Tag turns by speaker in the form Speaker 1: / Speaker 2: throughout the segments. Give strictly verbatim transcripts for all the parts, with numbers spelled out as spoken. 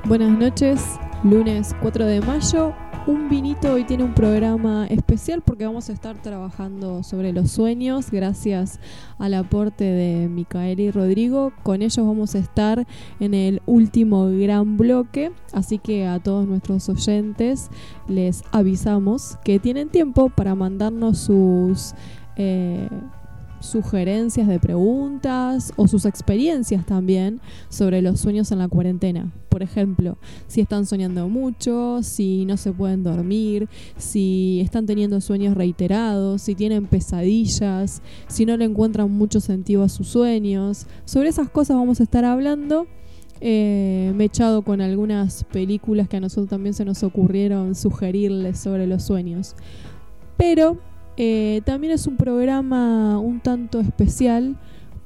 Speaker 1: Buenas noches, lunes cuatro de mayo. Un vinito hoy tiene un programa especial porque vamos a estar trabajando sobre los sueños gracias al aporte de Micaela y Rodrigo. Con ellos vamos a estar en el último gran bloque, así que a todos nuestros oyentes les avisamos que tienen tiempo para mandarnos sus eh, sugerencias de preguntas o sus experiencias también sobre los sueños en la cuarentena. Por ejemplo, si están soñando mucho, si no se pueden dormir, si están teniendo sueños reiterados, si tienen pesadillas, si no le encuentran mucho sentido a sus sueños. Sobre esas cosas vamos a estar hablando. Eh, me he echado con algunas películas que a nosotros también se nos ocurrieron sugerirles sobre los sueños. Pero eh, también es un programa un tanto especial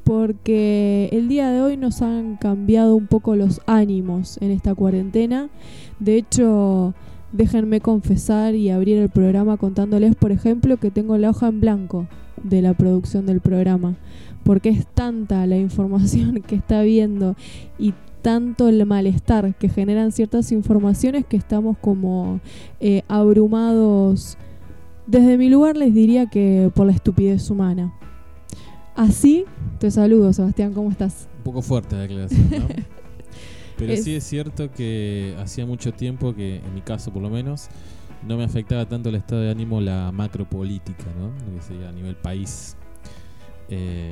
Speaker 1: porque el día de hoy nos han cambiado un poco los ánimos en esta cuarentena. De hecho, déjenme confesar y abrir el programa contándoles, por ejemplo, que tengo la hoja en blanco de la producción del programa, porque es tanta la información que está viendo y tanto el malestar que generan ciertas informaciones que estamos como eh, abrumados. Desde mi lugar les diría que por la estupidez humana. Así, te saludo, Sebastián, ¿cómo estás?
Speaker 2: Un poco fuerte la declaración, ¿no? Pero
Speaker 1: Es...
Speaker 2: sí es cierto que hacía mucho tiempo que, en mi caso por lo menos, no me afectaba tanto el estado de ánimo la macropolítica, ¿no? Lo que sería a nivel país. Eh,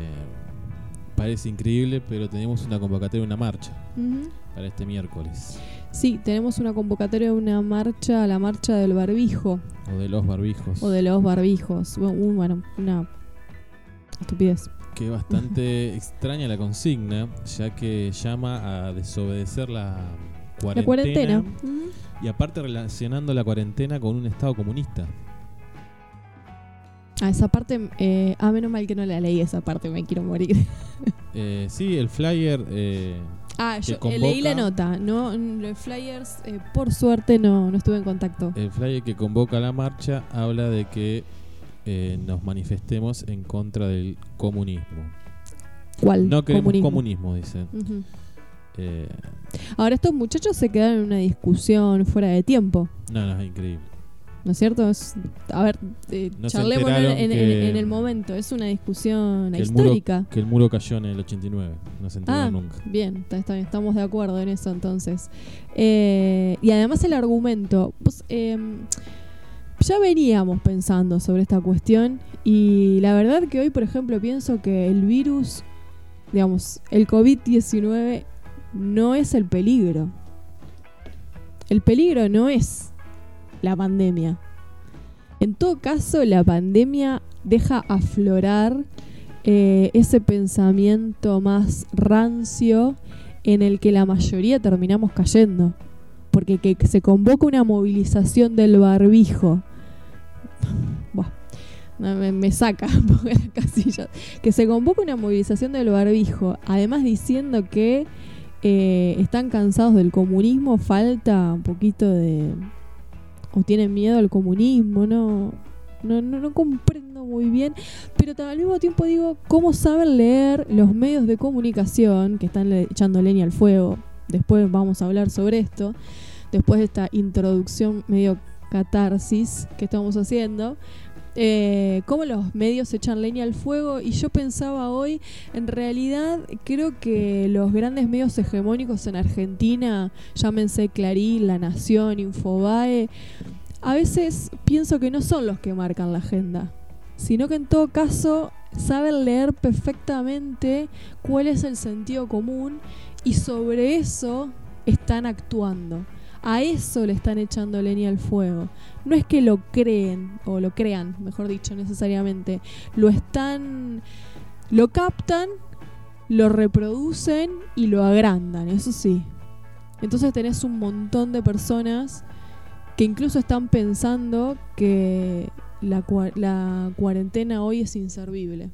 Speaker 2: parece increíble, pero tenemos una convocatoria de una marcha uh-huh. para este miércoles.
Speaker 1: Sí, tenemos una convocatoria de una marcha, la marcha del barbijo.
Speaker 2: O de los barbijos.
Speaker 1: O de los barbijos. Bueno, bueno una estupidez.
Speaker 2: Que es bastante extraña la consigna, ya que llama a desobedecer la cuarentena.
Speaker 1: La cuarentena. Uh-huh.
Speaker 2: Y aparte relacionando la cuarentena con un estado comunista.
Speaker 1: Ah, esa parte, eh, ah, menos mal que no la leí esa parte, me quiero morir.
Speaker 2: eh, sí, el flyer... Eh,
Speaker 1: ah, yo convoca, leí la nota, no, los flyers, eh, por suerte no, no estuve en contacto.
Speaker 2: El flyer que convoca la marcha habla de que Eh, nos manifestemos en contra del comunismo.
Speaker 1: ¿Cuál?
Speaker 2: No queremos
Speaker 1: comunismo,
Speaker 2: comunismo dice.
Speaker 1: Uh-huh.
Speaker 2: Eh,
Speaker 1: Ahora estos muchachos se quedaron en una discusión fuera de tiempo.
Speaker 2: No, no, es increíble.
Speaker 1: ¿No es cierto? Es, a ver, eh,
Speaker 2: no
Speaker 1: charlemos en, en, en, en el momento. Es una discusión
Speaker 2: que
Speaker 1: histórica.
Speaker 2: El muro, que el muro cayó en el ochenta y nueve. No se enteró
Speaker 1: ah,
Speaker 2: nunca.
Speaker 1: Bien, está, está, estamos de acuerdo en eso entonces. Eh, y además el argumento... Pues, eh, ya veníamos pensando sobre esta cuestión y la verdad que hoy, por ejemplo, pienso que el virus, digamos, el covid diecinueve no es el peligro. El peligro no es la pandemia. En todo caso, la pandemia deja aflorar eh, ese pensamiento más rancio en el que la mayoría terminamos cayendo. Porque que se convoca una movilización del barbijo, Buah, me, me saca un poco de la casilla. Que se convoca una movilización del barbijo, además diciendo que eh, están cansados del comunismo, falta un poquito de... o tienen miedo al comunismo, no, no, no, no comprendo muy bien. Pero al mismo tiempo digo, ¿cómo saben leer los medios de comunicación que están le- echando leña al fuego? Después vamos a hablar sobre esto. Después de esta introducción medio catarsis que estamos haciendo, eh, cómo los medios echan leña al fuego. Y yo pensaba hoy, en realidad creo que los grandes medios hegemónicos en Argentina, llámense Clarín, La Nación, Infobae, a veces pienso que no son los que marcan la agenda, sino que en todo caso saben leer perfectamente cuál es el sentido común y sobre eso están actuando. A eso le están echando leña al fuego. No es que lo creen, o lo crean, mejor dicho, necesariamente. Lo están, lo captan, lo reproducen y lo agrandan, eso sí. Entonces tenés un montón de personas que incluso están pensando que la, la cuarentena hoy es inservible.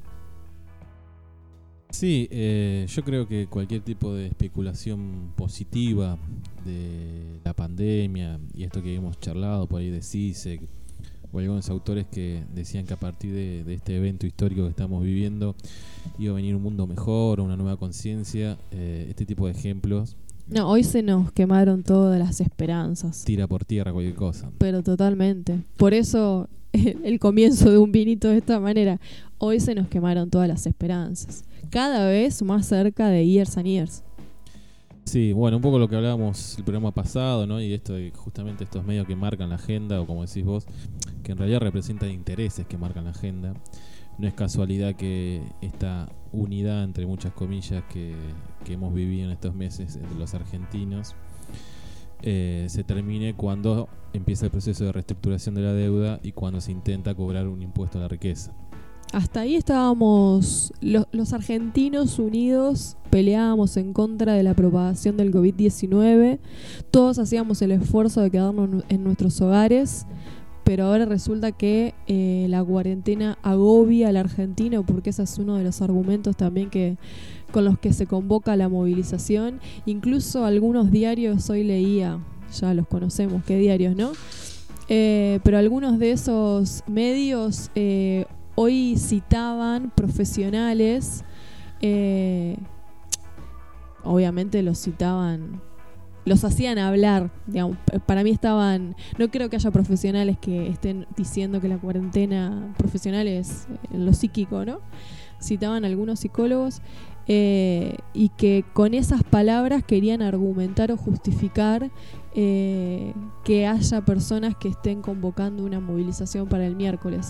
Speaker 2: Sí, eh, yo creo que cualquier tipo de especulación positiva de la pandemia y esto que hemos charlado por ahí de Zizek o algunos autores que decían que a partir de, de este evento histórico que estamos viviendo iba a venir un mundo mejor, una nueva conciencia, eh, este tipo de ejemplos
Speaker 1: No, hoy se nos quemaron todas las esperanzas.
Speaker 2: Tira por tierra cualquier cosa.
Speaker 1: Pero totalmente. Por eso el, el comienzo de un vinito de esta manera. Hoy se nos quemaron todas las esperanzas. Cada vez más cerca de Years and Years.
Speaker 2: Sí, bueno, un poco lo que hablábamos el programa pasado, ¿no? Y esto de justamente estos medios que marcan la agenda, o como decís vos, que en realidad representan intereses que marcan la agenda. No es casualidad que esta unidad, entre muchas comillas, que, que hemos vivido en estos meses entre los argentinos, eh, se termine cuando empieza el proceso de reestructuración de la deuda y cuando se intenta cobrar un impuesto a la riqueza.
Speaker 1: Hasta ahí estábamos los, los argentinos unidos, peleábamos en contra de la propagación del covid diecinueve, todos hacíamos el esfuerzo de quedarnos en nuestros hogares, pero ahora resulta que eh, la cuarentena agobia al argentino, porque ese es uno de los argumentos también que con los que se convoca la movilización. Incluso algunos diarios, hoy leía, ya los conocemos, qué diarios, ¿no? Eh, pero algunos de esos medios eh, hoy citaban profesionales, eh, obviamente los citaban, los hacían hablar, digamos, para mí estaban, no creo que haya profesionales que estén diciendo que la cuarentena profesional es en lo psíquico, ¿no? Citaban algunos psicólogos eh, y que con esas palabras querían argumentar o justificar eh, que haya personas que estén convocando una movilización para el miércoles.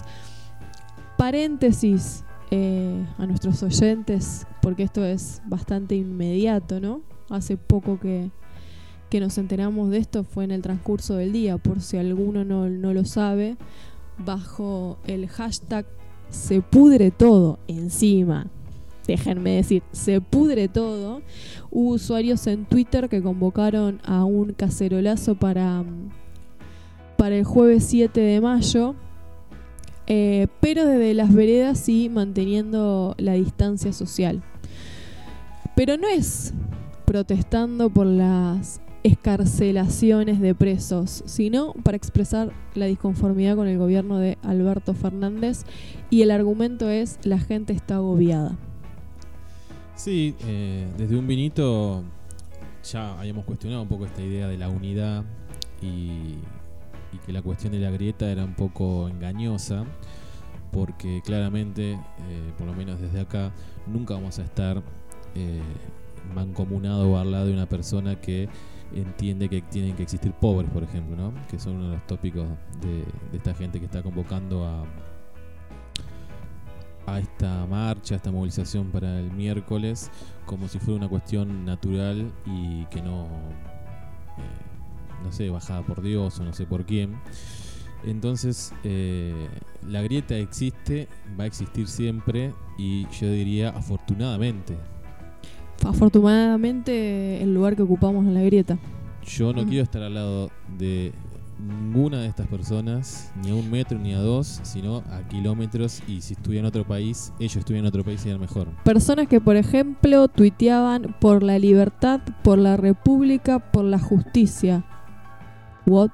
Speaker 1: Paréntesis eh, a nuestros oyentes, porque esto es bastante inmediato, ¿no? Hace poco que que nos enteramos de esto, fue en el transcurso del día, por si alguno no, no lo sabe, bajo el hashtag se pudre todo encima, déjenme decir, se pudre todo, hubo usuarios en Twitter que convocaron a un cacerolazo para, para el jueves siete de mayo, eh, pero desde las veredas sí manteniendo la distancia social. Pero no es protestando por las excarcelaciones de presos, sino para expresar la disconformidad con el gobierno de Alberto Fernández, y el argumento es: la gente está agobiada.
Speaker 2: Sí, eh, desde un vinito ya habíamos cuestionado un poco esta idea de la unidad y, y que la cuestión de la grieta era un poco engañosa, porque claramente, eh, por lo menos desde acá, nunca vamos a estar eh, mancomunado o al lado de una persona que entiende que tienen que existir pobres, por ejemplo, ¿no? Que son uno de los tópicos de, de esta gente que está convocando a, a esta marcha, a esta movilización para el miércoles, como si fuera una cuestión natural y que no, eh, no sé, bajada por Dios o no sé por quién. Entonces, eh, la grieta existe, va a existir siempre, y yo diría afortunadamente.
Speaker 1: Afortunadamente el lugar que ocupamos en la grieta.
Speaker 2: Yo no
Speaker 1: Mm.
Speaker 2: quiero estar al lado de ninguna de estas personas, ni a un metro ni a dos, sino a kilómetros, y si estuviera en otro país, ellos estuvieran en otro país, sería mejor.
Speaker 1: Personas que, por ejemplo, tuiteaban por la libertad, por la república, por la justicia. What?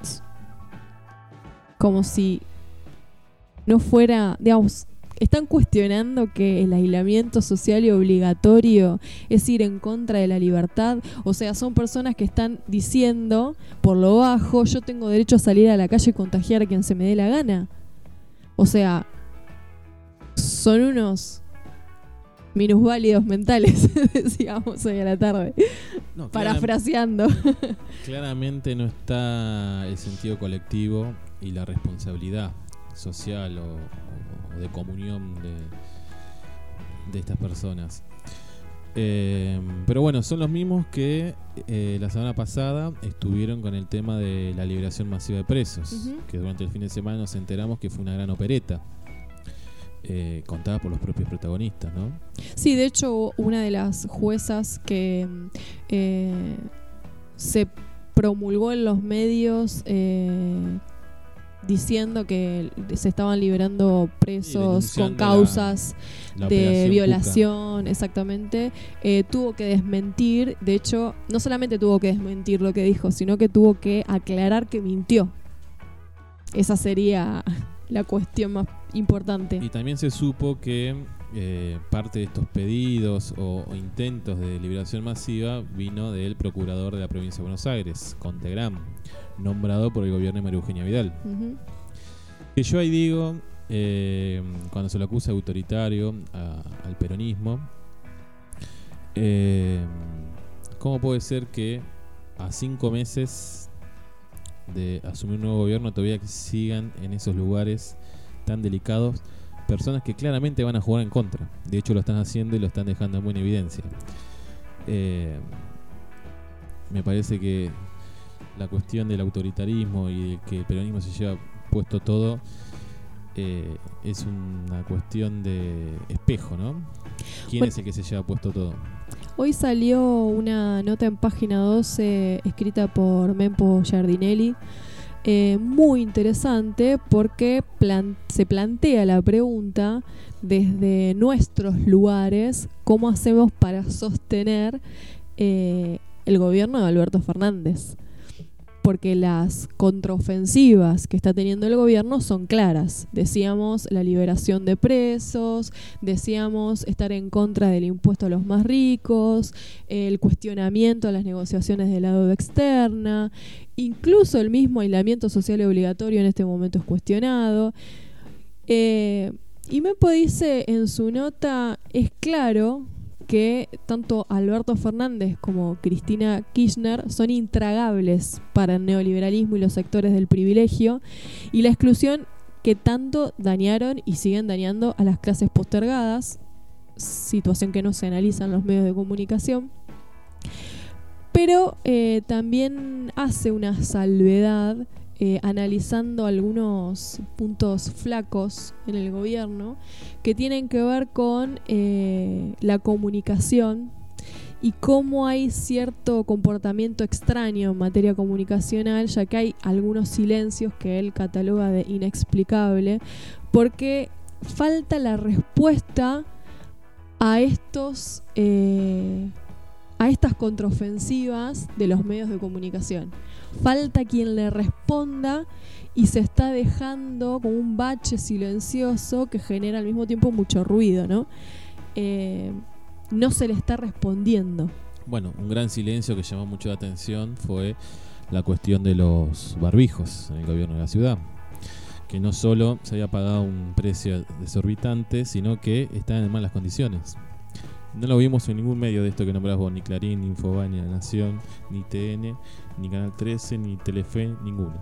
Speaker 1: Como si no fuera, digamos, están cuestionando que el aislamiento social y obligatorio es ir en contra de la libertad. O sea, son personas que están diciendo por lo bajo: yo tengo derecho a salir a la calle y contagiar a quien se me dé la gana. O sea, son unos minusválidos mentales, decíamos hoy a la tarde,
Speaker 2: No,
Speaker 1: parafraseando.
Speaker 2: Claramente no está el sentido colectivo y la responsabilidad social o, o de comunión de, de estas personas. Eh, pero bueno, son los mismos que eh, la semana pasada estuvieron con el tema de la liberación masiva de presos, uh-huh. que durante el fin de semana nos enteramos que fue una gran opereta, eh, contada por los propios protagonistas, ¿no?
Speaker 1: Sí, de hecho, una de las juezas que eh, se promulgó en los medios eh, diciendo que se estaban liberando presos con causas la, la de violación, Cuca. Exactamente, eh, tuvo que desmentir. De hecho, no solamente tuvo que desmentir lo que dijo, sino que tuvo que aclarar que mintió. Esa sería la cuestión más importante.
Speaker 2: Y también se supo que eh, parte de estos pedidos o, o intentos de liberación masiva vino del procurador de la provincia de Buenos Aires, Contegram, nombrado por el gobierno de María Eugenia Vidal.
Speaker 1: Uh-huh.
Speaker 2: Que yo ahí digo, eh, cuando se lo acusa de autoritario a, al peronismo, eh, ¿cómo puede ser que a cinco meses de asumir un nuevo gobierno todavía que sigan en esos lugares tan delicados personas que claramente van a jugar en contra? De hecho lo están haciendo y lo están dejando en buena evidencia. Eh, me parece que la cuestión del autoritarismo y de que el peronismo se lleva puesto todo eh, es una cuestión de espejo, ¿no? ¿Quién
Speaker 1: bueno,
Speaker 2: es el que se lleva puesto todo?
Speaker 1: Hoy salió una nota en Página doce escrita por Mempo Giardinelli, eh, muy interesante porque plan- se plantea la pregunta desde nuestros lugares, ¿cómo hacemos para sostener eh, el gobierno de Alberto Fernández? Porque las contraofensivas que está teniendo el gobierno son claras. Decíamos la liberación de presos, decíamos estar en contra del impuesto a los más ricos, el cuestionamiento a las negociaciones de la deuda externa, incluso el mismo aislamiento social obligatorio en este momento es cuestionado. Eh, y Mempo dice en su nota, es claro que tanto Alberto Fernández como Cristina Kirchner son intragables para el neoliberalismo y los sectores del privilegio y la exclusión que tanto dañaron y siguen dañando a las clases postergadas, situación que no se analiza en los medios de comunicación. Pero eh, también hace una salvedad eh, analizando algunos puntos flacos en el gobierno que tienen que ver con eh, la comunicación y cómo hay cierto comportamiento extraño en materia comunicacional, ya que hay algunos silencios que él cataloga de inexplicable, porque falta la respuesta a estos eh, a estas contraofensivas de los medios de comunicación. Falta quien le responda y se está dejando como un bache silencioso que genera al mismo tiempo mucho ruido, ¿no? Eh, no se le está respondiendo.
Speaker 2: Bueno, un gran silencio que llamó mucho la atención fue la cuestión de los barbijos en el gobierno de la ciudad, que no solo se había pagado un precio desorbitante, sino que estaban en malas condiciones. No lo vimos en ningún medio de esto que nombrás vos, ni Clarín, ni Infobae, ni La Nación, ni T N, ni Canal trece, ni Telefe, ninguno.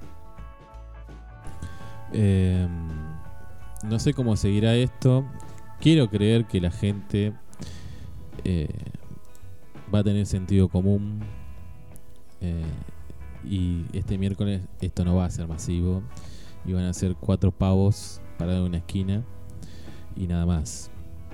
Speaker 2: Eh, no sé cómo seguirá esto. Quiero creer que la gente eh, va a tener sentido común eh, y este miércoles esto no va a ser masivo y van a ser cuatro pavos parados en una esquina y nada más.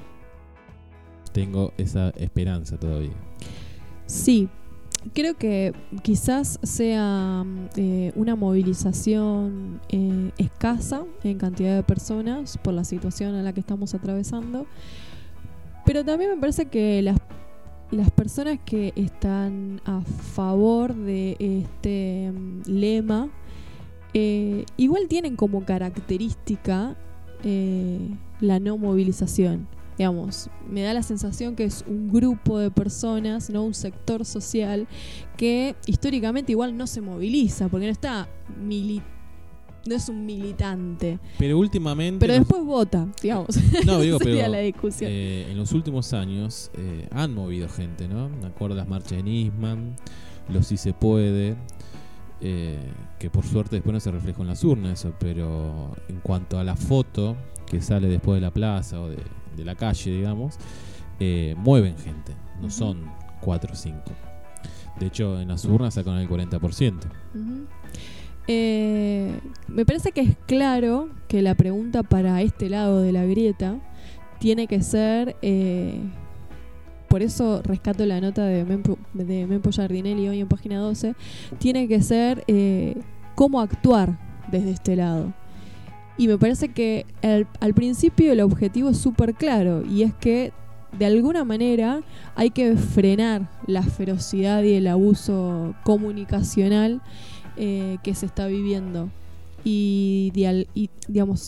Speaker 2: Tengo esa esperanza todavía.
Speaker 1: Sí, creo que quizás sea eh, una movilización eh, escasa en cantidad de personas por la situación en la que estamos atravesando, pero también me parece que las, las personas que están a favor de este um, lema eh, igual tienen como característica eh, la no movilización. Digamos, me da la sensación que es un grupo de personas, no un sector social que históricamente igual no se moviliza, porque no está mili- no es un militante.
Speaker 2: Pero últimamente...
Speaker 1: Pero después nos... vota, digamos.
Speaker 2: No, digo,
Speaker 1: sería
Speaker 2: pero
Speaker 1: la discusión.
Speaker 2: Eh, en los últimos años eh, han movido gente, ¿no? Me acuerdo las marchas de Nisman, los Sí se puede, eh, que por suerte después no se reflejó en las urnas eso, pero en cuanto a la foto que sale después de la plaza o de, de la calle, digamos, eh, mueven gente, no uh-huh. son cuatro o cinco. De hecho, en las urnas sacan el cuarenta por ciento.
Speaker 1: Uh-huh. Eh, me parece que es claro que la pregunta para este lado de la grieta tiene que ser, eh, por eso rescato la nota de Mempo, de Mempo Giardinelli hoy en Página doce, tiene que ser eh, cómo actuar desde este lado. Y me parece que el, al principio el objetivo es súper claro, y es que de alguna manera hay que frenar la ferocidad y el abuso comunicacional eh, que se está viviendo. Y, y digamos,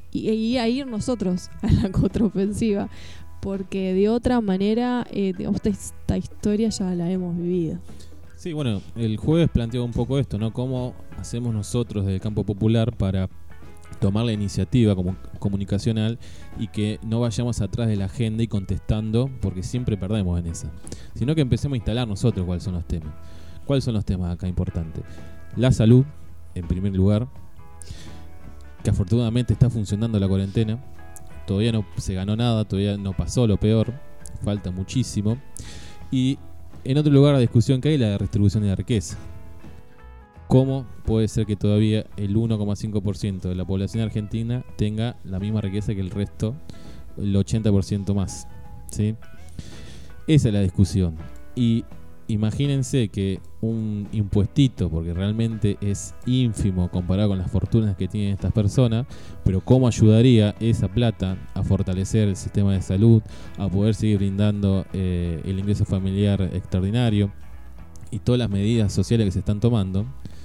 Speaker 1: y, y a ir nosotros a la contraofensiva, porque de otra manera eh, digamos, esta historia ya la hemos vivido.
Speaker 2: Sí, bueno, el jueves planteó un poco esto, ¿no? ¿Cómo hacemos nosotros desde el campo popular para tomar la iniciativa como comunicacional y que no vayamos atrás de la agenda y contestando, porque siempre perdemos en esa, sino que empecemos a instalar nosotros cuáles son los temas. ¿Cuáles son los temas acá importantes? La salud, en primer lugar, que afortunadamente está funcionando la cuarentena. Todavía no se ganó nada, todavía no pasó lo peor, falta muchísimo. Y en otro lugar la discusión que hay es la de redistribución de la riqueza. ¿Cómo puede ser que todavía el uno coma cinco por ciento de la población argentina tenga la misma riqueza que el resto, el ochenta por ciento más? ¿Sí? Esa es la discusión. Y imagínense que un impuestito, porque realmente es ínfimo comparado con las fortunas que tienen estas personas, pero cómo ayudaría esa plata a fortalecer el sistema de salud, a poder seguir brindando eh, el ingreso familiar extraordinario y todas las medidas sociales que se están tomando.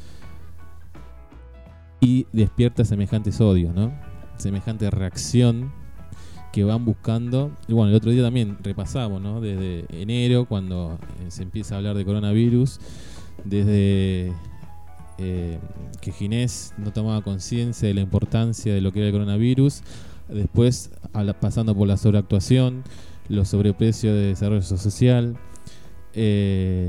Speaker 2: Y despierta semejantes odios, ¿no? Semejante reacción que van buscando. Y bueno, el otro día también repasamos, ¿no? Desde enero, cuando eh, se empieza a hablar de coronavirus, desde eh, que Ginés no tomaba conciencia de la importancia de lo que era el coronavirus, después a la, pasando por la sobreactuación, los sobreprecios de desarrollo social, eh,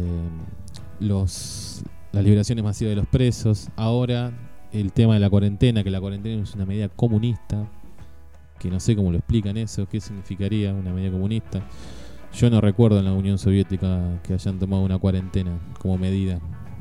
Speaker 2: los, las liberaciones masivas de los presos, ahora el tema de la cuarentena, que la cuarentena es una medida comunista, que no sé cómo lo explican eso, qué significaría una medida comunista. Yo no recuerdo en la Unión Soviética que hayan tomado una cuarentena como medida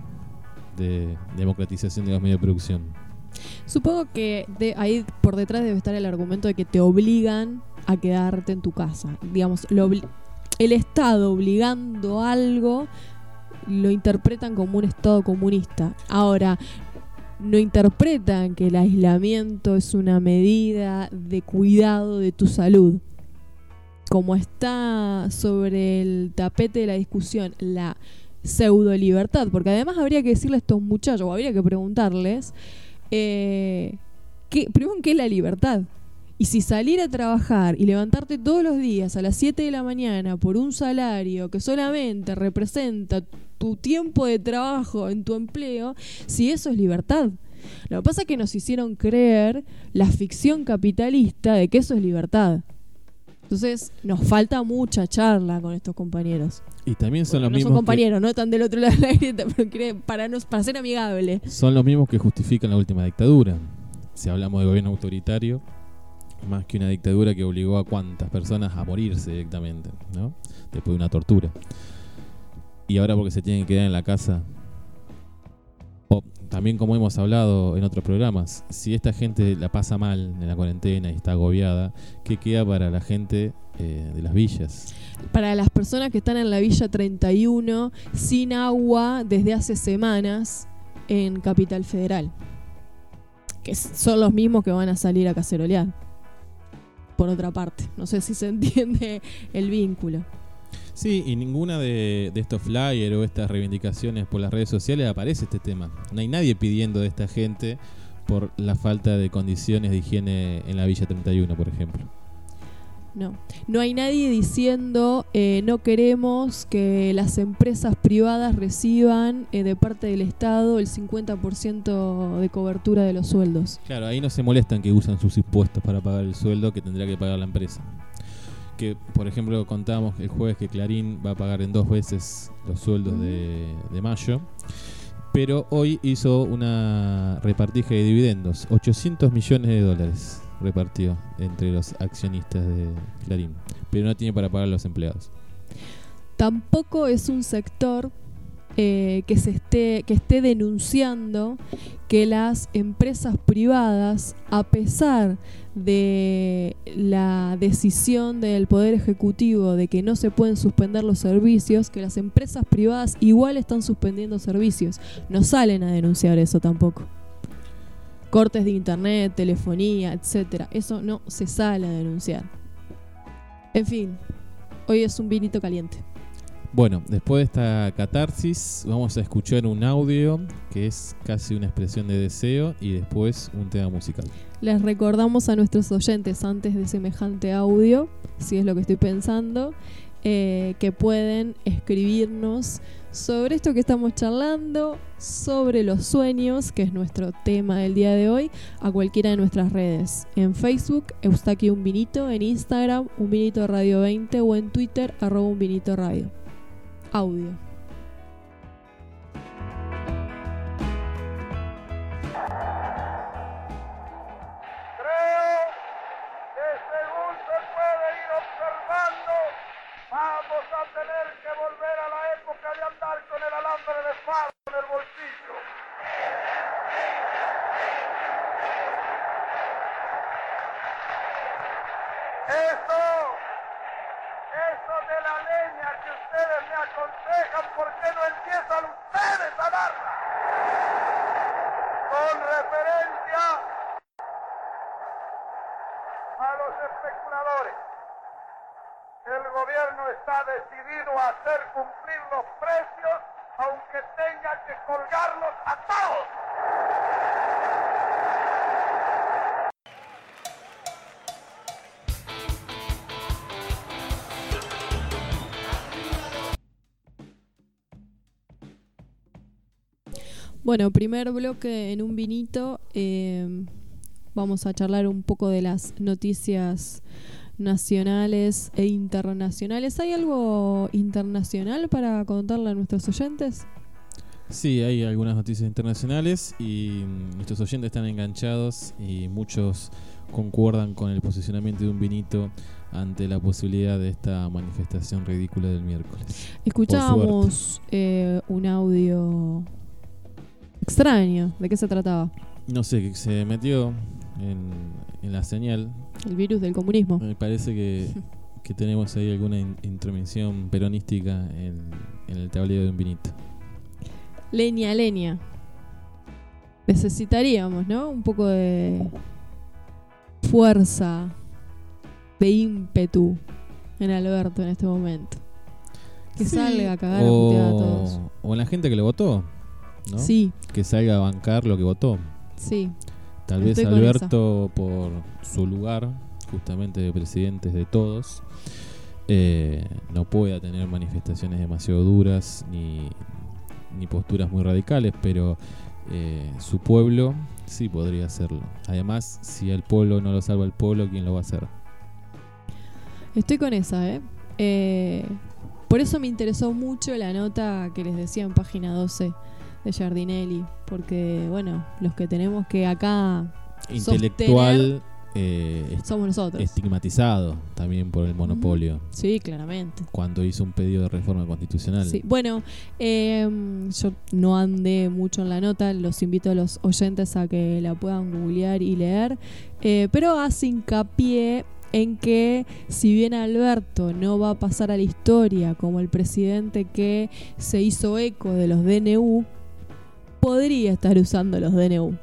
Speaker 2: de democratización de los medios de producción.
Speaker 1: Supongo que de ahí por detrás debe estar el argumento de que te obligan a quedarte en tu casa. Digamos, lo obli- el Estado obligando algo lo interpretan como un Estado comunista. Ahora, no interpretan que el aislamiento es una medida de cuidado de tu salud. Como está sobre el tapete de la discusión la pseudo libertad, porque además habría que decirle a estos muchachos, o habría que preguntarles, eh, ¿qué, primero, ¿qué es la libertad? Y si salir a trabajar y levantarte todos los días a las siete de la mañana por un salario que solamente representa tu tiempo de trabajo en tu empleo, si eso es libertad. Lo que pasa es que nos hicieron creer la ficción capitalista de que eso es libertad. Entonces nos falta mucha charla con estos compañeros.
Speaker 2: Y también son
Speaker 1: bueno,
Speaker 2: los
Speaker 1: no
Speaker 2: mismos
Speaker 1: son compañeros,
Speaker 2: que,
Speaker 1: no están del otro lado de la grieta, pero creen, para, no, para ser amigable.
Speaker 2: Son los mismos que justifican la última dictadura. Si hablamos de gobierno autoritario, más que una dictadura que obligó a cuántas personas a morirse directamente, ¿no? Después de una tortura. Y ahora porque se tienen que quedar en la casa. O también, como hemos hablado en otros programas, si esta gente la pasa mal en la cuarentena y está agobiada, ¿qué queda para la gente eh, de las villas?
Speaker 1: Para las personas que están en la Villa treinta y uno sin agua desde hace semanas en Capital Federal, que son los mismos que van a salir a cacerolear. Por otra parte, no sé si se entiende el vínculo.
Speaker 2: Sí, y ninguna de, de estos flyers o estas reivindicaciones por las redes sociales aparece este tema. No hay nadie pidiendo de esta gente por la falta de condiciones de higiene en la Villa treinta y uno, por ejemplo.
Speaker 1: No, no hay nadie diciendo eh, no queremos que las empresas privadas reciban eh, de parte del Estado el cincuenta por ciento de cobertura de los sueldos.
Speaker 2: Claro, ahí no se molestan que usan sus impuestos para pagar el sueldo que tendría que pagar la empresa. Que, por ejemplo, contábamos el jueves que Clarín va a pagar en dos veces los sueldos de, de mayo, pero hoy hizo una repartija de dividendos, ochocientos millones de dólares repartió entre los accionistas de Clarín, pero no tiene para pagar a los empleados.
Speaker 1: Tampoco es un sector eh, que se esté que esté denunciando que las empresas privadas, a pesar de la decisión del Poder Ejecutivo de que no se pueden suspender los servicios, que las empresas privadas igual están suspendiendo servicios. No salen a denunciar eso tampoco. Cortes de internet, telefonía, etcétera. Eso no se sale a denunciar. En fin, hoy es un vinito caliente.
Speaker 2: Bueno, después de esta catarsis vamos a escuchar un audio que es casi una expresión de deseo y después un tema musical.
Speaker 1: Les recordamos a nuestros oyentes antes de semejante audio, si es lo que estoy pensando, eh, que pueden escribirnos sobre esto que estamos charlando, sobre los sueños, que es nuestro tema del día de hoy, a cualquiera de nuestras redes. En Facebook, Eustaquio Un Vinito, en Instagram, Un Vinito Radio veinte o en Twitter, arroba Un Vinito Radio. Audio.
Speaker 3: Creo que según se puede ir observando, vamos a tener que volver a la época de andar con el alambre de fardo en el bolsillo. Eso, eso de la leña que ustedes me aconsejan, ¿por qué no empiezan ustedes a darla? Con referencia a los especuladores. El gobierno está decidido a hacer cumplir los precios, aunque tenga que colgarlos a todos.
Speaker 1: Bueno, primer bloque en Un Vinito. Eh, vamos a charlar un poco de las noticias nacionales e internacionales. ¿Hay algo internacional para contarle a nuestros oyentes?
Speaker 2: Sí, hay algunas noticias internacionales y nuestros oyentes están enganchados y muchos concuerdan con el posicionamiento de Un Vinito ante la posibilidad de esta manifestación ridícula del miércoles.
Speaker 1: Escuchábamos eh, un audio extraño. ¿De qué se trataba?
Speaker 2: No sé, que se metió en, en la señal.
Speaker 1: El virus del comunismo.
Speaker 2: Me parece que, que tenemos ahí alguna in- intromisión peronística en, en el tablero de Un Vinito.
Speaker 1: Leña, leña. Necesitaríamos, ¿no? Un poco de fuerza, de ímpetu en Alberto en este momento. Que
Speaker 2: Sí.
Speaker 1: salga a cagar a
Speaker 2: O,
Speaker 1: putear a todos.
Speaker 2: o en la gente que lo votó, ¿no?
Speaker 1: Sí,
Speaker 2: Que salga a bancar lo que votó.
Speaker 1: sí.
Speaker 2: Tal vez
Speaker 1: Estoy con
Speaker 2: Alberto, por su lugar, justamente de presidentes de todos, eh, no pueda tener manifestaciones demasiado duras ni, ni posturas muy radicales, pero eh, su pueblo sí podría hacerlo. Además, si el pueblo no lo salva el pueblo, ¿quién lo va a hacer?
Speaker 1: Estoy con esa, ¿eh? eh por eso me interesó mucho la nota que les decía en página doce de Giardinelli, porque, bueno, los que tenemos que acá
Speaker 2: Intelectual eh,
Speaker 1: somos nosotros.
Speaker 2: estigmatizado también por el monopolio,
Speaker 1: Sí, claramente.
Speaker 2: cuando hizo un pedido de reforma constitucional.
Speaker 1: Sí. Bueno, eh, yo no andé mucho en la nota, los invito a los oyentes a que la puedan googlear y leer, eh, pero hace hincapié en que si bien Alberto no va a pasar a la historia como el presidente que se hizo eco de los D N U, podría estar usando los D N U.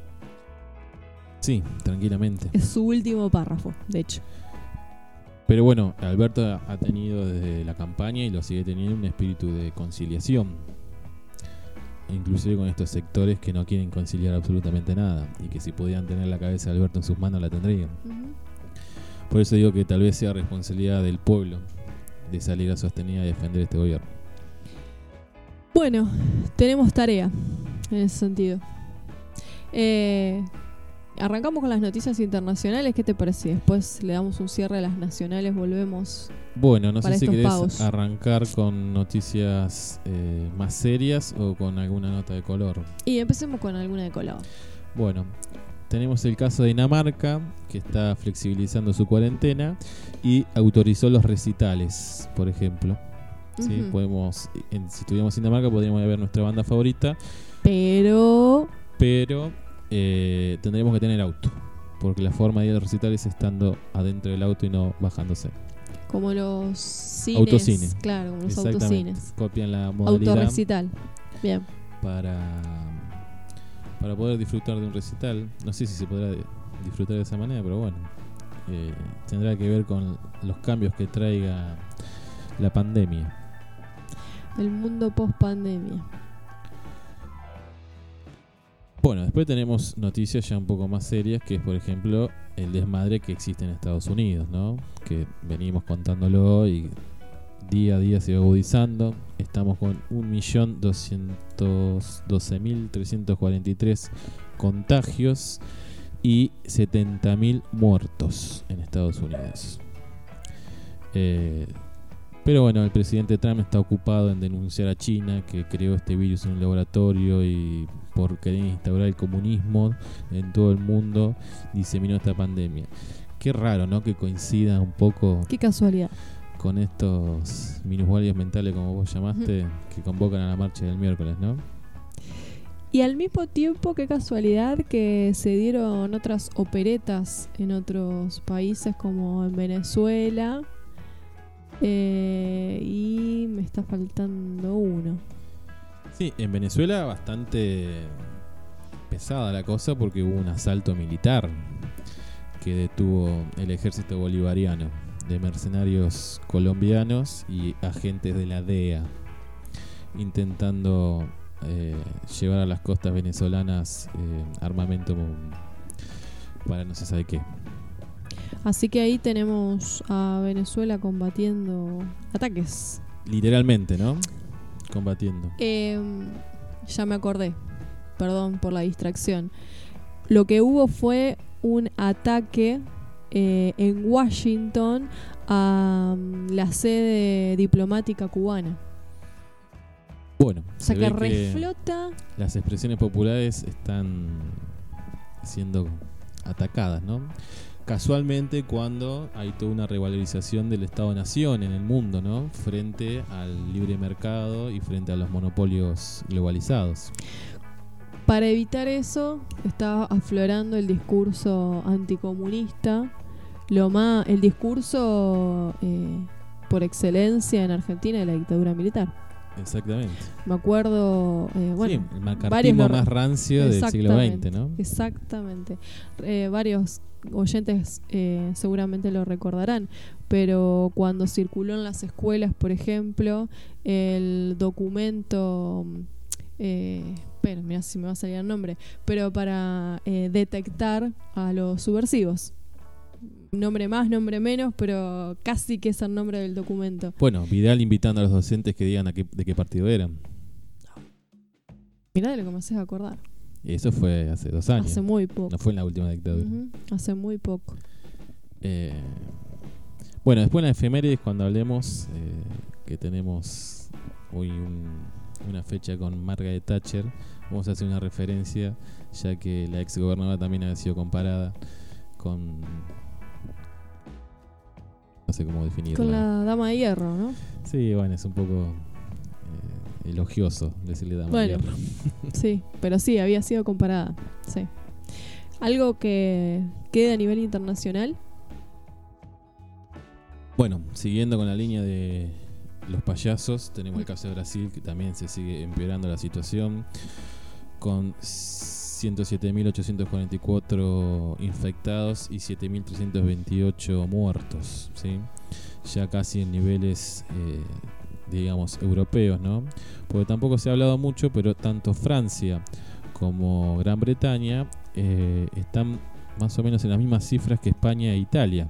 Speaker 2: Sí, tranquilamente.
Speaker 1: Es su último párrafo, de hecho.
Speaker 2: Pero bueno, Alberto ha tenido desde la campaña y lo sigue teniendo un espíritu de conciliación, inclusive con estos sectores que no quieren conciliar absolutamente nada y que si pudieran tener la cabeza de Alberto en sus manos la tendrían.
Speaker 1: Uh-huh.
Speaker 2: Por eso digo que tal vez sea responsabilidad del pueblo de salir a sostener y defender este gobierno.
Speaker 1: Bueno, tenemos tarea en ese sentido. Eh, arrancamos con las noticias internacionales. ¿Qué te parece? Después le damos un cierre a las nacionales, volvemos.
Speaker 2: Bueno, no
Speaker 1: Para
Speaker 2: sé si
Speaker 1: estos
Speaker 2: querés
Speaker 1: pagos.
Speaker 2: arrancar con noticias eh, más serias o con alguna nota de color.
Speaker 1: Y empecemos con alguna de colado.
Speaker 2: Bueno, tenemos el caso de Dinamarca, que está flexibilizando su cuarentena y autorizó los recitales, por ejemplo. ¿Sí?
Speaker 1: Ujú.
Speaker 2: Podemos, en, si estuviéramos en Dinamarca, podríamos ir a ver nuestra banda favorita,
Speaker 1: Pero
Speaker 2: pero eh, tendríamos que tener auto, porque la forma de ir a los recitales es estando adentro del auto y no bajándose.
Speaker 1: como los cines.
Speaker 2: Autocine.
Speaker 1: Claro, como los
Speaker 2: Exactamente.
Speaker 1: autocines.
Speaker 2: Copian la modalidad
Speaker 1: Autorrecital. Bien.
Speaker 2: para, para poder disfrutar de un recital. No sé si se podrá de- disfrutar de esa manera, pero bueno, eh, tendrá que ver con los cambios que traiga la pandemia.
Speaker 1: el mundo post pandemia.
Speaker 2: Bueno, después tenemos noticias ya un poco más serias, que es, por ejemplo, el desmadre que existe en Estados Unidos, ¿no? Que venimos contándolo y día a día se va agudizando. Estamos con un millón doscientos doce mil trescientos cuarenta y tres contagios y setenta mil muertos en Estados Unidos. Eh, pero bueno, el presidente Trump está ocupado en denunciar a China, que creó este virus en un laboratorio y por querer instaurar el comunismo en todo el mundo diseminó esta pandemia. Qué raro, ¿no? Que coincida un poco.
Speaker 1: Qué casualidad.
Speaker 2: Con estos minusválidos mentales, como vos llamaste, uh-huh. que convocan a la marcha del miércoles, ¿no?
Speaker 1: Y al mismo tiempo, qué casualidad que se dieron otras operetas en otros países como en Venezuela. Eh, y me está faltando uno.
Speaker 2: Sí, en Venezuela bastante pesada la cosa porque hubo un asalto militar que detuvo el ejército bolivariano de mercenarios colombianos y agentes de la D E A intentando eh, llevar a las costas venezolanas eh, armamento para no se sabe qué.
Speaker 1: Así que ahí tenemos a Venezuela combatiendo ataques.
Speaker 2: Literalmente, ¿no? Combatiendo.
Speaker 1: Eh, ya me acordé. Perdón por la distracción. Lo que hubo fue un ataque eh, en Washington a um, la sede diplomática cubana.
Speaker 2: Bueno,
Speaker 1: o sea
Speaker 2: se
Speaker 1: que
Speaker 2: ve
Speaker 1: reflota.
Speaker 2: Que las expresiones populares están siendo atacadas, ¿no? Casualmente cuando hay toda una revalorización del Estado-Nación en el mundo, ¿no? Frente al libre mercado y frente a los monopolios globalizados.
Speaker 1: Para evitar eso, está aflorando el discurso anticomunista, lo más, el discurso eh, por excelencia en Argentina de la dictadura militar.
Speaker 2: Exactamente.
Speaker 1: Me acuerdo, eh, bueno,
Speaker 2: sí, el macartismo más rancio del siglo veinte, ¿no?
Speaker 1: Exactamente. Eh, varios oyentes eh, seguramente lo recordarán, pero cuando circuló en las escuelas, por ejemplo, el documento, eh, espera, mira si me va a salir el nombre, pero para eh, detectar a los subversivos. Nombre más, nombre menos, pero casi que es el nombre del documento.
Speaker 2: Bueno, Vidal invitando a los docentes que digan a qué, de qué partido eran.
Speaker 1: Mirá de lo que me haces acordar.
Speaker 2: Eso fue hace dos años.
Speaker 1: Hace muy poco.
Speaker 2: No fue en la última dictadura.
Speaker 1: Uh-huh. Hace muy poco.
Speaker 2: Eh, bueno, después en la efemérides, cuando hablemos, eh, que tenemos hoy un, una fecha con Margaret Thatcher, vamos a hacer una referencia, ya que la ex gobernadora también ha sido comparada con... No sé cómo definirla.
Speaker 1: Con la dama de hierro, ¿no?
Speaker 2: Sí, bueno, es un poco... elogioso decirle dama
Speaker 1: bueno,
Speaker 2: de hierro.
Speaker 1: Sí, pero sí, había sido comparada. Sí. Algo que quede a nivel internacional.
Speaker 2: Bueno, siguiendo con la línea de los payasos, tenemos el caso de Brasil, que también se sigue empeorando la situación, con ciento siete mil ochocientos cuarenta y cuatro infectados y siete mil trescientos veintiocho muertos, ¿sí? Ya casi en niveles... Eh, digamos, europeos, ¿no? Porque tampoco se ha hablado mucho, pero tanto Francia como Gran Bretaña eh, están más o menos en las mismas cifras que España e Italia,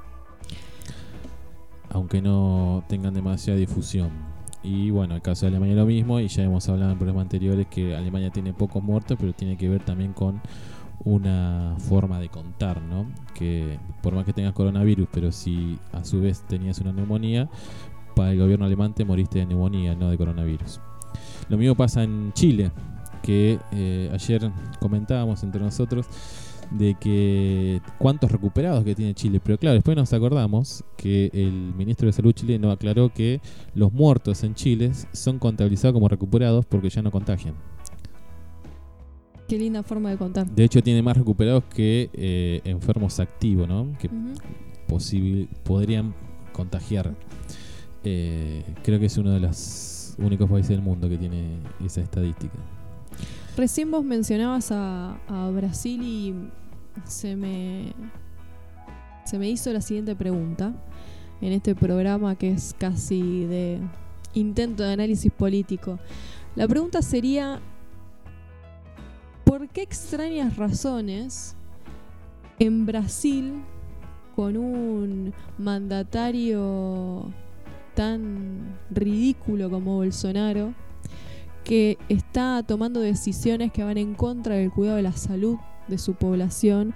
Speaker 2: aunque no tengan demasiada difusión. Y bueno, el caso de Alemania es lo mismo, y ya hemos hablado en programas anteriores que Alemania tiene pocos muertos, pero tiene que ver también con una forma de contar, ¿no? Que por más que tengas coronavirus, pero si a su vez tenías una neumonía, para el gobierno alemán te moriste de neumonía, no de coronavirus. Lo mismo pasa en Chile, que eh, ayer comentábamos entre nosotros de que cuántos recuperados que tiene Chile, pero claro, después nos acordamos que el ministro de Salud chileno aclaró que los muertos en Chile son contabilizados como recuperados porque ya no contagian.
Speaker 1: Qué linda forma de contar.
Speaker 2: De hecho, tiene más recuperados que eh, enfermos activos, ¿no? Que
Speaker 1: uh-huh.
Speaker 2: posible, podrían contagiar. Eh, creo que es uno de los únicos países del mundo que tiene esa estadística.
Speaker 1: Recién vos mencionabas a, a Brasil y se me se me hizo la siguiente pregunta en este programa que es casi de intento de análisis político. La pregunta sería, ¿por qué extrañas razones en Brasil, con un mandatario tan ridículo como Bolsonaro, que está tomando decisiones que van en contra del cuidado de la salud de su población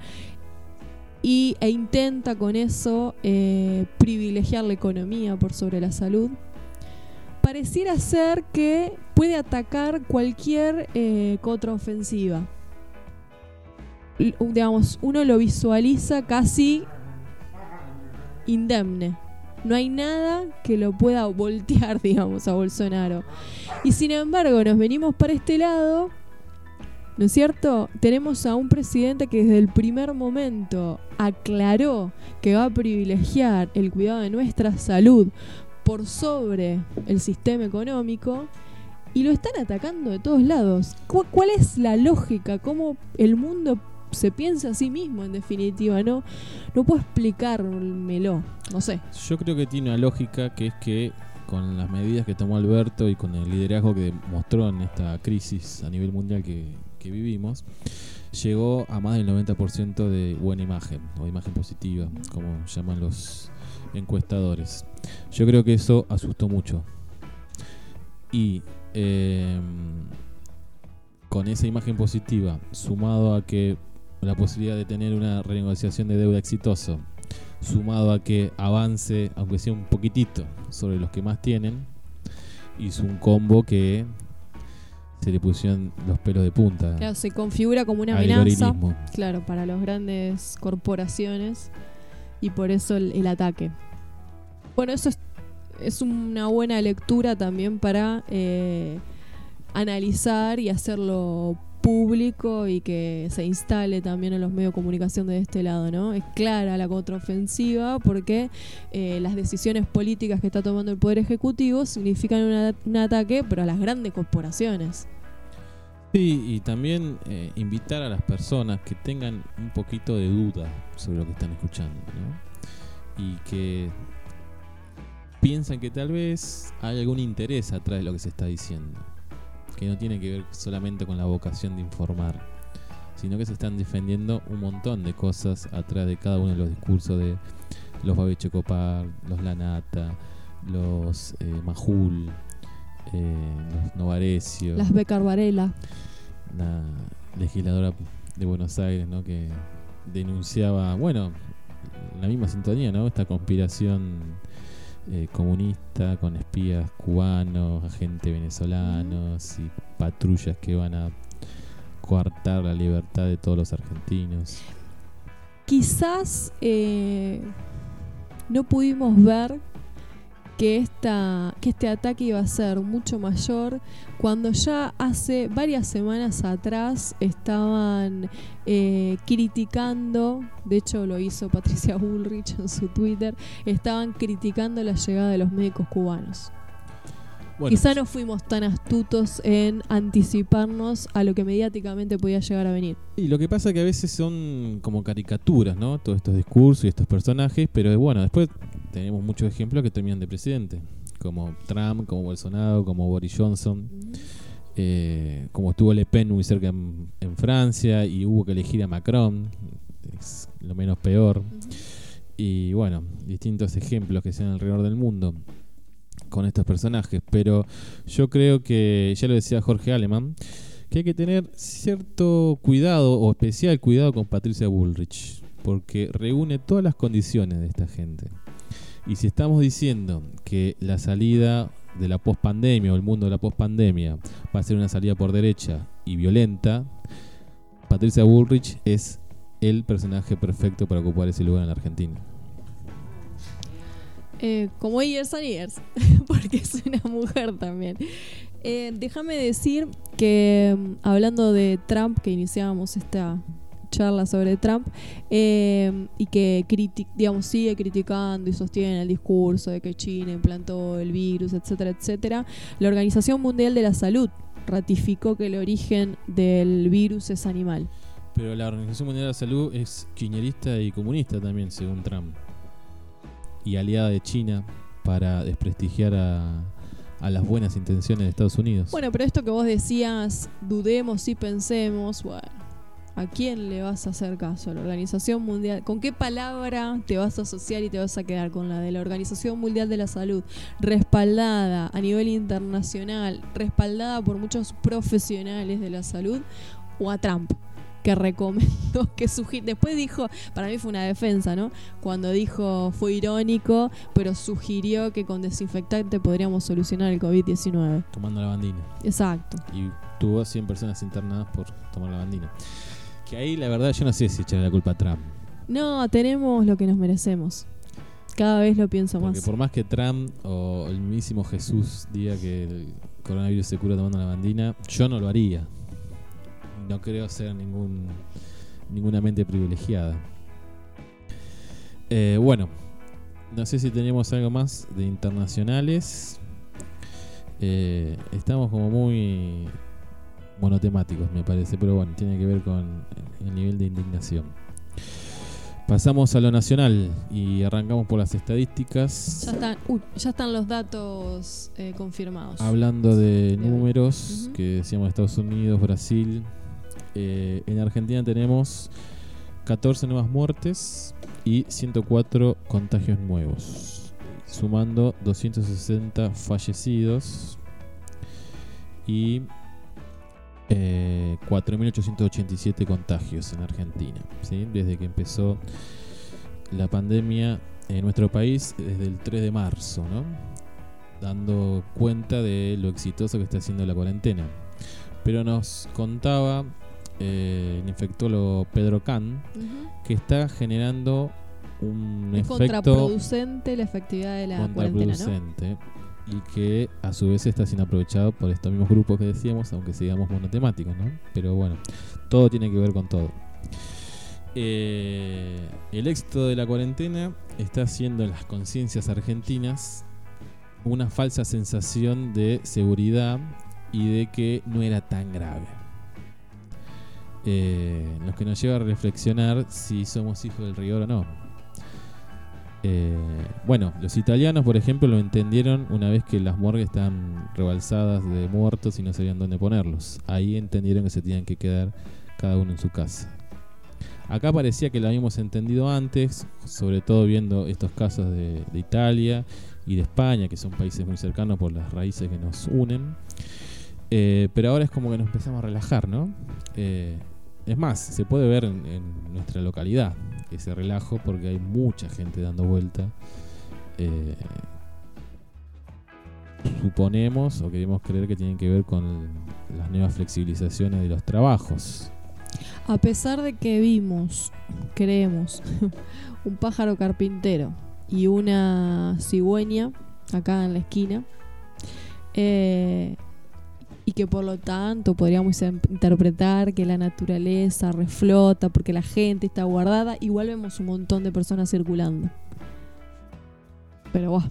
Speaker 1: y, e intenta con eso eh, privilegiar la economía por sobre la salud? Pareciera ser que puede atacar cualquier eh, contraofensiva. L- digamos, uno lo visualiza casi indemne. No hay nada que lo pueda voltear, digamos, a Bolsonaro. Y sin embargo, nos venimos para este lado, ¿no es cierto? Tenemos a un presidente que desde el primer momento aclaró que va a privilegiar el cuidado de nuestra salud por sobre el sistema económico, y lo están atacando de todos lados. ¿Cu- ¿Cuál es la lógica? ¿Cómo el mundo se piensa a sí mismo, en definitiva? No, no puedo explicármelo, no sé.
Speaker 2: Yo creo que tiene una lógica, que es que con las medidas que tomó Alberto y con el liderazgo que mostró en esta crisis a nivel mundial que, que vivimos, llegó a más del noventa por ciento de buena imagen, o imagen positiva, como llaman los encuestadores. Yo creo que eso asustó mucho. Y eh, con esa imagen positiva, sumado a que la posibilidad de tener una renegociación de deuda exitoso, sumado a que avance, aunque sea un poquitito, sobre los que más tienen, hizo un combo que se le pusieron los pelos de punta.
Speaker 1: Claro, se configura como una
Speaker 2: al
Speaker 1: amenaza,
Speaker 2: gorilismo.
Speaker 1: claro, para las grandes corporaciones, y por eso el, el ataque. Bueno, eso es, es una buena lectura también para eh, analizar y hacerlo público y que se instale también en los medios de comunicación de este lado, ¿no? Es clara la contraofensiva porque eh, las decisiones políticas que está tomando el Poder Ejecutivo significan una, un ataque, pero a las grandes corporaciones.
Speaker 2: Sí, y también eh, invitar a las personas que tengan un poquito de duda sobre lo que están escuchando, ¿no? Y que piensan que tal vez hay algún interés atrás de lo que se está diciendo, que no tiene que ver solamente con la vocación de informar, sino que se están defendiendo un montón de cosas atrás de cada uno de los discursos de los Babi Checopar, los Lanata, los eh, Majul, eh, los Novarecio,
Speaker 1: Las Becar Varela.
Speaker 2: la legisladora de Buenos Aires, ¿no? Que denunciaba, bueno, la misma sintonía, ¿no? Esta conspiración Eh, comunista con espías cubanos, agentes venezolanos y patrullas que van a coartar la libertad de todos los argentinos.
Speaker 1: Quizás eh, no pudimos ver que, esta, que este ataque iba a ser mucho mayor cuando ya hace varias semanas atrás estaban eh, criticando, de hecho lo hizo Patricia Bullrich en su Twitter, estaban criticando la llegada de los médicos cubanos. Bueno, quizá no fuimos tan astutos en anticiparnos a lo que mediáticamente podía llegar a venir.
Speaker 2: Y lo que pasa es que a veces son como caricaturas, ¿no? Todos estos discursos y estos personajes, pero bueno, después tenemos muchos ejemplos que terminan de presidente, como Trump, como Bolsonaro, como Boris Johnson, uh-huh. eh, como estuvo Le Pen muy cerca en, en Francia y hubo que elegir a Macron, es lo menos peor. Uh-huh. Y bueno, distintos ejemplos que se dan alrededor del mundo con estos personajes, pero yo creo que, ya lo decía Jorge Aleman, que hay que tener cierto cuidado o especial cuidado con Patricia Bullrich, porque reúne todas las condiciones de esta gente. Y si estamos diciendo que la salida de la pospandemia o el mundo de la pospandemia va a ser una salida por derecha y violenta, Patricia Bullrich es el personaje perfecto para ocupar ese lugar en la Argentina.
Speaker 1: Eh, como years and years, porque es una mujer también. Eh, déjame decir que, hablando de Trump, que iniciábamos esta charla sobre Trump, eh, y que criti- digamos, sigue criticando y sostiene el discurso de que China implantó el virus, etcétera, etcétera, la Organización Mundial de la Salud ratificó que el origen del virus es animal.
Speaker 2: Pero la Organización Mundial de la Salud es kirchnerista y comunista también, según Trump, y aliada de China para desprestigiar a, a las buenas intenciones de Estados Unidos.
Speaker 1: Bueno, pero esto que vos decías, dudemos y pensemos, bueno, ¿a quién le vas a hacer caso? ¿A la Organización Mundial? ¿Con qué palabra te vas a asociar y te vas a quedar? ¿Con la de la Organización Mundial de la Salud, respaldada a nivel internacional, respaldada por muchos profesionales de la salud, o a Trump, que recomendó, que sugirió, después dijo, para mí fue una defensa, ¿no? Cuando dijo, fue irónico, pero sugirió que con desinfectante podríamos solucionar el covid diecinueve.
Speaker 2: Tomando lavandina.
Speaker 1: Exacto.
Speaker 2: Y tuvo cien personas internadas por tomar lavandina. Que ahí la verdad yo no sé si echarle la culpa a Trump.
Speaker 1: No, tenemos lo que nos merecemos. Cada vez lo pienso
Speaker 2: Porque
Speaker 1: más.
Speaker 2: por más que Trump o el mismísimo Jesús diga que el coronavirus se cura tomando lavandina, yo no lo haría. No creo ser ningún ninguna mente privilegiada. Eh, bueno, no sé si tenemos algo más de internacionales. Eh, estamos como muy monotemáticos, me parece, pero bueno, tiene que ver con el nivel de indignación. Pasamos a lo nacional y arrancamos por las estadísticas.
Speaker 1: Ya están, uy, ya están los datos eh, confirmados.
Speaker 2: Hablando de
Speaker 1: De
Speaker 2: números,
Speaker 1: uh-huh.
Speaker 2: que decíamos Estados Unidos, Brasil. Eh, en Argentina tenemos catorce nuevas muertes y ciento cuatro contagios nuevos, sumando doscientos sesenta fallecidos y eh, cuatro mil ochocientos ochenta y siete contagios en Argentina, ¿sí? Desde que empezó la pandemia en nuestro país, desde el tres de marzo, ¿no? Dando cuenta de lo exitoso que está haciendo la cuarentena. Pero nos contaba eh, el infectólogo Pedro Can, uh-huh. que está generando un
Speaker 1: es
Speaker 2: efecto
Speaker 1: contraproducente la efectividad de la cuarentena, ¿no?
Speaker 2: Y que a su vez está siendo aprovechado por estos mismos grupos que decíamos, aunque sigamos monotemáticos, ¿no? Pero bueno, todo tiene que ver con todo. Eh, el éxito de la cuarentena está haciendo en las conciencias argentinas una falsa sensación de seguridad y de que no era tan grave. Eh, lo que nos lleva a reflexionar si somos hijos del rigor o no. Eh, bueno, los italianos, por ejemplo, lo entendieron una vez que las morgues estaban rebalsadas de muertos y no sabían dónde ponerlos. Ahí entendieron que se tenían que quedar cada uno en su casa. Acá parecía que lo habíamos entendido antes, sobre todo viendo estos casos de, de Italia y de España, que son países muy cercanos por las raíces que nos unen. Eh, pero ahora es como que nos empezamos a relajar, ¿no? Eh, es más, se puede ver en, en nuestra localidad ese relajo, porque hay mucha gente dando vuelta. Eh, suponemos o queremos creer que tienen que ver con las nuevas flexibilizaciones de los trabajos.
Speaker 1: A pesar de que vimos, creemos, un pájaro carpintero y una cigüeña acá en la esquina, eh, y que por lo tanto podríamos interpretar que la naturaleza reflota porque la gente está guardada, igual vemos un montón de personas circulando. Pero bueno.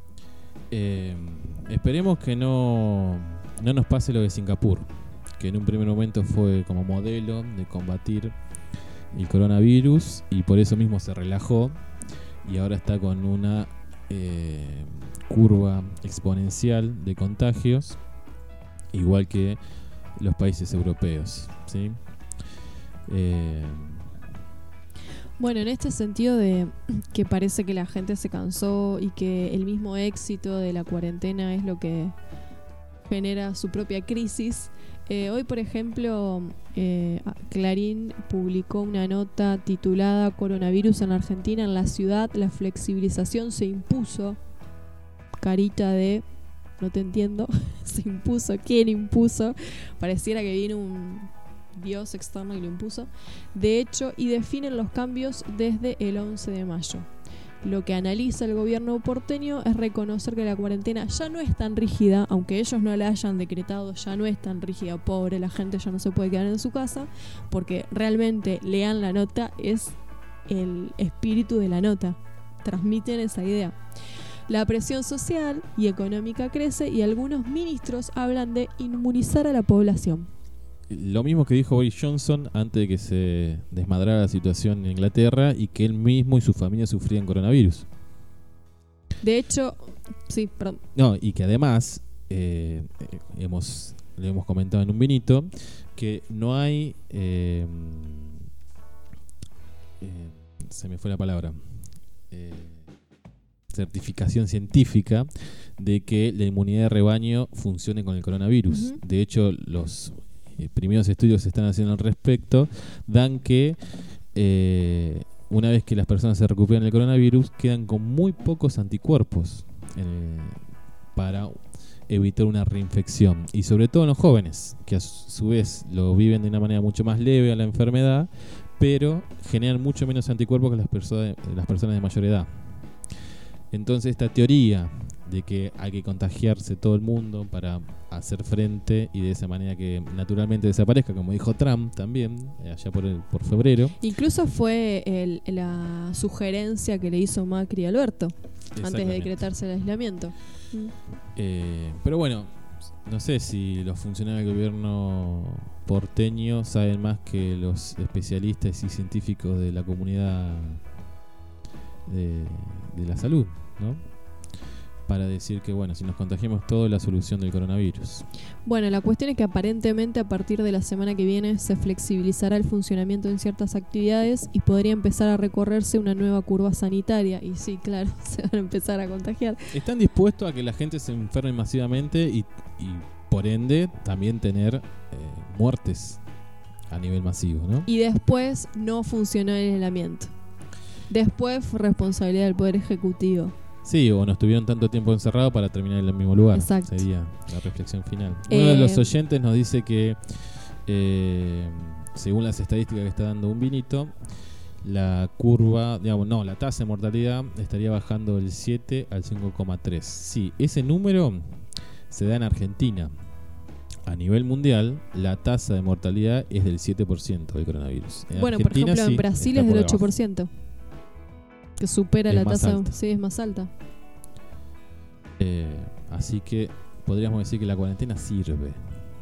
Speaker 2: Eh, esperemos que no, no nos pase lo de Singapur, que en un primer momento fue como modelo de combatir el coronavirus y por eso mismo se relajó y ahora está con una eh, curva exponencial de contagios, igual que los países europeos, ¿sí? Eh,
Speaker 1: bueno, en este sentido de que parece que la gente se cansó y que el mismo éxito de la cuarentena es lo que genera su propia crisis. Eh, hoy, por ejemplo, eh, Clarín publicó una nota titulada Coronavirus en Argentina, en la ciudad, la flexibilización se impuso. Carita de no te entiendo. Se impuso. ¿Quién impuso? Pareciera que vino un dios externo y lo impuso. De hecho, y definen los cambios desde el once de mayo. Lo que analiza el gobierno porteño es reconocer que la cuarentena ya no es tan rígida, aunque ellos no la hayan decretado, ya no es tan rígida. Pobre, la gente ya no se puede quedar en su casa, porque realmente, lean la nota, es el espíritu de la nota. Transmiten esa idea. La presión social y económica crece y algunos ministros hablan de inmunizar a la población.
Speaker 2: Lo mismo que dijo Boris Johnson antes de que se desmadrara la situación en Inglaterra y que él mismo y su familia sufrían coronavirus.
Speaker 1: De hecho, sí, perdón.
Speaker 2: No, y que además eh, hemos, le hemos comentado en un vinito, que no hay... Eh, eh, se me fue la palabra. Eh, certificación científica de que la inmunidad de rebaño funcione con el coronavirus. Uh-huh. De hecho, los eh, primeros estudios que se están haciendo al respecto dan que eh, una vez que las personas se recuperan del coronavirus, quedan con muy pocos anticuerpos eh, para evitar una reinfección. Y sobre todo en los jóvenes, que a su vez lo viven de una manera mucho más leve a la enfermedad, pero generan mucho menos anticuerpos que las, perso- las personas de mayor edad. Entonces esta teoría de que hay que contagiarse todo el mundo para hacer frente y de esa manera que naturalmente desaparezca, como dijo Trump también, allá por el, por febrero.
Speaker 1: Incluso fue el, la sugerencia que le hizo Macri a Alberto antes de decretarse el aislamiento. Mm.
Speaker 2: Eh, pero bueno, no sé si los funcionarios del gobierno porteño saben más que los especialistas y científicos de la comunidad de, de la salud, ¿no? Para decir que, bueno, si nos contagiamos todo, la solución del coronavirus.
Speaker 1: Bueno, la cuestión es que aparentemente a partir de la semana que viene se flexibilizará el funcionamiento en ciertas actividades y podría empezar a recorrerse una nueva curva sanitaria. Y sí, claro, se van a empezar a contagiar.
Speaker 2: Están dispuestos a que la gente se enferme masivamente y, y por ende también tener eh, muertes a nivel masivo, ¿no?
Speaker 1: Y después no funcionó el aislamiento. Después fue responsabilidad del Poder Ejecutivo.
Speaker 2: Sí, o no estuvieron tanto tiempo encerrados para terminar en el mismo lugar.
Speaker 1: Exacto.
Speaker 2: Sería la reflexión final.
Speaker 1: Eh,
Speaker 2: Uno de los oyentes nos dice que, eh, según las estadísticas que está dando un vinito, la curva, digamos, no, la tasa de mortalidad estaría bajando del siete al cinco coma tres. Sí, ese número se da en Argentina. A nivel mundial, la tasa de mortalidad es del siete por ciento del coronavirus. En
Speaker 1: bueno,
Speaker 2: Argentina,
Speaker 1: por ejemplo,
Speaker 2: sí,
Speaker 1: en Brasil
Speaker 2: está
Speaker 1: es del
Speaker 2: por
Speaker 1: ocho por ciento. Que supera
Speaker 2: Es
Speaker 1: la
Speaker 2: más
Speaker 1: tasa.
Speaker 2: alta.
Speaker 1: Sí, es más alta.
Speaker 2: Eh, así que podríamos decir que la cuarentena sirve.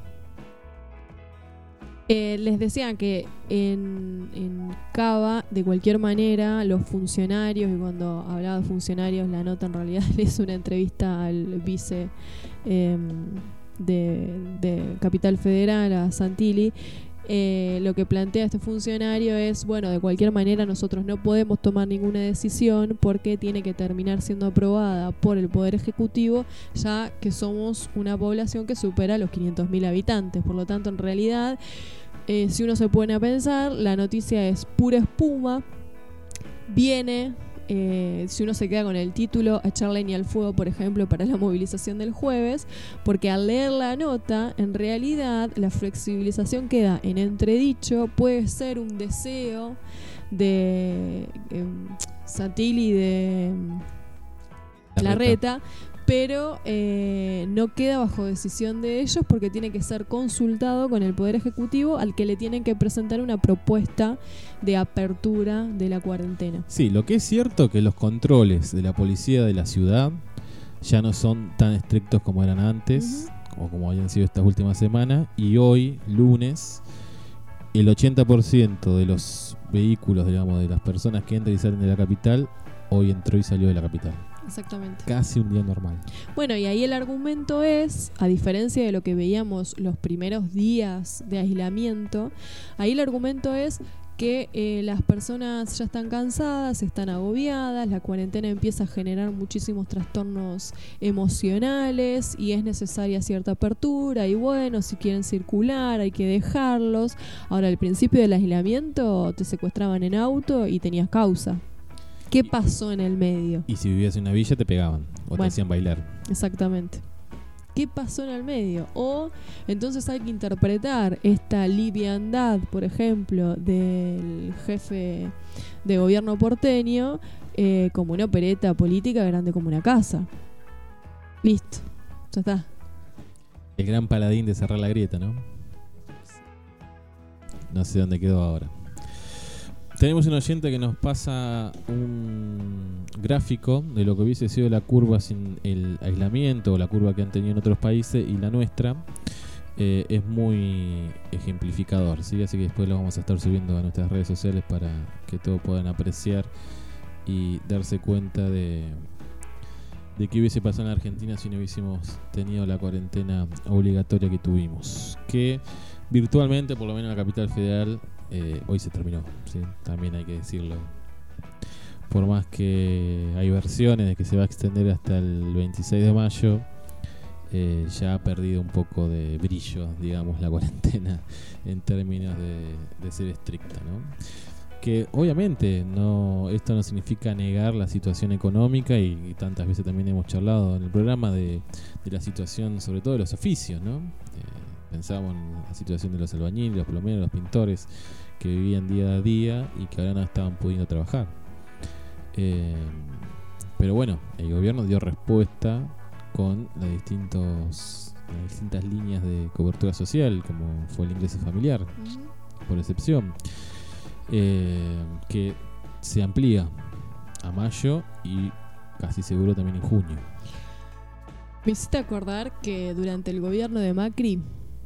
Speaker 1: Eh, les decía que en, en Cava, de cualquier manera, los funcionarios, y cuando hablaba de funcionarios, la nota en realidad le hizo una entrevista al vice eh, de, de Capital Federal, a Santilli. Eh, lo que plantea este funcionario es, bueno, de cualquier manera nosotros no podemos tomar ninguna decisión porque tiene que terminar siendo aprobada por el Poder Ejecutivo, ya que somos una población que supera los quinientos mil habitantes. Por lo tanto, en realidad, eh, si uno se pone a pensar, la noticia es pura espuma. Viene, eh, si uno se queda con el título, a echar leña al fuego, por ejemplo, para la movilización del jueves, porque al leer la nota, en realidad la flexibilización queda en entredicho. Puede ser un deseo de eh, Santilli, de eh, Larreta, pero eh, no queda bajo decisión de ellos porque tiene que ser consultado con el Poder Ejecutivo, al que le tienen que presentar una propuesta de apertura de la cuarentena.
Speaker 2: Sí, lo que es cierto es que los controles de la policía de la ciudad ya no son tan estrictos como eran antes, uh-huh. o como habían sido estas últimas semanas, y hoy, lunes, el ochenta por ciento de los vehículos, digamos, de las personas que entran y salen de la capital, hoy entró y salió de la capital.
Speaker 1: Exactamente.
Speaker 2: Casi un día normal.
Speaker 1: Bueno, y ahí el argumento es, a diferencia de lo que veíamos los primeros días de aislamiento, ahí el argumento es que eh, las personas ya están cansadas, están agobiadas, la cuarentena empieza a generar muchísimos trastornos emocionales y es necesaria cierta apertura, y bueno, si quieren circular hay que dejarlos. Ahora, al principio del aislamiento te secuestraban en auto y tenías causa. ¿Qué pasó en el medio?
Speaker 2: Y si vivías en una villa te pegaban o
Speaker 1: bueno,
Speaker 2: te hacían bailar.
Speaker 1: Exactamente. ¿Qué pasó en el medio? O entonces hay que interpretar esta liviandad, por ejemplo, del jefe de gobierno porteño eh, como una opereta política grande como una casa. Listo, ya está.
Speaker 2: El gran paladín de cerrar la grieta, ¿no? No sé dónde quedó ahora. Tenemos un oyente que nos pasa un gráfico de lo que hubiese sido la curva sin el aislamiento o la curva que han tenido en otros países y la nuestra. Eh, es muy ejemplificador, ¿sí? Así que después lo vamos a estar subiendo a nuestras redes sociales para que todos puedan apreciar y darse cuenta de, de qué hubiese pasado en la Argentina si no hubiésemos tenido la cuarentena obligatoria que tuvimos, que virtualmente, por lo menos en la capital federal, eh, hoy se terminó, ¿sí? También hay que decirlo. Por más que hay versiones de que se va a extender hasta el veintiséis de mayo, eh, ya ha perdido un poco de brillo, digamos, la cuarentena en términos de, de ser estricta, ¿no? Que obviamente no, esto no significa negar la situación económica y, y tantas veces también hemos charlado en el programa de, de la situación, sobre todo de los oficios, ¿no? Eh, pensábamos en la situación de los albañiles, los plomeros, los pintores que vivían día a día y que ahora no estaban pudiendo trabajar. Eh, pero bueno, el gobierno dio respuesta con las, distintos, las distintas líneas de cobertura social, como fue el ingreso familiar, uh-huh. por excepción. Eh, que se amplía a mayo y casi seguro también en junio.
Speaker 1: Me hiciste acordar que durante el gobierno de Macri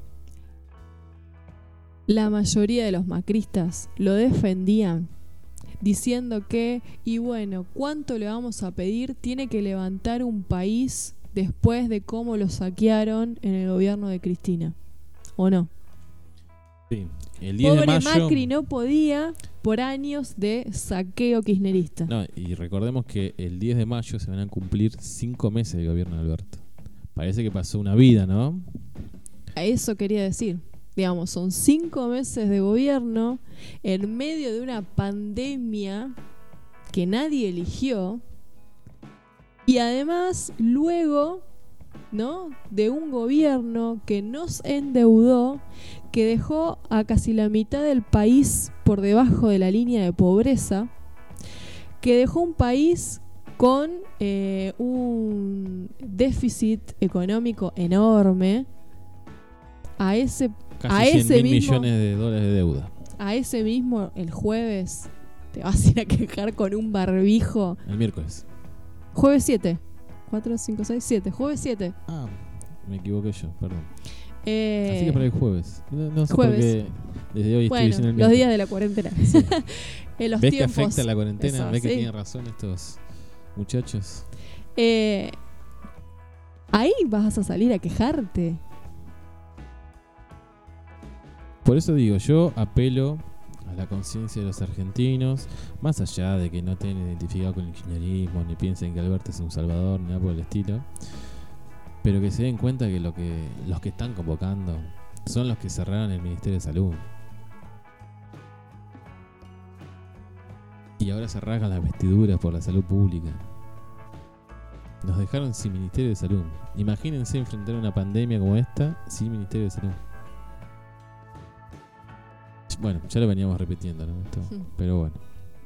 Speaker 1: la mayoría de los macristas lo defendían diciendo que, y bueno, ¿cuánto le vamos a pedir? Tiene que levantar un país después de cómo lo saquearon en el gobierno de Cristina, ¿o no?
Speaker 2: Sí. El diez
Speaker 1: Pobre
Speaker 2: de mayo,
Speaker 1: Macri no podía por años de saqueo kirchnerista.
Speaker 2: No, y recordemos que el diez de mayo se van a cumplir cinco meses del gobierno de Alberto. Parece que pasó una vida, ¿no?
Speaker 1: A eso quería decir. Digamos, son cinco meses de gobierno en medio de una pandemia que nadie eligió. Y además, luego, ¿no?, de un gobierno que nos endeudó, que dejó a casi la mitad del país por debajo de la línea de pobreza, que dejó un país con eh, un déficit económico enorme, a ese,
Speaker 2: casi
Speaker 1: a ese
Speaker 2: cien mil
Speaker 1: mismo,
Speaker 2: millones de dólares de deuda.
Speaker 1: A ese mismo, el jueves, te vas a ir a quejar con un barbijo.
Speaker 2: El miércoles.
Speaker 1: Jueves siete. cuatro, cinco, seis, siete. Jueves siete.
Speaker 2: Ah, me equivoqué yo, perdón.
Speaker 1: Eh,
Speaker 2: Así que para el jueves. No, no sé
Speaker 1: jueves.
Speaker 2: por qué desde hoy
Speaker 1: bueno,
Speaker 2: estoy diciendo el
Speaker 1: los
Speaker 2: miércoles.
Speaker 1: días de la cuarentena.
Speaker 2: Sí.
Speaker 1: En los
Speaker 2: ¿Ves
Speaker 1: tiempos,
Speaker 2: que afecta la cuarentena?
Speaker 1: eso,
Speaker 2: ¿Ves que
Speaker 1: sí.
Speaker 2: tienen razón estos muchachos?
Speaker 1: Eh, ahí vas a salir a quejarte.
Speaker 2: Por eso digo, yo apelo a la conciencia de los argentinos, más allá de que no estén identificados con el kirchnerismo, ni piensen que Alberto es un salvador, ni nada por el estilo, pero que se den cuenta que, lo que los que están convocando son los que cerraron el Ministerio de Salud. Y ahora se rasgan las vestiduras por la salud pública. Nos dejaron sin Ministerio de Salud. Imagínense enfrentar una pandemia como esta sin Ministerio de Salud. Bueno, ya lo veníamos repitiendo, ¿no? Esto,
Speaker 1: Sí.
Speaker 2: Pero bueno.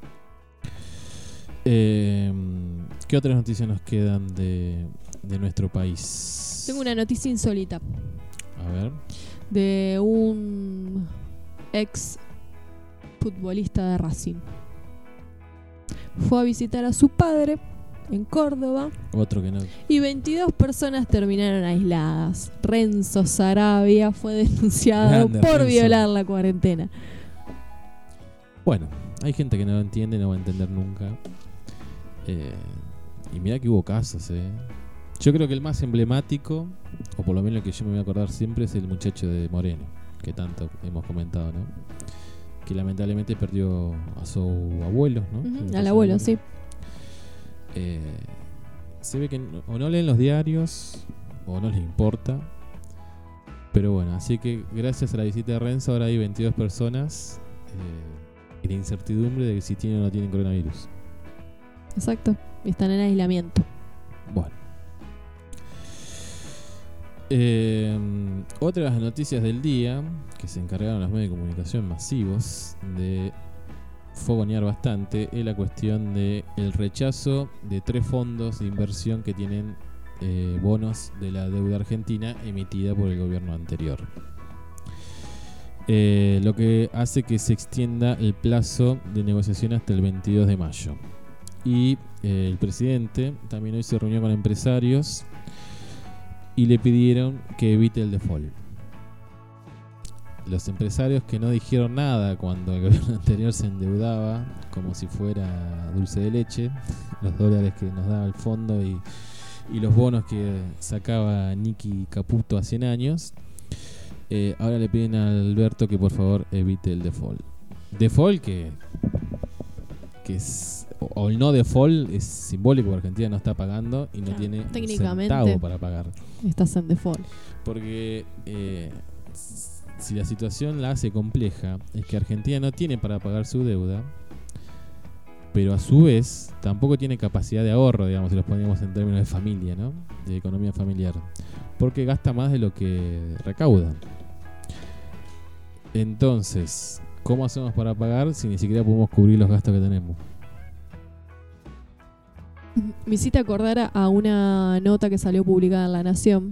Speaker 2: Eh, ¿Qué otras noticias nos quedan de, de nuestro país?
Speaker 1: Tengo una noticia insólita
Speaker 2: A ver.
Speaker 1: de un ex futbolista de Racing. Fue a visitar a su padre en Córdoba
Speaker 2: Otro que no.
Speaker 1: y veintidós personas terminaron aisladas. Renzo Sarabia fue denunciado
Speaker 2: Grande,
Speaker 1: por
Speaker 2: Renzo.
Speaker 1: violar la cuarentena.
Speaker 2: Bueno, hay gente que no lo entiende, no va a entender nunca. Eh, y mirá que hubo casos, eh. Yo creo que el más emblemático, o por lo menos el que yo me voy a acordar siempre, es el muchacho de Moreno, que tanto hemos comentado, ¿no? Que lamentablemente perdió a su abuelo, ¿no?
Speaker 1: Uh-huh, al abuelo, sí.
Speaker 2: Eh, se ve que no, o no leen los diarios o no les importa. Pero bueno, así que gracias a la visita de Renzo ahora hay veintidós personas eh, y la incertidumbre de que si tienen o no tienen coronavirus.
Speaker 1: Exacto, están en aislamiento.
Speaker 2: Bueno. Eh, otra de las noticias del día que se encargaron los medios de comunicación masivos de fogonear bastante es la cuestión de el rechazo de tres fondos de inversión que tienen eh, bonos de la deuda argentina emitida por el gobierno anterior. Eh, lo que hace que se extienda el plazo de negociación hasta el veintidós de mayo. Y eh, el presidente también hoy se reunió con empresarios y le pidieron que evite el default. Los empresarios que no dijeron nada cuando el gobierno anterior se endeudaba como si fuera dulce de leche, los dólares que nos daba el fondo y, y los bonos que sacaba Nicky Caputo a cien años, eh, ahora le piden a Alberto que por favor evite el default. Default que, que es, o el no default es simbólico, porque Argentina no está pagando y no
Speaker 1: Claro,
Speaker 2: tiene un
Speaker 1: técnicamente
Speaker 2: centavo para pagar.
Speaker 1: Estás en default.
Speaker 2: Porque eh, si la situación la hace compleja, es que Argentina no tiene para pagar su deuda, pero a su vez tampoco tiene capacidad de ahorro, digamos, si los ponemos en términos de familia, ¿no? De economía familiar, porque gasta más de lo que recauda. Entonces, ¿cómo hacemos para pagar si ni siquiera podemos cubrir los gastos que tenemos?
Speaker 1: Me hiciste acordar a una nota que salió publicada en La Nación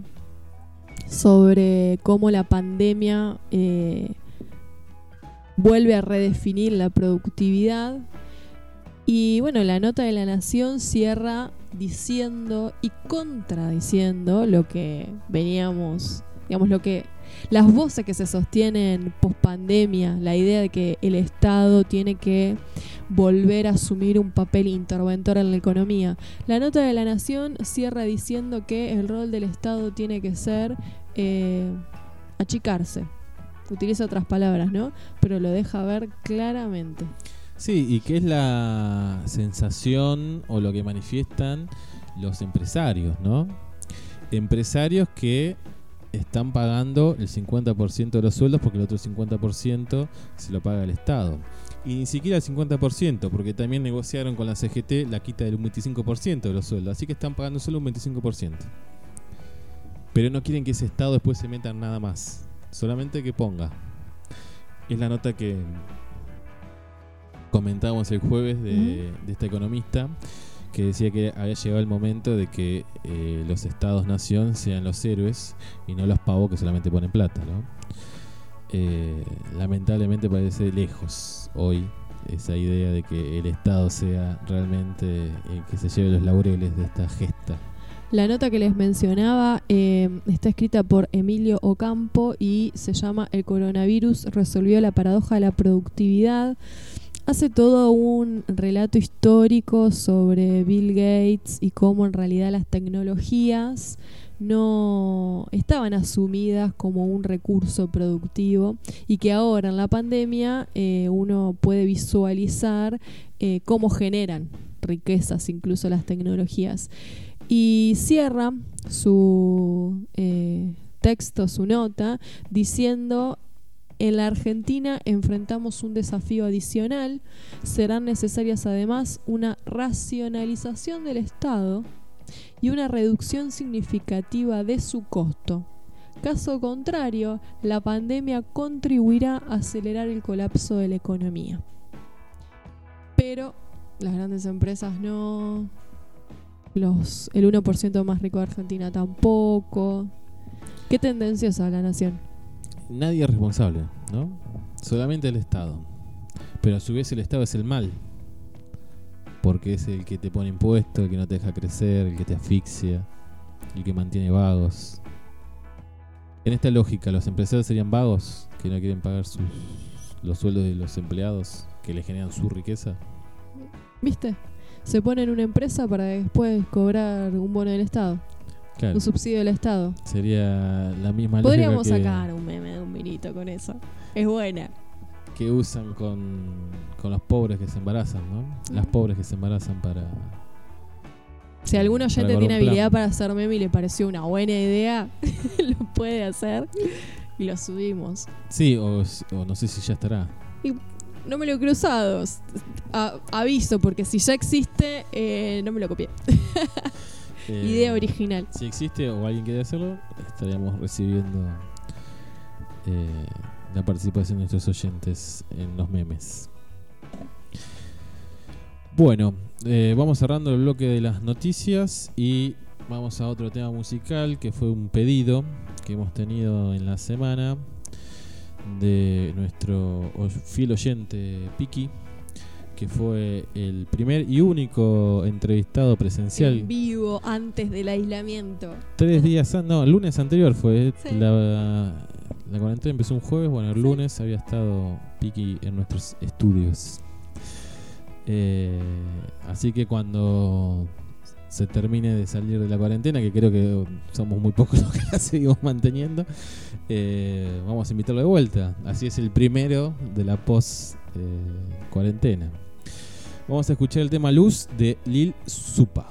Speaker 1: sobre cómo la pandemia eh, vuelve a redefinir la productividad. Y bueno, la nota de La Nación cierra diciendo y contradiciendo lo que veníamos, digamos, lo que las voces que se sostienen post pandemia, la idea de que el Estado tiene que volver a asumir un papel interventor en la economía. La nota de La Nación cierra diciendo que el rol del Estado tiene que ser eh, achicarse. Utiliza otras palabras, ¿no? Pero lo deja ver claramente.
Speaker 2: Sí, y que es la sensación o lo que manifiestan los empresarios, ¿no? Empresarios que están pagando el cincuenta por ciento de los sueldos porque el otro cincuenta por ciento se lo paga el Estado. Y ni siquiera el cincuenta por ciento, porque también negociaron con la C G T la quita del veinticinco por ciento de los sueldos. Así que están pagando solo un veinticinco por ciento. Pero no quieren que ese Estado después se meta en nada más. Solamente que ponga. Es la nota que comentábamos el jueves de, uh-huh. de esta economista, que decía que había llegado el momento de que eh, los estados-nación sean los héroes y no los pavos que solamente ponen plata, ¿no? Eh, lamentablemente parece lejos hoy esa idea de que el Estado sea realmente el que se lleve los laureles de esta gesta.
Speaker 1: La nota que les mencionaba eh, está escrita por Emilio Ocampo y se llama El coronavirus resolvió la paradoja de la productividad. Hace todo un relato histórico sobre Bill Gates y cómo en realidad las tecnologías no estaban asumidas como un recurso productivo y que ahora en la pandemia eh, uno puede visualizar eh, cómo generan riquezas incluso las tecnologías. Y cierra su eh, texto, su nota, diciendo: en la Argentina enfrentamos un desafío adicional. Serán necesarias además una racionalización del Estado y una reducción significativa de su costo. Caso contrario, la pandemia contribuirá a acelerar el colapso de la economía. Pero las grandes empresas no, los, el uno por ciento más rico de Argentina tampoco. ¿Qué tendenciosa La Nación?
Speaker 2: Nadie es responsable, ¿no? Solamente el Estado. Pero a su vez el Estado es el mal, porque es el que te pone impuestos, el que no te deja crecer, el que te asfixia, el que mantiene vagos. En esta lógica, ¿los empresarios serían vagos que no quieren pagar sus, los sueldos de los empleados que le generan su riqueza?
Speaker 1: ¿Viste? Se pone en una empresa para después cobrar un bono del Estado. Claro. Un subsidio del Estado.
Speaker 2: Sería la misma lógica.
Speaker 1: Podríamos
Speaker 2: que,
Speaker 1: sacar un meme de un minito con eso. Es buena.
Speaker 2: Que usan con, con los pobres que se embarazan, ¿no? Mm. Las pobres que se embarazan para...
Speaker 1: Si algún oyente tiene habilidad para hacer meme y le pareció una buena idea, lo puede hacer y lo subimos.
Speaker 2: Sí, o, o no sé si ya estará.
Speaker 1: Y no me lo he cruzado. A, aviso, porque si ya existe, eh, no me lo copié. Eh, Idea original.
Speaker 2: Si existe o alguien quiere hacerlo, estaríamos recibiendo eh, la participación de nuestros oyentes en los memes. Bueno, eh, vamos cerrando el bloque de las noticias y vamos a otro tema musical que fue un pedido que hemos tenido en la semana de nuestro fiel oyente Piki, que fue el primer y único entrevistado presencial.
Speaker 1: En vivo, antes del aislamiento.
Speaker 2: Tres días antes, no, el lunes anterior fue. Sí. La, la cuarentena empezó un jueves, bueno, el sí. lunes había estado Piki en nuestros estudios. Eh, así que cuando se termine de salir de la cuarentena, que creo que somos muy pocos los que la seguimos manteniendo, eh, vamos a invitarlo de vuelta. Así es el primero de la post eh, cuarentena. Vamos a escuchar el tema Luz de Lil Supa.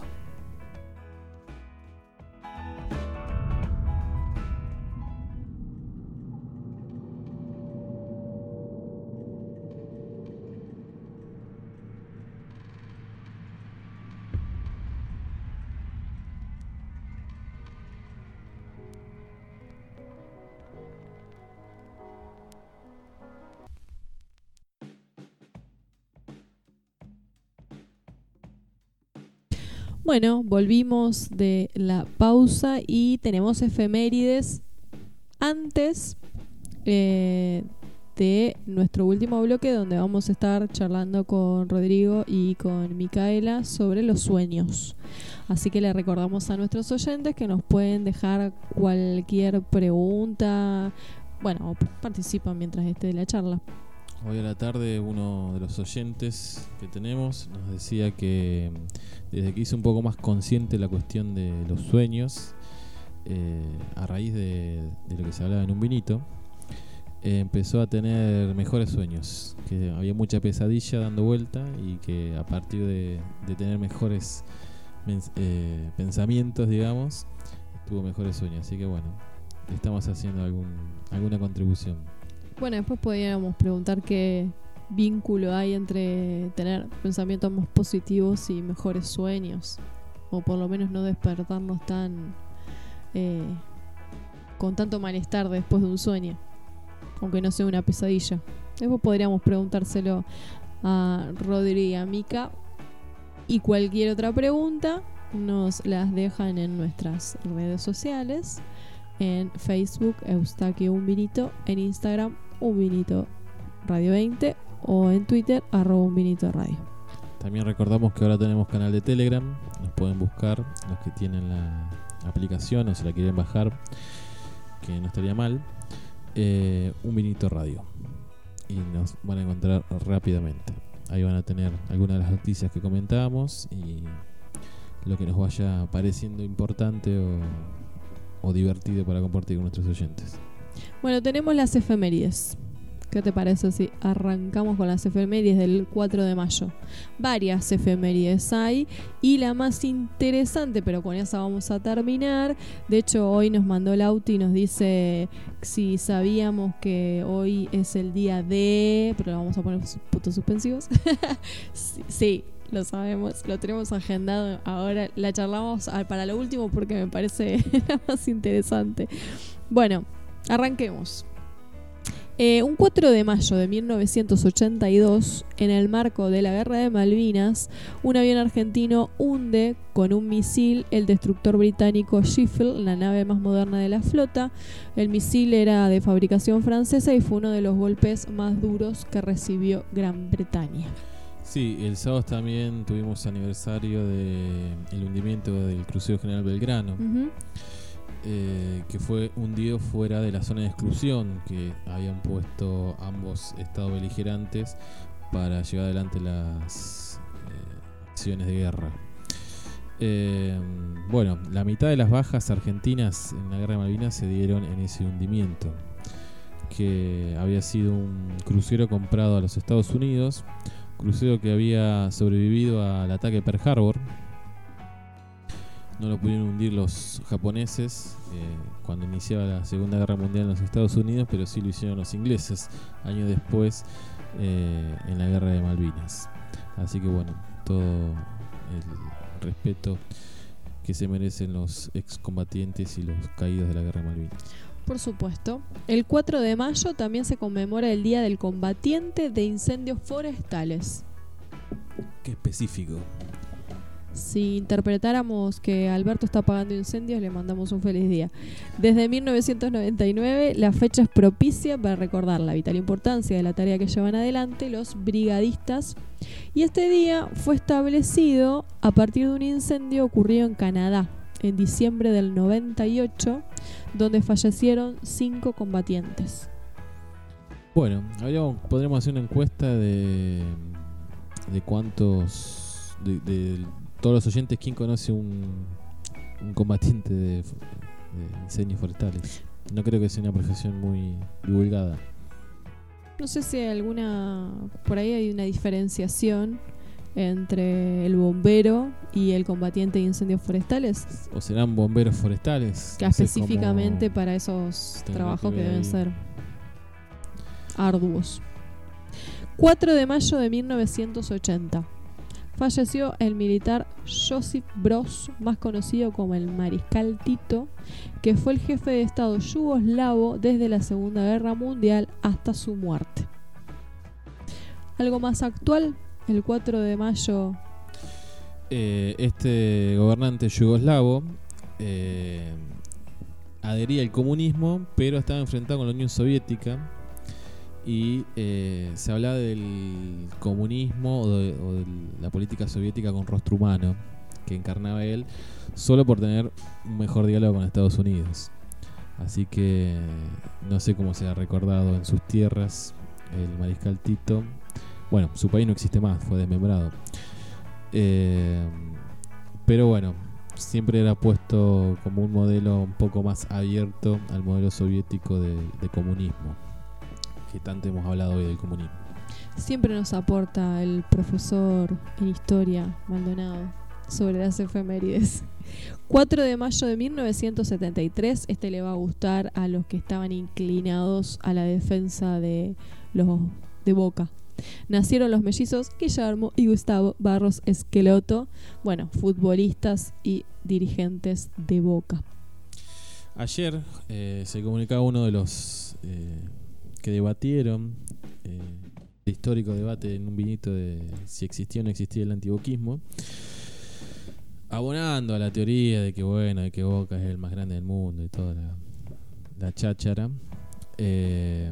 Speaker 1: Bueno, volvimos de la pausa y tenemos efemérides antes eh, de nuestro último bloque, donde vamos a estar charlando con Rodrigo y con Micaela sobre los sueños. Así que le recordamos a nuestros oyentes que nos pueden dejar cualquier pregunta, bueno, o participan mientras esté la charla.
Speaker 2: Hoy a la tarde uno de los oyentes que tenemos nos decía que desde que hizo un poco más consciente la cuestión de los sueños, eh, a raíz de, de lo que se hablaba en un vinito, eh, empezó a tener mejores sueños, que había mucha pesadilla dando vuelta y que a partir de, de tener mejores mens- eh, pensamientos, digamos, tuvo mejores sueños. Así que bueno, estamos haciendo algún, alguna contribución.
Speaker 1: Bueno, después podríamos preguntar qué vínculo hay entre tener pensamientos más positivos y mejores sueños, o por lo menos no despertarnos tan eh, con tanto malestar después de un sueño, aunque no sea una pesadilla. Después podríamos preguntárselo a Rodri y a Mica, y cualquier otra pregunta nos las dejan en nuestras redes sociales, en Facebook Eustaquio Un Vinito, en Instagram Un Vinito Radio veinte o en Twitter arroba Un Vinito Radio.
Speaker 2: También recordamos que ahora tenemos canal de Telegram, nos pueden buscar los que tienen la aplicación o se la quieren bajar, que no estaría mal, eh, Un Vinito Radio, y nos van a encontrar rápidamente. Ahí van a tener algunas de las noticias que comentábamos y lo que nos vaya pareciendo importante o, o divertido para compartir con nuestros oyentes.
Speaker 1: Bueno, tenemos las efemérides. ¿Qué te parece si arrancamos con las efemérides del cuatro de mayo? Varias efemérides hay y la más interesante, pero con esa vamos a terminar. De hecho, hoy nos mandó Lauti y nos dice si sabíamos que hoy es el día de... Pero le vamos a poner puntos suspensivos. sí, sí, lo sabemos, lo tenemos agendado. Ahora la charlamos para lo último porque me parece la más interesante. Bueno, arranquemos. Eh, un cuatro de mayo de mil novecientos ochenta y dos, en el marco de la Guerra de Malvinas, un avión argentino hunde con un misil el destructor británico Sheffield, la nave más moderna de la flota. El misil era de fabricación francesa y fue uno de los golpes más duros que recibió Gran Bretaña.
Speaker 2: Sí, el sábado también tuvimos aniversario del hundimiento del crucero General Belgrano.
Speaker 1: Uh-huh.
Speaker 2: Eh, que fue hundido fuera de la zona de exclusión que habían puesto ambos estados beligerantes para llevar adelante las eh, acciones de guerra. Eh, bueno, la mitad de las bajas argentinas en la guerra de Malvinas se dieron en ese hundimiento, que había sido un crucero comprado a los Estados Unidos, crucero que había sobrevivido al ataque de Pearl Harbor. No lo pudieron hundir los japoneses eh, cuando iniciaba la Segunda Guerra Mundial en los Estados Unidos, pero sí lo hicieron los ingleses años después eh, en la Guerra de Malvinas. Así que bueno, todo el respeto que se merecen los excombatientes y los caídos de la Guerra de Malvinas.
Speaker 1: Por supuesto. El cuatro de mayo también se conmemora el Día del Combatiente de Incendios Forestales.
Speaker 2: Qué específico.
Speaker 1: Si interpretáramos que Alberto está apagando incendios, le mandamos un feliz día. Desde mil novecientos noventa y nueve, la fecha es propicia para recordar la vital importancia de la tarea que llevan adelante los brigadistas. Y este día fue establecido a partir de un incendio ocurrido en Canadá, en diciembre del noventa y ocho, donde fallecieron cinco combatientes.
Speaker 2: Bueno, habríamos, podríamos hacer una encuesta de, de cuántos... De, de, todos los oyentes, ¿quién conoce un, un combatiente de, de incendios forestales? No creo que sea una profesión muy divulgada.
Speaker 1: No sé si hay alguna... Por ahí hay una diferenciación entre el bombero y el combatiente de incendios forestales.
Speaker 2: ¿O serán bomberos forestales?
Speaker 1: Que
Speaker 2: No sé
Speaker 1: específicamente
Speaker 2: cómo
Speaker 1: para esos
Speaker 2: tendrá
Speaker 1: trabajos
Speaker 2: que
Speaker 1: que
Speaker 2: ver
Speaker 1: deben
Speaker 2: ahí.
Speaker 1: ser arduos. cuatro de mayo de mil novecientos ochenta. Falleció el militar Josip Broz, más conocido como el Mariscal Tito, que fue el jefe de Estado yugoslavo desde la Segunda Guerra Mundial hasta su muerte. Algo más actual, el cuatro de mayo.
Speaker 2: Eh, este gobernante yugoslavo eh, adhería al comunismo, pero estaba enfrentado con la Unión Soviética. Y eh, se hablaba del comunismo o de, o de la política soviética con rostro humano que encarnaba él, solo por tener un mejor diálogo con Estados Unidos. Así que no sé cómo se ha recordado en sus tierras el Mariscal Tito. Bueno, su país no existe más, fue desmembrado. Eh, pero bueno, siempre era puesto como un modelo un poco más abierto al modelo soviético de, de comunismo, que tanto hemos hablado hoy del comunismo.
Speaker 1: Siempre nos aporta el profesor en historia, Maldonado, sobre las efemérides. cuatro de mayo de mil novecientos setenta y tres. Este le va a gustar a los que estaban inclinados a la defensa de los de Boca. Nacieron los mellizos Guillermo y Gustavo Barros Esqueloto, bueno, futbolistas y dirigentes de Boca.
Speaker 2: Ayer eh, se comunicaba uno de los eh, que debatieron eh, el histórico debate en un vinito de si existía o no existía el antiboquismo, abonando a la teoría de que bueno, de que Boca es el más grande del mundo y toda la, la cháchara, eh,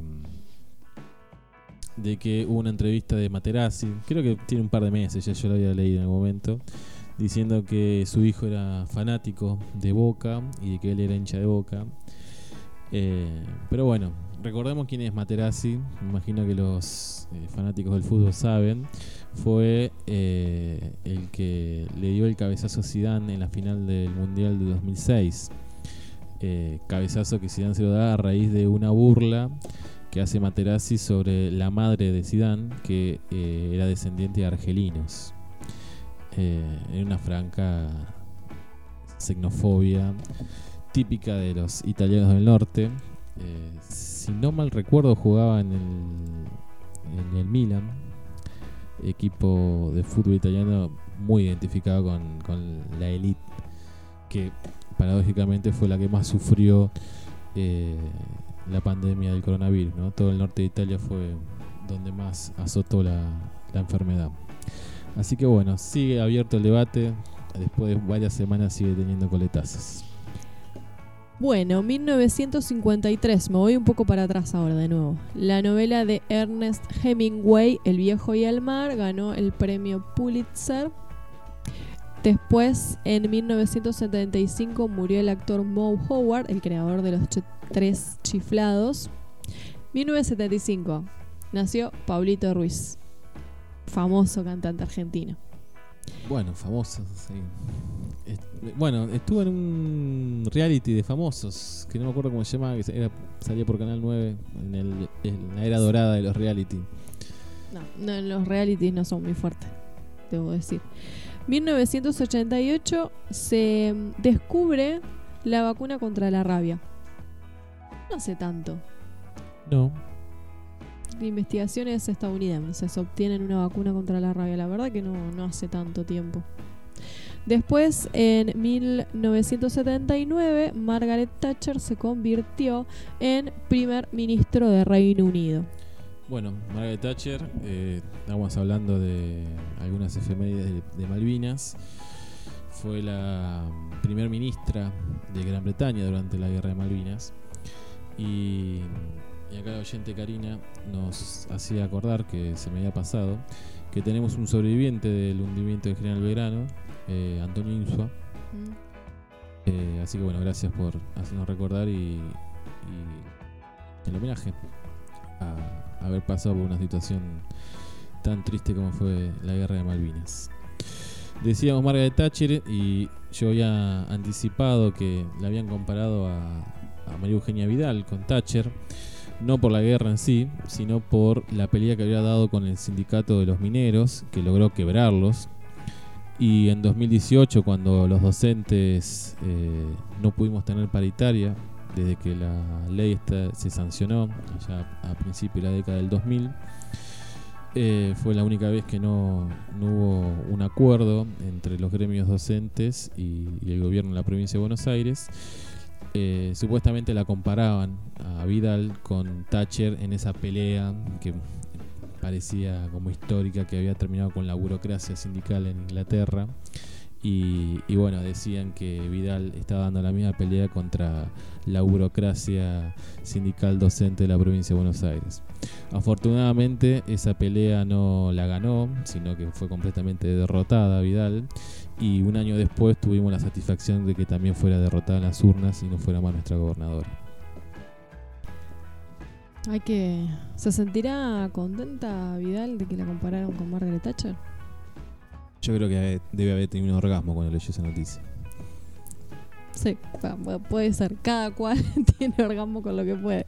Speaker 2: de que hubo una entrevista de Materazzi, creo que tiene un par de meses, ya yo lo había leído en algún momento, diciendo que su hijo era fanático de Boca y de que él era hincha de Boca. Eh, pero bueno, recordemos quién es Materazzi. Me imagino que los eh, fanáticos del fútbol saben. Fue eh, el que le dio el cabezazo a Zidane en la final del Mundial de dos mil seis. Eh, cabezazo que Zidane se lo da a raíz de una burla que hace Materazzi sobre la madre de Zidane, que eh, era descendiente de argelinos. Eh, en una franca xenofobia típica de los italianos del norte. Eh, si no mal recuerdo, jugaba en el, en el Milan, equipo de fútbol italiano muy identificado con, con la élite, que paradójicamente fue la que más sufrió eh, la pandemia del coronavirus, ¿no? Todo el norte de Italia fue donde más azotó la, la enfermedad. Así que bueno, sigue abierto el debate. Después de varias semanas sigue teniendo coletazos.
Speaker 1: Bueno, mil novecientos cincuenta y tres, me voy un poco para atrás ahora de nuevo. La novela de Ernest Hemingway, El viejo y el mar, ganó el premio Pulitzer. Después, en mil novecientos setenta y cinco, murió el actor Moe Howard, el creador de los ch- tres chiflados. mil novecientos setenta y cinco, nació Pablito Ruiz, famoso cantante argentino.
Speaker 2: Bueno, famosos, sí. Est- bueno, estuvo en un reality de famosos, que no me acuerdo cómo se llamaba, que era, salía por Canal nueve, en, el, en la era dorada de los reality.
Speaker 1: No, no, los realities no son muy fuertes, debo decir. mil novecientos ochenta y ocho se descubre la vacuna contra la rabia. No hace tanto.
Speaker 2: No.
Speaker 1: De investigaciones estadounidenses obtienen una vacuna contra la rabia. La verdad que no, no hace tanto tiempo. Después, en mil novecientos setenta y nueve, Margaret Thatcher se convirtió en primer ministro de Reino Unido.
Speaker 2: Bueno, Margaret Thatcher, eh, estamos hablando de algunas efemérides de, de Malvinas. Fue la primer ministra de Gran Bretaña durante la guerra de Malvinas. Y, y acá la oyente Karina nos hacía acordar, que se me había pasado, que tenemos un sobreviviente del hundimiento del General Belgrano, eh, Antonio Insua.
Speaker 1: Mm.
Speaker 2: Eh, así que bueno, gracias por hacernos recordar y, y el homenaje a haber pasado por una situación tan triste como fue la guerra de Malvinas. Decíamos Margaret Thatcher y yo había anticipado que la habían comparado a, a María Eugenia Vidal con Thatcher, no por la guerra en sí, sino por la pelea que había dado con el sindicato de los mineros, que logró quebrarlos. Y en dos mil dieciocho, cuando los docentes eh, no pudimos tener paritaria, desde que la ley esta se sancionó, allá a principios de la década del dos mil, eh, fue la única vez que no, no hubo un acuerdo entre los gremios docentes y, y el gobierno de la provincia de Buenos Aires. Eh, supuestamente la comparaban a Vidal con Thatcher en esa pelea que parecía como histórica, que había terminado con la burocracia sindical en Inglaterra. Y, y bueno, decían que Vidal estaba dando la misma pelea contra la burocracia sindical docente de la provincia de Buenos Aires. Afortunadamente esa pelea no la ganó, sino que fue completamente derrotada Vidal, y un año después tuvimos la satisfacción de que también fuera derrotada en las urnas y no fuera más nuestra gobernadora.
Speaker 1: Hay que... ¿Se sentirá contenta Vidal de que la compararon con Margaret Thatcher?
Speaker 2: Yo creo que debe haber tenido un orgasmo cuando leyó esa noticia.
Speaker 1: Sí, puede ser. Cada cual tiene orgasmo con lo que puede.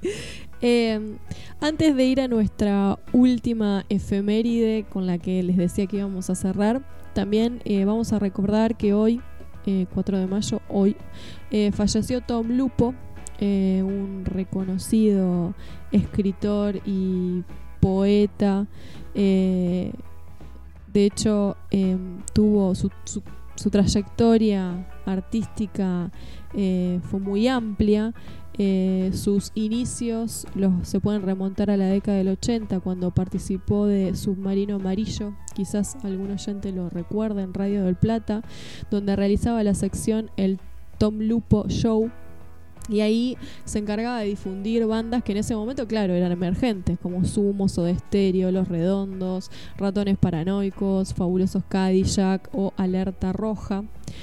Speaker 1: Eh, antes de ir a nuestra última efeméride con la que les decía que íbamos a cerrar, también eh, vamos a recordar que hoy, eh, cuatro de mayo, hoy, eh, falleció Tom Lupo, eh, un reconocido escritor y poeta. Eh, de hecho, eh, tuvo su, su, su trayectoria artística eh, fue muy amplia. Eh, sus inicios los, se pueden remontar a la década del ochenta, cuando participó de Submarino Amarillo, quizás algún oyente lo recuerda, en Radio del Plata, donde realizaba la sección El Tom Lupo Show, y ahí se encargaba de difundir bandas que en ese momento, claro, eran emergentes, como Sumo, Soda Stereo, Los Redondos, Ratones Paranoicos, Fabulosos Cadillac o Alerta Roja.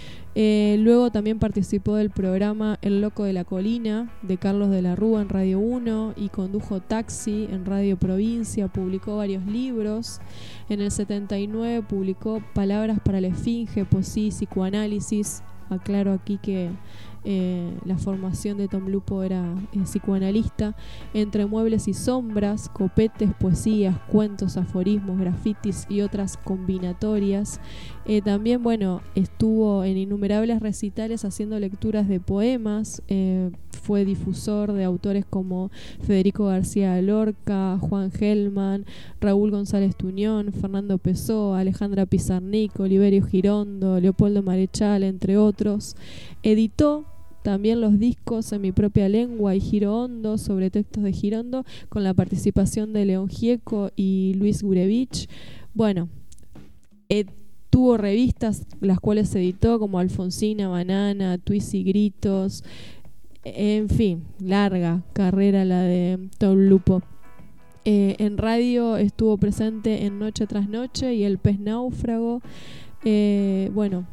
Speaker 1: Eh, luego también participó del programa El Loco de la Colina de Carlos de la Rúa en Radio uno y condujo Taxi en Radio Provincia. Publicó varios libros. En el setenta y nueve publicó Palabras para la Esfinge, Poesía y Psicoanálisis. Aclaro aquí que eh, la formación de Tom Lupo era eh, psicoanalista. Entre Muebles y Sombras, copetes, poesías, cuentos, aforismos, grafitis y otras combinatorias. Eh, también, bueno, estuvo en innumerables recitales haciendo lecturas de poemas. Eh, fue difusor de autores como Federico García Lorca, Juan Gelman, Raúl González Tuñón, Fernando Pessoa, Alejandra Pizarnik, Oliverio Girondo, Leopoldo Marechal, entre otros. Editó también los discos En mi propia lengua y Giro Hondo, sobre textos de Girondo, con la participación de León Gieco y Luis Gurevich. Bueno, eh, tuvo revistas las cuales editó, como Alfonsina, Banana, Twist y Gritos. En fin, larga carrera la de Tom Lupo. Eh, en radio estuvo presente en Noche tras Noche y El Pez Náufrago. Eh, bueno,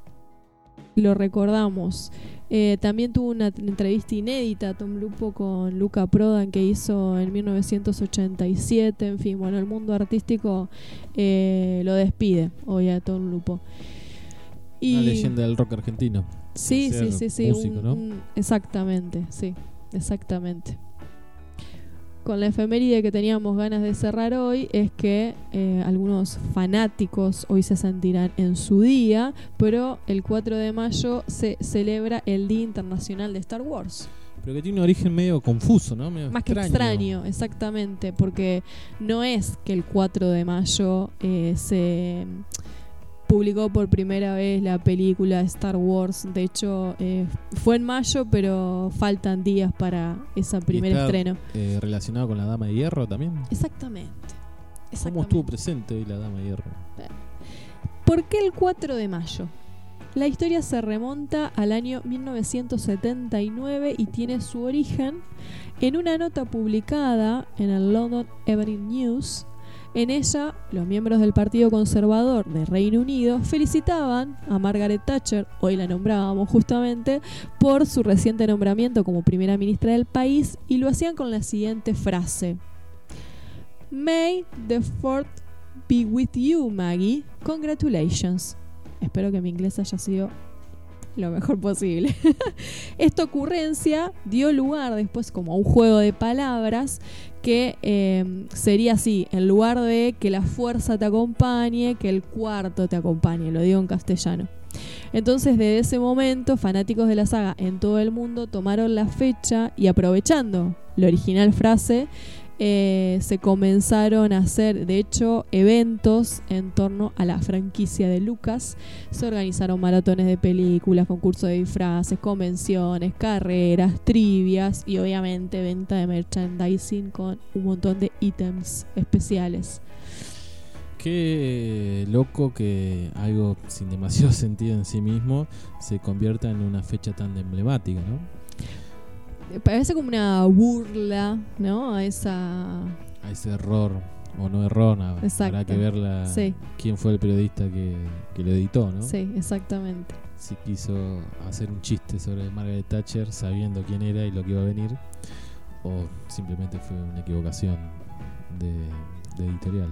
Speaker 1: lo recordamos. Eh, también tuvo una entrevista inédita Tom Lupo con Luca Prodan, que hizo en mil novecientos ochenta y siete. En fin, bueno, el mundo artístico eh, lo despide hoy a Tom Lupo. Y
Speaker 2: una leyenda del rock argentino.
Speaker 1: Sí, sí, sí, sí.
Speaker 2: Músico,
Speaker 1: un,
Speaker 2: ¿no?
Speaker 1: un, exactamente, sí, exactamente. Con la efeméride que teníamos ganas de cerrar hoy es que eh, algunos fanáticos hoy se sentirán en su día, pero el cuatro de mayo se celebra el Día Internacional de Star Wars.
Speaker 2: Pero que tiene un origen medio confuso, ¿no? Medio
Speaker 1: Más
Speaker 2: extraño.
Speaker 1: que extraño, exactamente, porque no es que el cuatro de mayo eh, se publicó por primera vez la película Star Wars. De hecho, eh, fue en mayo, pero faltan días para ese primer
Speaker 2: está,
Speaker 1: estreno.
Speaker 2: Eh, ¿Relacionado con la Dama de Hierro también?
Speaker 1: Exactamente. Exactamente.
Speaker 2: ¿Cómo estuvo presente hoy la Dama de Hierro?
Speaker 1: ¿Por qué el cuatro de mayo? La historia se remonta al año mil novecientos setenta y nueve y tiene su origen en una nota publicada en el London Evening News. En ella, los miembros del Partido Conservador de Reino Unido felicitaban a Margaret Thatcher, hoy la nombrábamos justamente, por su reciente nombramiento como primera ministra del país, y lo hacían con la siguiente frase: May the fourth be with you, Maggie. Congratulations. Espero que mi inglés haya sido lo mejor posible. Esta ocurrencia dio lugar después como a un juego de palabras que eh, sería así, en lugar de que la fuerza te acompañe, que el cuarto te acompañe, lo digo en castellano. Entonces, desde ese momento, fanáticos de la saga en todo el mundo tomaron la fecha y, aprovechando la original frase, eh, se comenzaron a hacer, de hecho, eventos en torno a la franquicia de Lucas. Se organizaron maratones de películas, concursos de disfraces, convenciones, carreras, trivias y obviamente venta de merchandising con un montón de ítems especiales.
Speaker 2: Qué loco que algo sin demasiado sentido en sí mismo se convierta en una fecha tan emblemática, ¿no?
Speaker 1: Parece como una burla, ¿no? A esa...
Speaker 2: A ese error, o no error, nada. Habrá que ver la,
Speaker 1: sí.
Speaker 2: quién fue el periodista que, que lo editó, ¿no?
Speaker 1: Sí, exactamente.
Speaker 2: Si quiso hacer un chiste sobre Margaret Thatcher sabiendo quién era y lo que iba a venir, o simplemente fue una equivocación de, de editorial.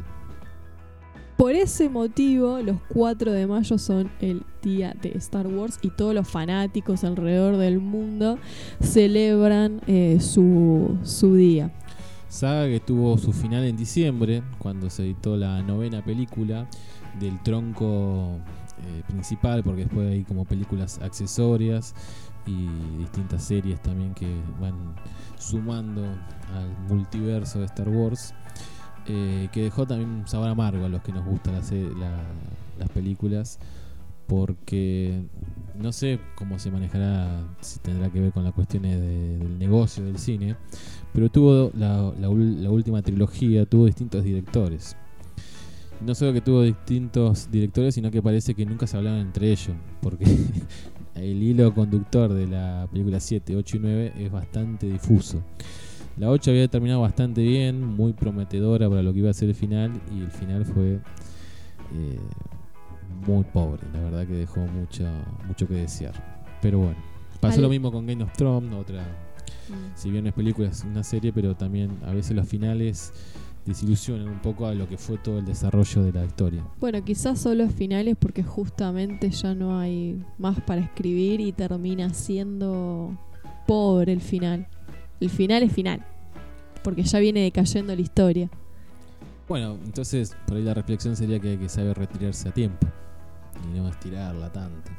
Speaker 1: Por ese motivo, los cuatro de mayo son el día de Star Wars y todos los fanáticos alrededor del mundo celebran eh, su, su día.
Speaker 2: Saga que tuvo su final en diciembre, cuando se editó la novena película del tronco eh, principal, porque después hay como películas accesorias y distintas series también que van sumando al multiverso de Star Wars. Eh, que dejó también un sabor amargo a los que nos gustan las, la, las películas, porque no sé cómo se manejará, si tendrá que ver con las cuestiones de, del negocio del cine, pero tuvo la, la, la última trilogía, tuvo distintos directores. No solo que tuvo distintos directores, sino que parece que nunca se hablaban entre ellos, porque el hilo conductor de la película siete, ocho y nueve es bastante difuso. La ocho había terminado bastante bien, muy prometedora para lo que iba a ser el final, y el final fue eh, muy pobre, la verdad que dejó mucho, mucho que desear. Pero bueno, pasó Al... lo mismo con Game of Thrones, otra, mm. si bien no es película, es una serie, pero también a veces los finales desilusionan un poco a lo que fue todo el desarrollo de la historia.
Speaker 1: Bueno, quizás son los finales porque justamente ya no hay más para escribir y termina siendo pobre el final. El final es final, porque ya viene decayendo la historia.
Speaker 2: Bueno, entonces por ahí la reflexión sería que hay que saber retirarse a tiempo y no estirarla tanto.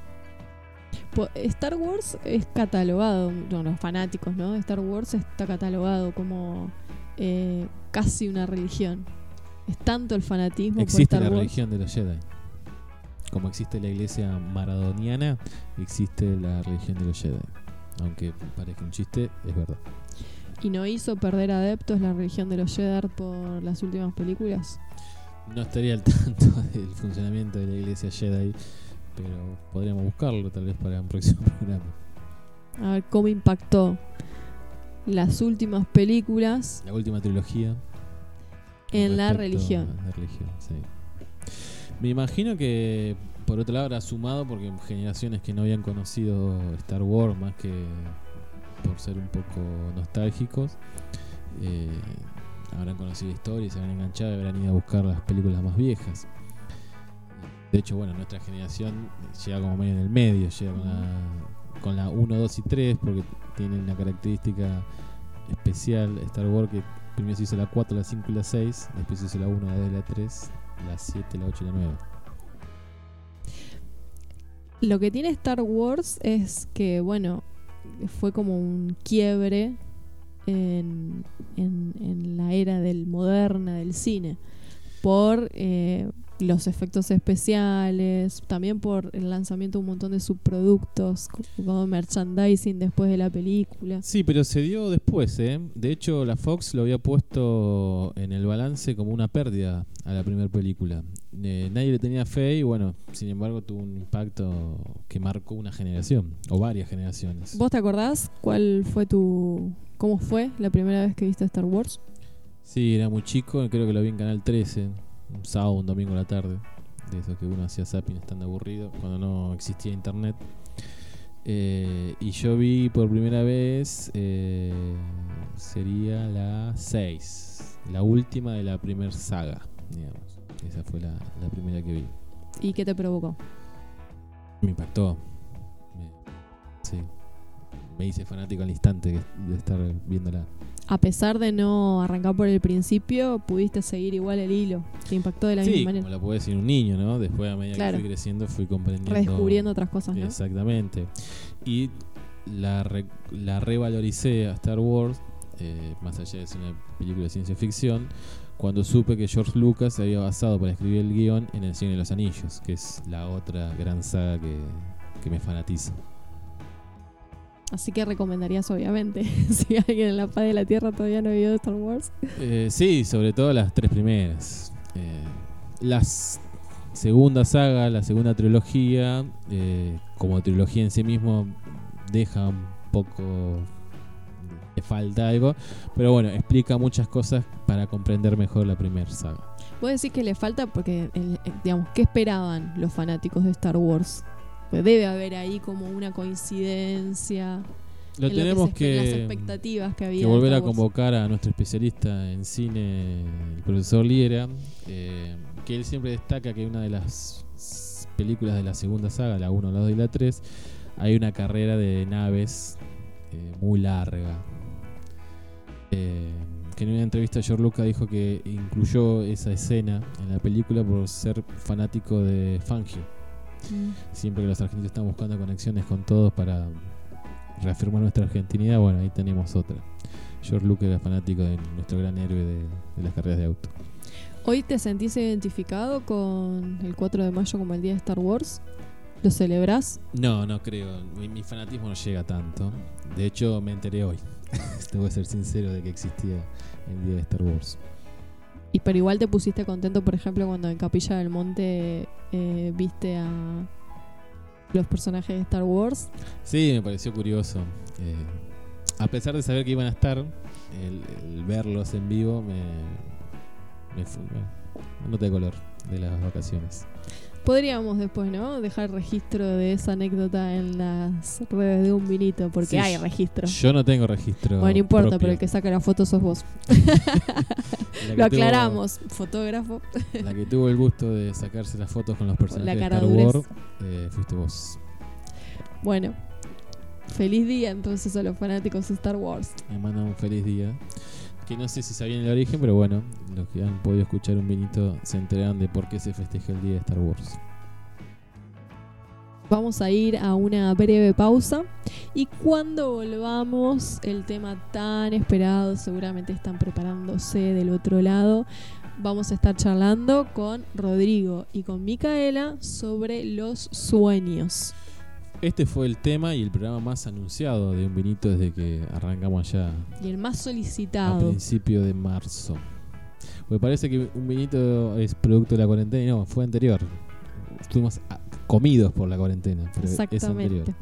Speaker 1: Star Wars es catalogado, no, los fanáticos, ¿no? Star Wars está catalogado como eh, casi una religión. Es tanto el fanatismo
Speaker 2: existe
Speaker 1: por Star
Speaker 2: la
Speaker 1: Wars.
Speaker 2: Religión de los Jedi. Como existe la iglesia maradoniana, existe la religión de los Jedi. Aunque parezca un chiste, es verdad.
Speaker 1: ¿Y no hizo perder adeptos la religión de los Jedi por las últimas películas?
Speaker 2: No estaría al tanto del funcionamiento de la iglesia Jedi, pero podríamos buscarlo tal vez para un próximo programa.
Speaker 1: A ver cómo impactó las últimas películas.
Speaker 2: La última trilogía.
Speaker 1: En la religión.
Speaker 2: La religión, sí. Me imagino que por otro lado habrá sumado porque generaciones que no habían conocido Star Wars, más que por ser un poco nostálgicos, eh, habrán conocido historias, se habrán enganchado y habrán ido a buscar las películas más viejas. De hecho, bueno, nuestra generación llega como medio en el medio, llega con la, con la uno, dos y tres, porque tienen una característica especial Star Wars, que primero se hizo la cuatro, la cinco y la seis, después se hizo la uno, la dos y la tres, la siete, la ocho y la nueve.
Speaker 1: Lo que tiene Star Wars es que, bueno, fue como un quiebre en, en, en la era del moderna del cine por eh, los efectos especiales, también por el lanzamiento de un montón de subproductos como merchandising después de la película.
Speaker 2: Sí, pero se dio después, ¿eh? De hecho, la Fox lo había puesto en el balance como una pérdida a la primera película. Eh, nadie le tenía fe y bueno, sin embargo tuvo un impacto que marcó una generación o varias generaciones.
Speaker 1: ¿Vos te acordás cuál fue tu... cómo fue la primera vez que viste Star Wars?
Speaker 2: Sí, era muy chico, creo que lo vi en Canal trece, un sábado, un domingo a la tarde, de esos que uno hacía zapping estando aburrido, cuando no existía internet. Eh, y yo vi por primera vez, eh, sería la seis, la última de la primera saga, digamos. Esa fue la, la primera que vi.
Speaker 1: ¿Y qué te provocó?
Speaker 2: Me impactó. Me, sí. Me hice fanático al instante de estar viéndola.
Speaker 1: A pesar de no arrancar por el principio, pudiste seguir igual el hilo. Te impactó de la
Speaker 2: sí,
Speaker 1: misma manera.
Speaker 2: como lo puede decir un niño, ¿no? Después, a medida
Speaker 1: Claro.
Speaker 2: que fui creciendo, fui comprendiendo.
Speaker 1: Redescubriendo otras cosas, ¿no?
Speaker 2: Exactamente. Y la, re, la revaloricé a Star Wars, eh, más allá de ser una película de ciencia ficción, cuando supe que George Lucas se había basado para escribir el guión en El Señor de los Anillos, que es la otra gran saga que, que me fanatiza.
Speaker 1: Así que recomendarías, obviamente, si alguien en la faz de la Tierra todavía no vio Star Wars.
Speaker 2: Eh, sí, sobre todo las tres primeras. Eh, las segunda saga, la segunda trilogía, eh, como trilogía en sí mismo, deja un poco de falta algo, pero bueno, explica muchas cosas para comprender mejor la primera saga.
Speaker 1: Vos decís que le falta porque, eh, digamos, ¿qué esperaban los fanáticos de Star Wars? Pues debe haber ahí como una coincidencia.
Speaker 2: Lo
Speaker 1: en
Speaker 2: tenemos
Speaker 1: lo que, se,
Speaker 2: que,
Speaker 1: las expectativas que había.
Speaker 2: que volver
Speaker 1: de
Speaker 2: a
Speaker 1: Star Wars.
Speaker 2: convocar a nuestro especialista en cine, el profesor Liera, eh, que él siempre destaca que una de las películas de la segunda saga, la uno, la dos y la tres, hay una carrera de naves eh, muy larga. Eh, que en una entrevista George Lucas dijo que incluyó esa escena en la película por ser fanático de Fangio.
Speaker 1: Mm.
Speaker 2: Siempre que los argentinos están buscando conexiones con todos para reafirmar nuestra argentinidad, bueno, ahí tenemos otra. George Lucas era fanático de nuestro gran héroe de, de las carreras de auto.
Speaker 1: ¿Hoy te sentís identificado con el cuatro de mayo como el día de Star Wars? ¿Lo celebrás?
Speaker 2: No, no creo. Mi, mi fanatismo no llega tanto. De hecho, me enteré hoy. Tengo que ser sincero de que existía el día de Star Wars.
Speaker 1: Y pero igual te pusiste contento, por ejemplo, cuando en Capilla del Monte eh, viste a los personajes de Star Wars.
Speaker 2: Sí, me pareció curioso. Eh, a pesar de saber que iban a estar, el, el verlos en vivo me, me, fue, me nota de color de las vacaciones.
Speaker 1: Podríamos después, ¿no? Dejar registro de esa anécdota en las redes de Un Vinito, porque
Speaker 2: Sí,
Speaker 1: hay registro.
Speaker 2: Yo no tengo registro.
Speaker 1: Bueno, no importa,
Speaker 2: propio.
Speaker 1: pero el que saca la foto sos vos.
Speaker 2: La que
Speaker 1: Lo aclaramos, fotógrafo.
Speaker 2: Tuvo, la que tuvo el gusto de sacarse las fotos con los personajes
Speaker 1: La
Speaker 2: de
Speaker 1: cara
Speaker 2: Star
Speaker 1: durez.
Speaker 2: Wars eh, fuiste vos.
Speaker 1: Bueno, feliz día entonces a los fanáticos de Star Wars.
Speaker 2: Me mandan un feliz día. Que no sé si sabían el origen, pero bueno, los que han podido escuchar Un Vinito se enterarán de por qué se festeja el día de Star Wars.
Speaker 1: Vamos a ir a una breve pausa y cuando volvamos, el tema tan esperado, seguramente están preparándose del otro lado, vamos a estar charlando con Rodrigo y con Micaela sobre los sueños.
Speaker 2: Este fue el tema y el programa más anunciado de Un Vinito desde que arrancamos allá
Speaker 1: Y el más
Speaker 2: a
Speaker 1: solicitado.
Speaker 2: principio de marzo. Porque parece que Un Vinito es producto de la cuarentena y no, fue anterior. Estuvimos a- comidos por la cuarentena, pero es anterior.
Speaker 1: Exactamente.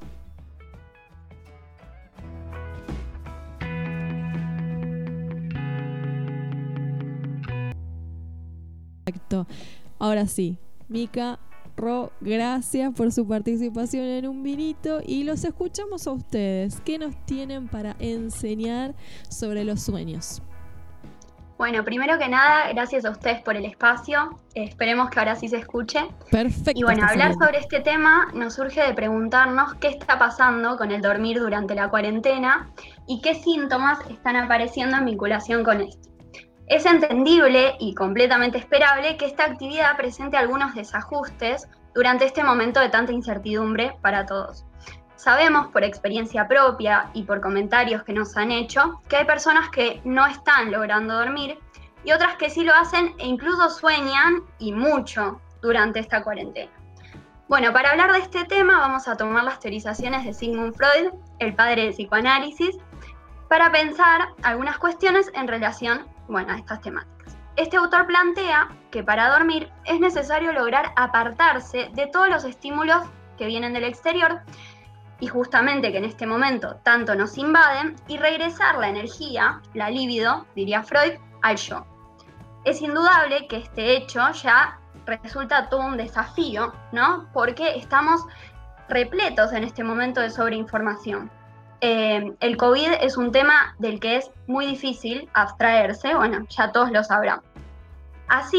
Speaker 1: Exacto. Ahora sí, Mica, Ro, gracias por su participación en Un Vinito y los escuchamos a ustedes. ¿Qué nos tienen para enseñar sobre los sueños?
Speaker 4: Bueno, primero que nada, gracias a ustedes por el espacio. Eh, esperemos que ahora sí se escuche.
Speaker 1: Perfecto.
Speaker 4: Y bueno,
Speaker 1: está
Speaker 4: hablar
Speaker 1: saliendo.
Speaker 4: sobre este tema nos surge de preguntarnos qué está pasando con el dormir durante la cuarentena y qué síntomas están apareciendo en vinculación con esto. Es entendible y completamente esperable que esta actividad presente algunos desajustes durante este momento de tanta incertidumbre para todos. Sabemos por experiencia propia y por comentarios que nos han hecho que hay personas que no están logrando dormir y otras que sí lo hacen e incluso sueñan y mucho durante esta cuarentena. Bueno, para hablar de este tema vamos a tomar las teorizaciones de Sigmund Freud, el padre del psicoanálisis, para pensar algunas cuestiones en relación, bueno, a estas temáticas. Este autor plantea que para dormir es necesario lograr apartarse de todos los estímulos que vienen del exterior y justamente que en este momento tanto nos invaden y regresar la energía, la libido, diría Freud, al yo. Es indudable que este hecho ya resulta todo un desafío, ¿no? Porque estamos repletos en este momento de sobreinformación. Eh, el COVID es un tema del que es muy difícil abstraerse, bueno, ya todos lo sabrán. Así,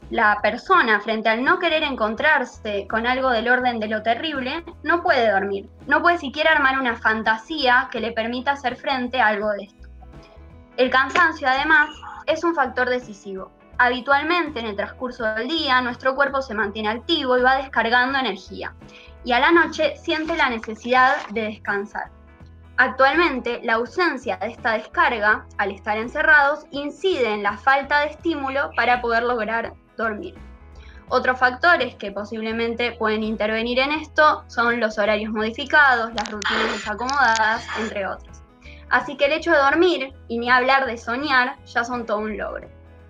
Speaker 4: la persona, frente al no querer encontrarse con algo del orden de lo terrible, no puede dormir, no puede siquiera armar una fantasía que le permita hacer frente a algo de esto. El cansancio, además, es un factor decisivo. Habitualmente, en el transcurso del día, nuestro cuerpo se mantiene activo y va descargando energía, y a la noche siente la necesidad de descansar. Actualmente, la ausencia de esta descarga, al estar encerrados, incide en la falta de estímulo para poder lograr dormir. Otros factores que posiblemente pueden intervenir en esto son los horarios modificados, las rutinas desacomodadas, entre otros. Así que el hecho de dormir, y ni hablar de soñar, ya son todo un logro.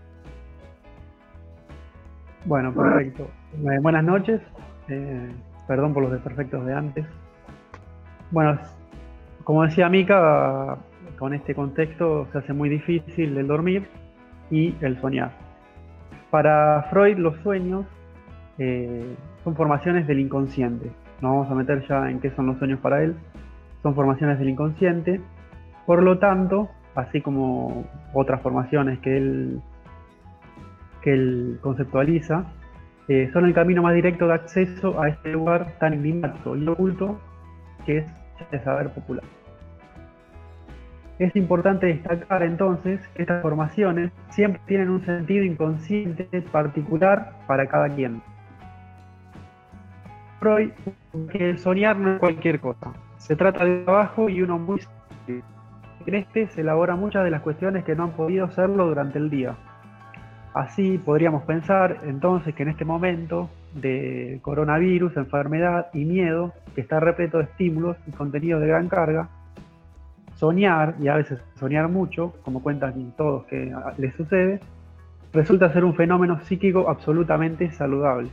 Speaker 5: Bueno, perfecto. Eh, buenas noches. Eh, perdón por los desperfectos de antes. Bueno, como decía Mica, con este contexto se hace muy difícil el dormir y el soñar. Para Freud, los sueños eh, son formaciones del inconsciente. Nos vamos a meter ya en qué son los sueños para él. Son formaciones del inconsciente. Por lo tanto, así como otras formaciones que él, que él conceptualiza, eh, son el camino más directo de acceso a este lugar tan enigmático y oculto que es el saber popular. Es importante destacar entonces que estas formaciones siempre tienen un sentido inconsciente particular para cada quien. Freud, que el soñar no es cualquier cosa. Se trata de un trabajo y uno muy serio. En este se elaboran muchas de las cuestiones que no han podido serlo durante el día. Así podríamos pensar entonces que en este momento de coronavirus, enfermedad y miedo, que está repleto de estímulos y contenidos de gran carga, soñar, y a veces soñar mucho, como cuentan todos que les sucede, resulta ser un fenómeno psíquico absolutamente saludable.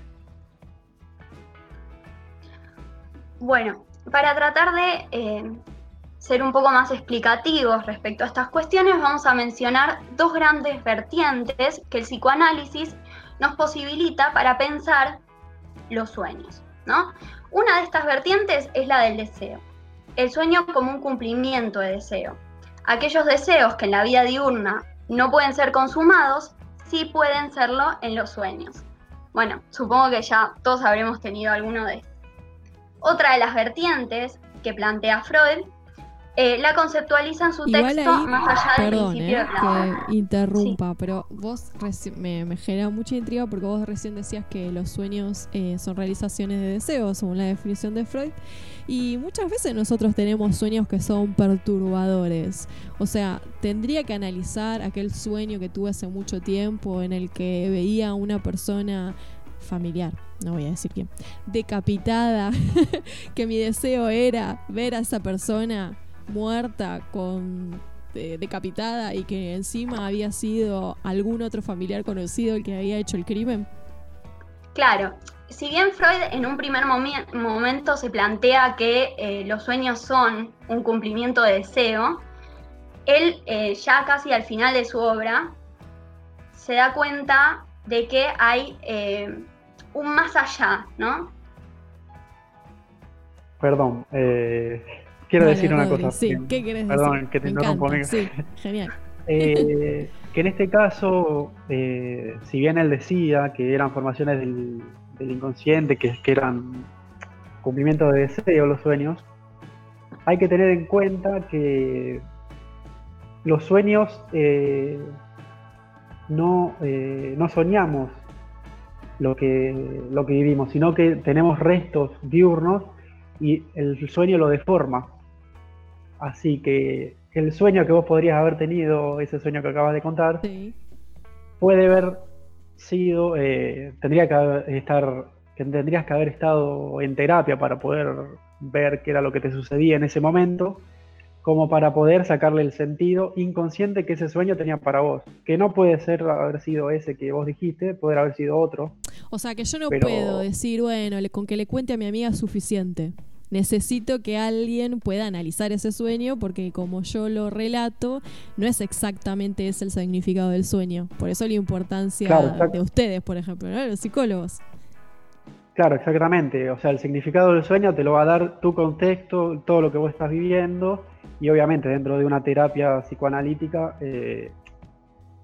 Speaker 4: Bueno, para tratar de eh, ser un poco más explicativos respecto a estas cuestiones, vamos a mencionar dos grandes vertientes que el psicoanálisis nos posibilita para pensar los sueños, ¿no? Una de estas vertientes es la del deseo. El sueño como un cumplimiento de deseo. Aquellos deseos que en la vida diurna no pueden ser consumados, sí pueden serlo en los sueños. Bueno, supongo que ya todos habremos tenido alguno de estos. Otra de las vertientes que plantea Freud, eh, la conceptualiza en su
Speaker 1: Igual
Speaker 4: texto
Speaker 1: ahí,
Speaker 4: más allá del
Speaker 1: perdón,
Speaker 4: principio
Speaker 1: eh,
Speaker 4: de Platón.
Speaker 1: que interrumpa, sí. Pero vos reci- me, me genera mucha intriga porque vos recién decías que los sueños eh, son realizaciones de deseos, según la definición de Freud, y muchas veces nosotros tenemos sueños que son perturbadores. O sea, tendría que analizar aquel sueño que tuve hace mucho tiempo en el que veía a una persona familiar, no voy a decir quién, decapitada, que mi deseo era ver a esa persona muerta, con eh, decapitada, y que encima había sido algún otro familiar conocido el que había hecho el crimen.
Speaker 4: Claro, si bien Freud en un primer momi- momento se plantea que eh, los sueños son un cumplimiento de deseo, él eh, ya casi al final de su obra se da cuenta de que hay eh, un más allá, ¿no?
Speaker 5: Perdón, eh, quiero
Speaker 1: Vale,
Speaker 5: decir una
Speaker 1: Rodri,
Speaker 5: cosa.
Speaker 1: sí,
Speaker 5: que,
Speaker 1: ¿qué querés
Speaker 5: perdón,
Speaker 1: decir?
Speaker 5: que te
Speaker 1: Me
Speaker 5: interrumpo,
Speaker 1: encanta,
Speaker 5: amigo.
Speaker 1: sí, genial.
Speaker 5: Eh, que en este caso, eh, si bien él decía que eran formaciones del, del inconsciente, que, que eran cumplimiento de deseo los sueños, hay que tener en cuenta que los sueños eh, no, eh, no soñamos lo que, lo que vivimos, sino que tenemos restos diurnos y el sueño lo deforma. Así que el sueño que vos podrías haber tenido, ese sueño que acabas de contar,
Speaker 1: Sí.
Speaker 5: puede haber sido, eh, tendría que haber, estar, que tendrías que haber estado en terapia para poder ver qué era lo que te sucedía en ese momento, como para poder sacarle el sentido inconsciente que ese sueño tenía para vos, que no puede ser haber sido ese que vos dijiste, poder haber sido otro.
Speaker 1: O sea, que yo no
Speaker 5: Pero-
Speaker 1: puedo decir, bueno, le- con que le cuente a mi amiga es suficiente. Necesito que alguien pueda analizar ese sueño, porque como yo lo relato, no es exactamente ese el significado del sueño. Por eso la importancia
Speaker 5: Claro, exacto.
Speaker 1: de ustedes, por ejemplo, ¿no? Los psicólogos.
Speaker 5: Claro, exactamente. O sea, el significado del sueño te lo va a dar tu contexto, todo lo que vos estás viviendo, y obviamente dentro de una terapia psicoanalítica, eh,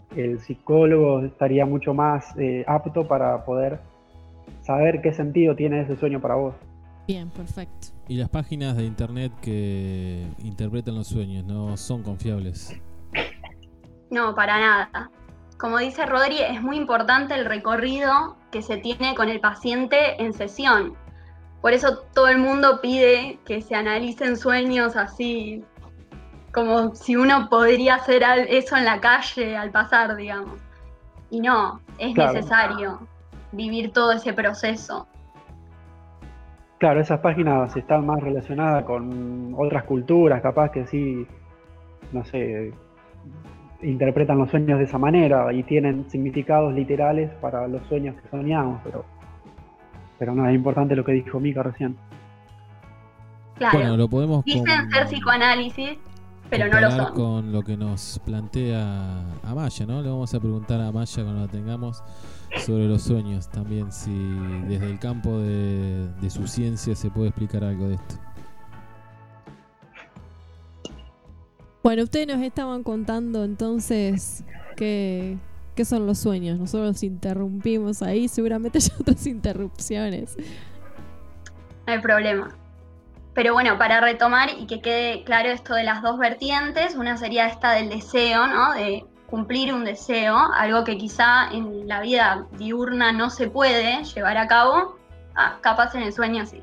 Speaker 5: el psicólogo estaría mucho más eh, apto para poder saber qué sentido tiene ese sueño para vos.
Speaker 1: Bien, perfecto.
Speaker 2: Y las páginas de internet que interpretan los sueños no son confiables.
Speaker 4: No, para nada. Como dice Rodri, es muy importante el recorrido que se tiene con el paciente en sesión. Por eso todo el mundo pide que se analicen sueños así, como si uno podría hacer eso en la calle al pasar, digamos. Y no, es
Speaker 5: claro.
Speaker 4: necesario vivir todo ese proceso.
Speaker 5: Claro, esas páginas están más relacionadas con otras culturas, capaz que sí, no sé, interpretan los sueños de esa manera y tienen significados literales para los sueños que soñamos, pero, pero no, es importante lo que dijo Mika recién.
Speaker 4: Claro,
Speaker 2: bueno, lo podemos
Speaker 4: dicen
Speaker 2: con...
Speaker 4: ser psicoanálisis, pero no lo son.
Speaker 2: Con lo que nos plantea Amaya, ¿no? Le vamos a preguntar a Amaya cuando la tengamos sobre los sueños también, si desde el campo de, de su ciencia se puede explicar algo de esto.
Speaker 1: Bueno, ustedes nos estaban contando entonces qué, qué son los sueños. Nosotros los interrumpimos ahí, seguramente hay otras interrupciones.
Speaker 4: No hay problema. Pero bueno, para retomar y que quede claro esto de las dos vertientes, una sería esta del deseo, ¿no? De cumplir un deseo, algo que quizá en la vida diurna no se puede llevar a cabo, ah, capaz en el sueño sí.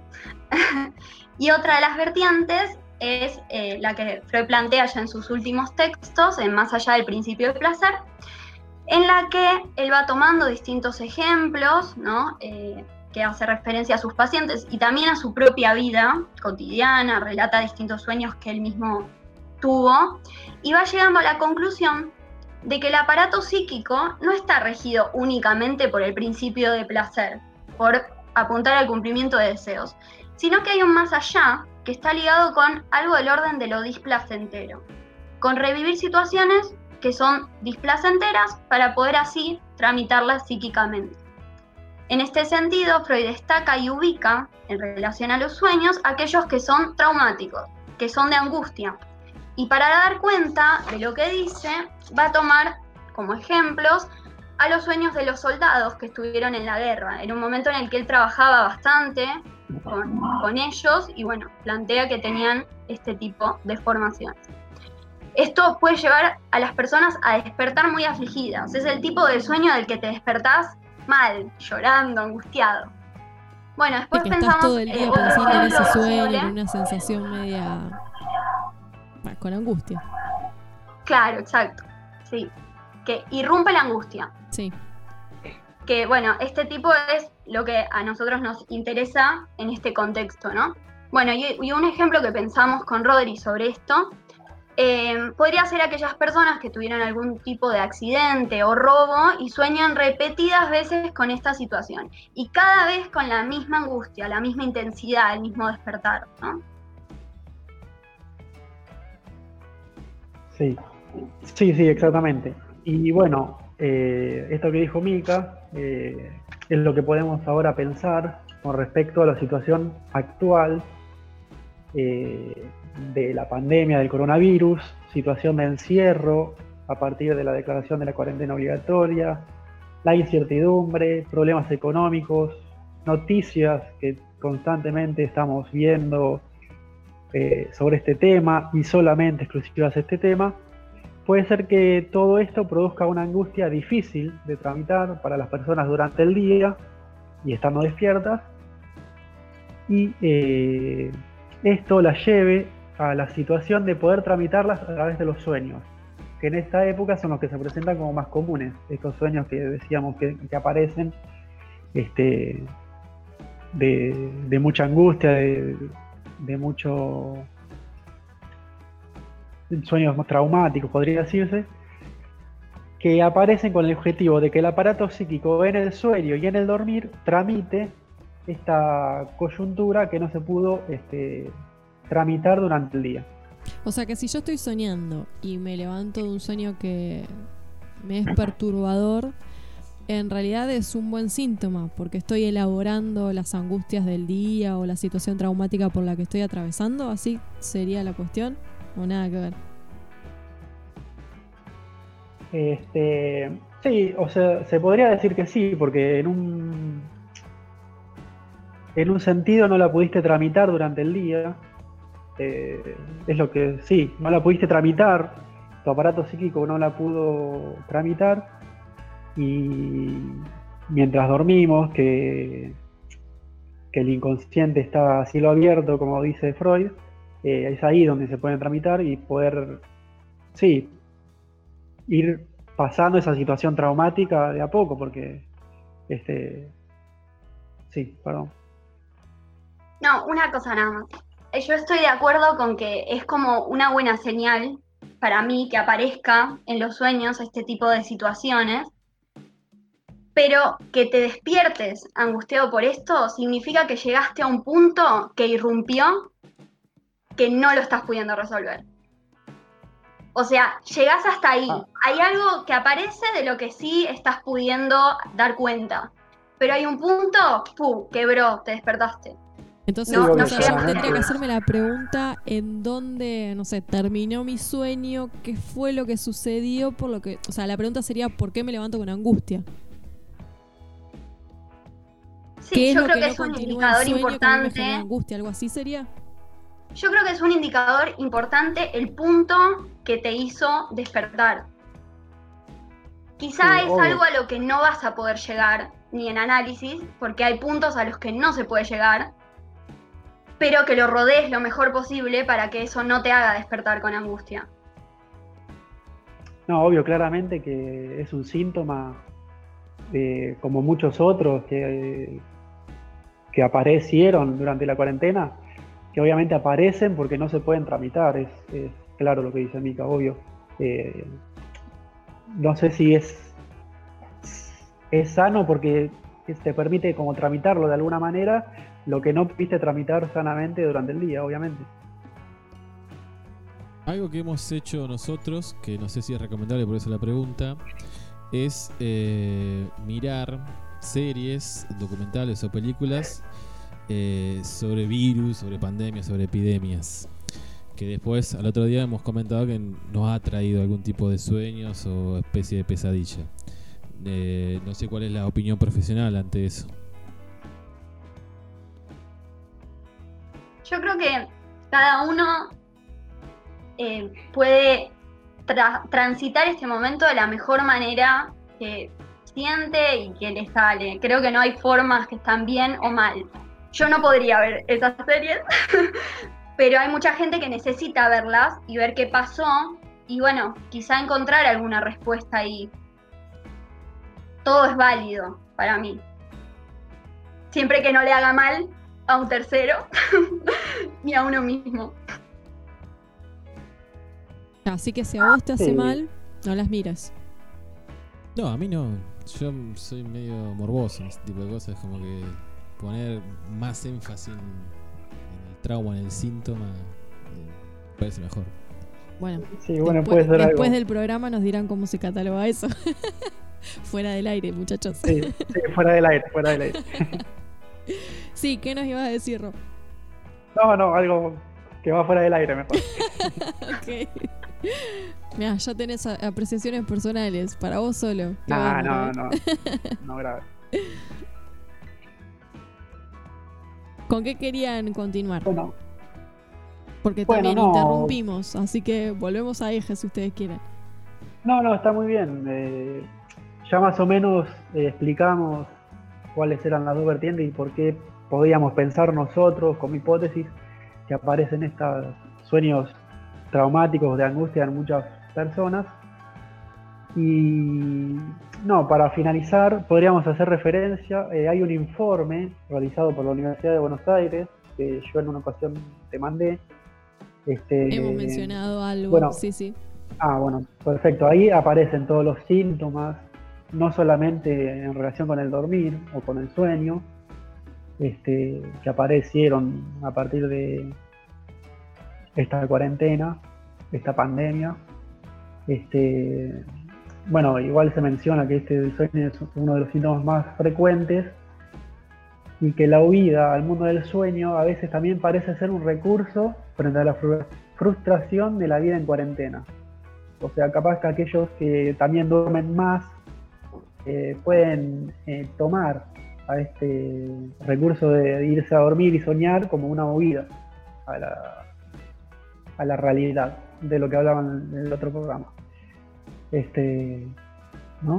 Speaker 4: Y otra de las vertientes es eh, la que Freud plantea ya en sus últimos textos, en Más allá del principio del placer, en la que él va tomando distintos ejemplos, ¿no? Eh, que hace referencia a sus pacientes y también a su propia vida cotidiana, relata distintos sueños que él mismo tuvo, y va llegando a la conclusión de que el aparato psíquico no está regido únicamente por el principio de placer, por apuntar al cumplimiento de deseos, sino que hay un más allá que está ligado con algo del orden de lo displacentero, con revivir situaciones que son displacenteras para poder así tramitarlas psíquicamente. En este sentido, Freud destaca y ubica, en relación a los sueños, aquellos que son traumáticos, que son de angustia. Y para dar cuenta de lo que dice, va a tomar como ejemplos a los sueños de los soldados que estuvieron en la guerra, en un momento en el que él trabajaba bastante con, con ellos y bueno, plantea que tenían este tipo de formaciones. Esto puede llevar a las personas a despertar muy afligidas. Es el tipo de sueño del que te despertás mal, llorando, angustiado. Bueno, después
Speaker 1: que
Speaker 4: pensamos...
Speaker 1: estás todo el día
Speaker 4: eh,
Speaker 1: pensando en ese sueño,
Speaker 4: posible.
Speaker 1: en una sensación media... Bueno, con angustia.
Speaker 4: Claro, exacto. Sí. Que irrumpe la angustia.
Speaker 1: Sí.
Speaker 4: Que, bueno, este tipo es lo que a nosotros nos interesa en este contexto, ¿no? Bueno, y, y un ejemplo que pensamos con Rodri sobre esto, eh, podría ser aquellas personas que tuvieron algún tipo de accidente o robo y sueñan repetidas veces con esta situación. Y cada vez con la misma angustia, la misma intensidad, el mismo despertar, ¿no?
Speaker 5: Sí, sí, sí, exactamente. Y bueno, eh, esto que dijo Mika eh, es lo que podemos ahora pensar con respecto a la situación actual eh, de la pandemia del coronavirus, situación de encierro a partir de la declaración de la cuarentena obligatoria, la incertidumbre, problemas económicos, noticias que constantemente estamos viendo eh, sobre este tema y solamente exclusivas a este tema. Puede ser que todo esto produzca una angustia difícil de tramitar para las personas durante el día y estando despiertas, y eh, esto las lleve a la situación de poder tramitarlas a través de los sueños, que en esta época son los que se presentan como más comunes, estos sueños que decíamos que, que aparecen este, de, de mucha angustia, de, de mucho... sueños traumáticos, podría decirse, que aparecen con el objetivo de que el aparato psíquico en el sueño y en el dormir tramite esta coyuntura que no se pudo este, tramitar durante el día.
Speaker 1: O sea que si yo estoy soñando y me levanto de un sueño que me es perturbador, en realidad es un buen síntoma, porque estoy elaborando las angustias del día o la situación traumática por la que estoy atravesando. ¿Así sería la cuestión? ¿O nada que ver?
Speaker 5: Este, sí, o sea, se podría decir que sí, porque en un, en un sentido no la pudiste tramitar durante el día. Eh, es lo que sí, no la pudiste tramitar, tu aparato psíquico no la pudo tramitar, y mientras dormimos, que, que el inconsciente está a cielo abierto, como dice Freud, eh, es ahí donde se pueden tramitar y poder, sí, ir pasando esa situación traumática de a poco, porque, este, sí, perdón.
Speaker 4: No, una cosa nada más. Yo estoy de acuerdo con que es como una buena señal para mí que aparezca en los sueños este tipo de situaciones, pero que te despiertes angustiado por esto significa que llegaste a un punto que irrumpió que no lo estás pudiendo resolver. O sea, llegás hasta ahí.
Speaker 5: Ah.
Speaker 4: Hay algo que aparece de lo que sí estás pudiendo dar cuenta. Pero hay un punto, ¡pum!, quebró, te despertaste.
Speaker 1: Entonces,
Speaker 4: No,
Speaker 1: o
Speaker 4: no
Speaker 1: sea,
Speaker 4: llega-
Speaker 1: yo tendría que hacerme la pregunta en dónde, no sé, terminó mi sueño, qué fue lo que sucedió, por lo que, o sea, la pregunta sería ¿por qué me levanto con angustia? ¿Qué
Speaker 4: Sí,
Speaker 1: es
Speaker 4: yo
Speaker 1: lo
Speaker 4: creo
Speaker 1: que
Speaker 4: que
Speaker 1: no
Speaker 4: es un
Speaker 1: continúa el
Speaker 4: indicador
Speaker 1: sueño que a mí me
Speaker 4: importante.
Speaker 1: genera angustia? ¿Algo así sería?
Speaker 4: Yo creo que es un indicador importante el punto que te hizo despertar. Quizá
Speaker 5: Sí,
Speaker 4: es
Speaker 5: obvio.
Speaker 4: algo a lo que no vas a poder llegar ni en análisis, porque hay puntos a los que no se puede llegar, pero que lo rodees lo mejor posible para que eso no te haga despertar con angustia.
Speaker 5: No, obvio, claramente que es un síntoma, eh, como muchos otros que, que aparecieron durante la cuarentena, que obviamente aparecen porque no se pueden tramitar, es, es claro lo que dice Mica, obvio. Eh, no sé si es, es sano porque te permite como tramitarlo de alguna manera, lo que no pudiste tramitar sanamente durante el día, obviamente.
Speaker 2: Algo que hemos hecho nosotros, que no sé si es recomendable, por eso la pregunta, es eh, mirar series, documentales o películas eh, sobre virus, sobre pandemias, sobre epidemias. Que después, al otro día, hemos comentado que nos ha traído algún tipo de sueños o especie de pesadilla. Eh, no sé cuál es la opinión profesional ante eso.
Speaker 4: Yo creo que cada uno eh, puede tra- transitar este momento de la mejor manera que siente y que le sale. Creo que no hay formas que están bien o mal. Yo no podría ver esas series, pero hay mucha gente que necesita verlas y ver qué pasó y bueno, quizá encontrar alguna respuesta ahí. Todo es válido para mí. Siempre que no le haga mal a un tercero ni a uno mismo.
Speaker 1: Así que si a vos te hace
Speaker 5: Sí.
Speaker 1: mal, no las miras.
Speaker 2: No, a mí no. Yo soy medio morboso en ese tipo de cosas. Como que poner más énfasis en, en el trauma, en el síntoma, eh, parece mejor.
Speaker 1: Bueno,
Speaker 5: Sí, bueno,
Speaker 1: después,
Speaker 5: puede ser
Speaker 1: después
Speaker 5: algo.
Speaker 1: del programa nos dirán cómo se cataloga eso. Fuera del aire, muchachos.
Speaker 5: Sí, sí, fuera del aire, fuera del aire.
Speaker 1: Sí, ¿qué nos ibas a decir, Rob?
Speaker 5: No, no, algo que va fuera del aire mejor.
Speaker 1: Ok. Mirá, ya tenés a- apreciaciones personales para vos solo. Qué
Speaker 5: No,
Speaker 1: bárbaro,
Speaker 5: no,
Speaker 1: ¿eh?
Speaker 5: no. No grave.
Speaker 1: ¿Con qué querían continuar?
Speaker 5: Bueno,
Speaker 1: Porque
Speaker 5: bueno,
Speaker 1: también
Speaker 5: no.
Speaker 1: interrumpimos, así que volvemos a eje si ustedes quieren.
Speaker 5: no, no, está muy bien. Eh, ya más o menos eh, explicamos cuáles eran las dos vertientes y por qué podíamos pensar nosotros, como hipótesis, que aparecen estos sueños traumáticos de angustia en muchas personas. Y no, para finalizar, podríamos hacer referencia, eh, hay un informe realizado por la Universidad de Buenos Aires, que yo en una ocasión te mandé. Este,
Speaker 1: Hemos mencionado algo,
Speaker 5: bueno,
Speaker 1: sí, sí.
Speaker 5: Ah, bueno, perfecto. Ahí aparecen todos los síntomas, no solamente en relación con el dormir o con el sueño, este, que aparecieron a partir de esta cuarentena, esta pandemia. Este, bueno, igual se menciona que este del sueño es uno de los síntomas más frecuentes y que la huida al mundo del sueño a veces también parece ser un recurso frente a la fru- frustración de la vida en cuarentena. O sea, capaz que aquellos que también duermen más eh, pueden eh, tomar a este recurso de irse a dormir y soñar como una movida a la, a la realidad de lo que hablaban en el otro programa. Este, ¿no?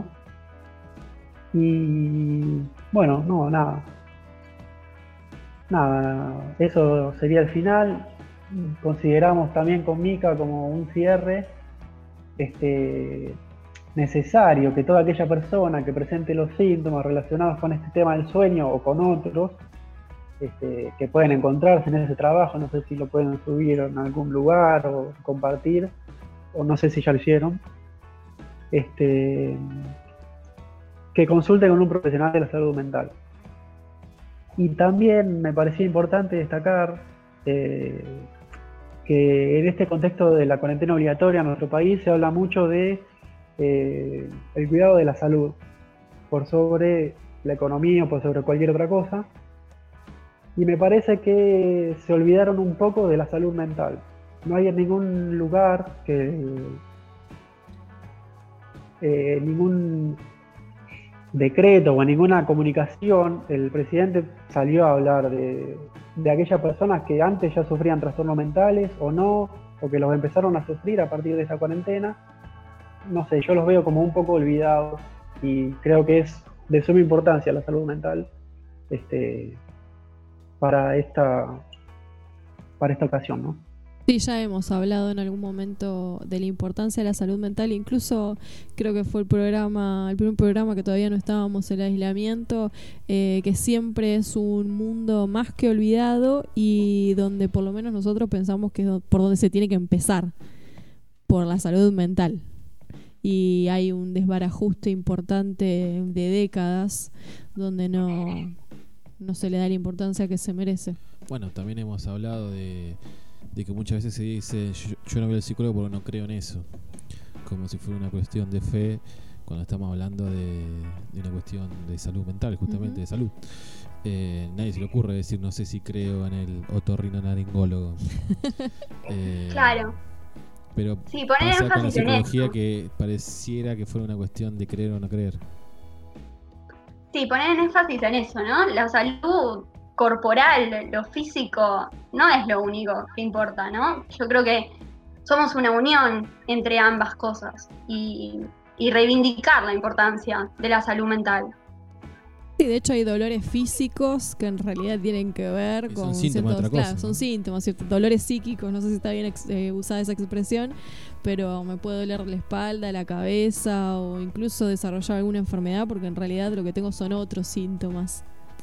Speaker 5: Y bueno, no, nada. Nada, eso sería el final. Consideramos también con Mica como un cierre este, necesario que toda aquella persona que presente los síntomas relacionados con este tema del sueño o con otros, este, que pueden encontrarse en ese trabajo, no sé si lo pueden subir en algún lugar o compartir, o no sé si ya lo hicieron, este, que consulten con un profesional de la salud mental. Y también me parecía importante destacar eh, que en este contexto de la cuarentena obligatoria en nuestro país se habla mucho de eh, el cuidado de la salud por sobre la economía o por sobre cualquier otra cosa, y me parece que se olvidaron un poco de la salud mental. No hay en ningún lugar que eh, ningún decreto o en ninguna comunicación el presidente salió a hablar de, de aquellas personas que antes ya sufrían trastornos mentales o no, o que los empezaron a sufrir a partir de esa cuarentena. No sé, yo los veo como un poco olvidados y creo que es de suma importancia la salud mental este, para esta, para esta ocasión, ¿no?
Speaker 1: Sí, ya hemos hablado en algún momento de la importancia de la salud mental, incluso creo que fue el programa, el primer programa que todavía no estábamos en el aislamiento, eh, que siempre es un mundo más que olvidado y donde por lo menos nosotros pensamos que es por donde se tiene que empezar, por la salud mental. Y hay un desbarajuste importante de décadas donde no, no se le da la importancia que se merece.
Speaker 2: Bueno, también hemos hablado de... de que muchas veces se dice yo, yo no voy al psicólogo porque no creo en eso, como si fuera una cuestión de fe cuando estamos hablando de, de una cuestión de salud mental, justamente uh-huh. de salud. Eh, nadie se le ocurre decir no sé si creo en el otorrinolaringólogo. eh,
Speaker 4: claro.
Speaker 2: Pero
Speaker 4: sí, poner
Speaker 2: pasa con la
Speaker 4: énfasis en
Speaker 2: psicología
Speaker 4: eso.
Speaker 2: que pareciera que fuera una cuestión de creer o no creer.
Speaker 4: Sí, poner énfasis en eso, ¿no? La salud corporal, lo físico, no es lo único que importa, ¿no? Yo creo que somos una unión entre ambas cosas y, y reivindicar la importancia de la salud mental.
Speaker 1: Sí, de hecho hay dolores físicos que en realidad tienen que ver
Speaker 2: y
Speaker 1: con
Speaker 2: son síntomas
Speaker 1: ciertos,
Speaker 2: de otra cosa,
Speaker 1: claro,
Speaker 2: ¿no?
Speaker 1: son síntomas, ciertos dolores psíquicos, no sé si está bien ex, eh, usada esa expresión, pero me puede doler la espalda, la cabeza o incluso desarrollar alguna enfermedad porque en realidad lo que tengo son otros síntomas.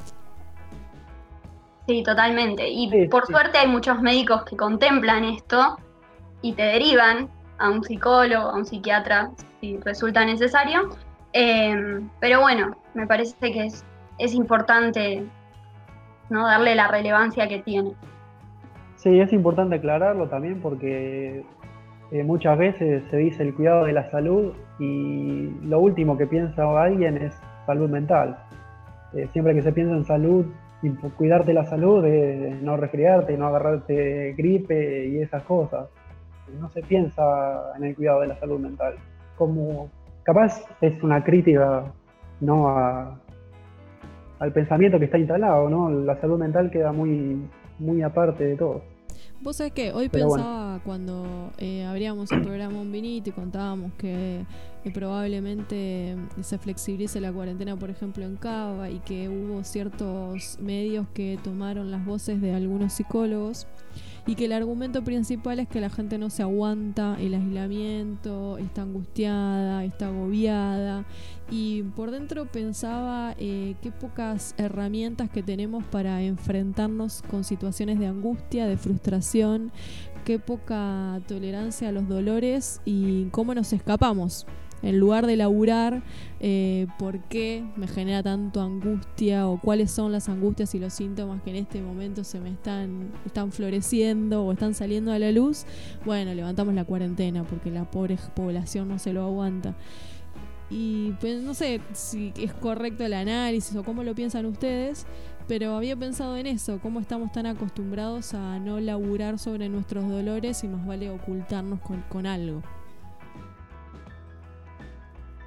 Speaker 4: Sí, totalmente. Y
Speaker 5: Sí,
Speaker 4: por
Speaker 5: sí.
Speaker 4: suerte hay muchos médicos que contemplan esto y te derivan a un psicólogo, a un psiquiatra, si resulta necesario. Eh, pero bueno, me parece que es, es importante, ¿no?, darle la relevancia que tiene.
Speaker 5: Sí, es importante aclararlo también porque eh, muchas veces se dice el cuidado de la salud y lo último que piensa alguien es salud mental. Eh, siempre que se piensa en salud, y cuidarte la salud de no resfriarte, no agarrarte gripe y esas cosas. No se piensa en el cuidado de la salud mental. Como capaz es una crítica, ¿no?, a, al pensamiento que está instalado, ¿no? La salud mental queda muy, muy aparte de todo.
Speaker 1: Vos sabés que hoy
Speaker 5: Pero
Speaker 1: pensaba
Speaker 5: bueno.
Speaker 1: cuando eh, abríamos el programa Un Vinito y contábamos que, que probablemente se flexibilice la cuarentena, por ejemplo, en Cava y que hubo ciertos medios que tomaron las voces de algunos psicólogos y que el argumento principal es que la gente no se aguanta el aislamiento, está angustiada, está agobiada y por dentro pensaba eh, qué pocas herramientas que tenemos para enfrentarnos con situaciones de angustia, de frustración, qué poca tolerancia a los dolores y cómo nos escapamos. En lugar de laburar eh, por qué me genera tanto angustia o cuáles son las angustias y los síntomas que en este momento se me están, están floreciendo o están saliendo a la luz, bueno, levantamos la cuarentena porque la pobre población no se lo aguanta. Y pues no sé si es correcto el análisis o cómo lo piensan ustedes, pero había pensado en eso, cómo estamos tan acostumbrados a no laburar sobre nuestros dolores y más vale ocultarnos con, con algo.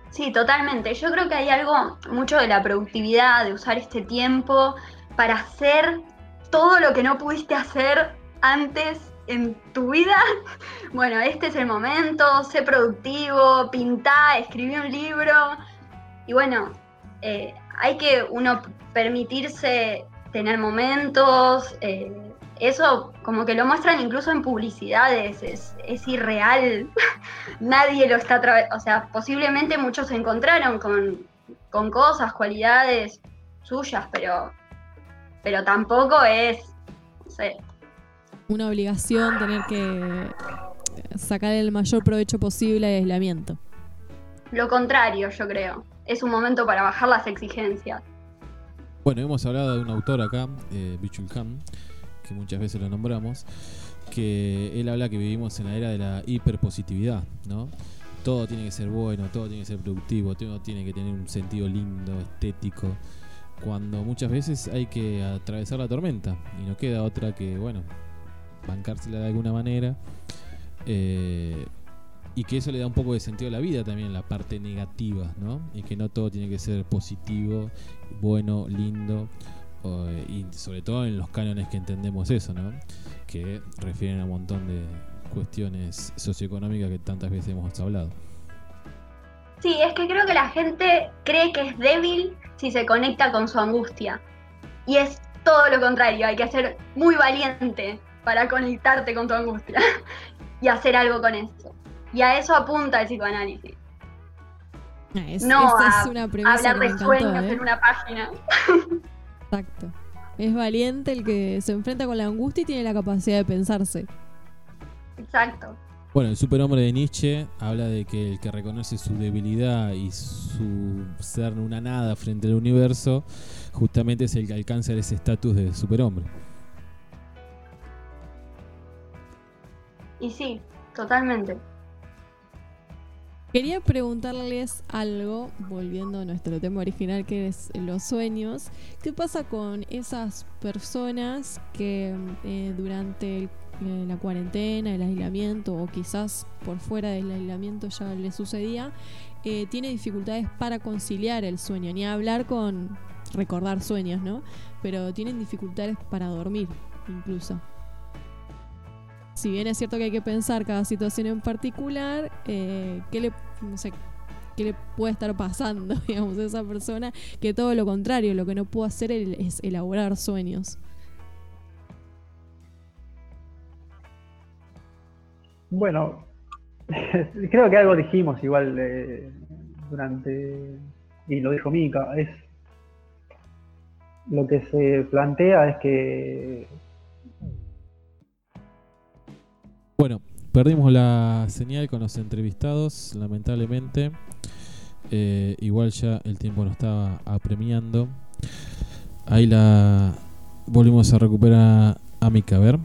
Speaker 4: Sí, totalmente. Yo creo que hay algo mucho de la productividad, de usar este tiempo para hacer todo lo que no pudiste hacer antes en tu vida. Bueno, este es el momento, sé productivo, pintá, escribí un libro. Y bueno, eh, hay que uno permitirse tener momentos. Eh, eso como que lo muestran incluso en publicidades, es, es irreal. Nadie lo está atravesando. O sea, posiblemente muchos se encontraron con, con cosas, cualidades suyas, pero, pero tampoco es, no sé,
Speaker 1: una obligación tener que sacar el mayor provecho posible al aislamiento.
Speaker 4: Lo contrario, yo creo. Es un momento para bajar las exigencias.
Speaker 2: Bueno, hemos hablado de un autor acá, eh, Byung-Chul Han, que muchas veces lo nombramos, que él habla que vivimos en la era de la hiperpositividad, ¿no? Todo tiene que ser bueno, todo tiene que ser productivo, todo tiene que tener un sentido lindo, estético, cuando muchas veces hay que atravesar la tormenta y no queda otra que, bueno, bancársela de alguna manera, eh, y que eso le da un poco de sentido a la vida también, la parte negativa, ¿no? Y que no todo tiene que ser positivo, bueno, lindo, o, y sobre todo en los cánones que entendemos eso, ¿no? Que refieren a un montón de cuestiones socioeconómicas que tantas veces hemos hablado.
Speaker 4: Sí, es que creo que la gente cree que es débil si se conecta con su angustia. Y es todo lo contrario, hay que ser muy valiente para conectarte con tu angustia y hacer algo con eso. Y a eso apunta el psicoanálisis.
Speaker 1: Es,
Speaker 4: no
Speaker 1: esa
Speaker 4: a,
Speaker 1: es una
Speaker 4: a hablar de
Speaker 1: encantó,
Speaker 4: sueños
Speaker 1: ¿eh?
Speaker 4: en una página.
Speaker 1: Exacto. Es valiente el que se enfrenta con la angustia y tiene la capacidad de pensarse.
Speaker 4: Exacto.
Speaker 2: Bueno, el superhombre de Nietzsche habla de que el que reconoce su debilidad y su ser una nada frente al universo, justamente es el que alcanza ese estatus de superhombre.
Speaker 4: Y sí, totalmente.
Speaker 1: Quería preguntarles algo, volviendo a nuestro tema original, que es los sueños. ¿Qué pasa con esas personas que eh, durante el, eh, la cuarentena, el aislamiento, o quizás por fuera del aislamiento ya les sucedía, eh, tiene dificultades para conciliar el sueño? Ni hablar con recordar sueños, ¿no? Pero tienen dificultades para dormir, incluso. Si bien es cierto que hay que pensar cada situación en particular, eh, ¿qué le, no sé, qué le puede estar pasando, digamos, a esa persona? Que todo lo contrario, lo que no puedo hacer es elaborar sueños.
Speaker 5: Bueno, creo que algo dijimos igual eh, durante, y lo dijo Mika, es lo que se plantea es que
Speaker 2: Bueno, perdimos la señal con los entrevistados, lamentablemente. Eh, igual ya el tiempo nos estaba apremiando. Ahí la volvimos a recuperar a Mika, a ver.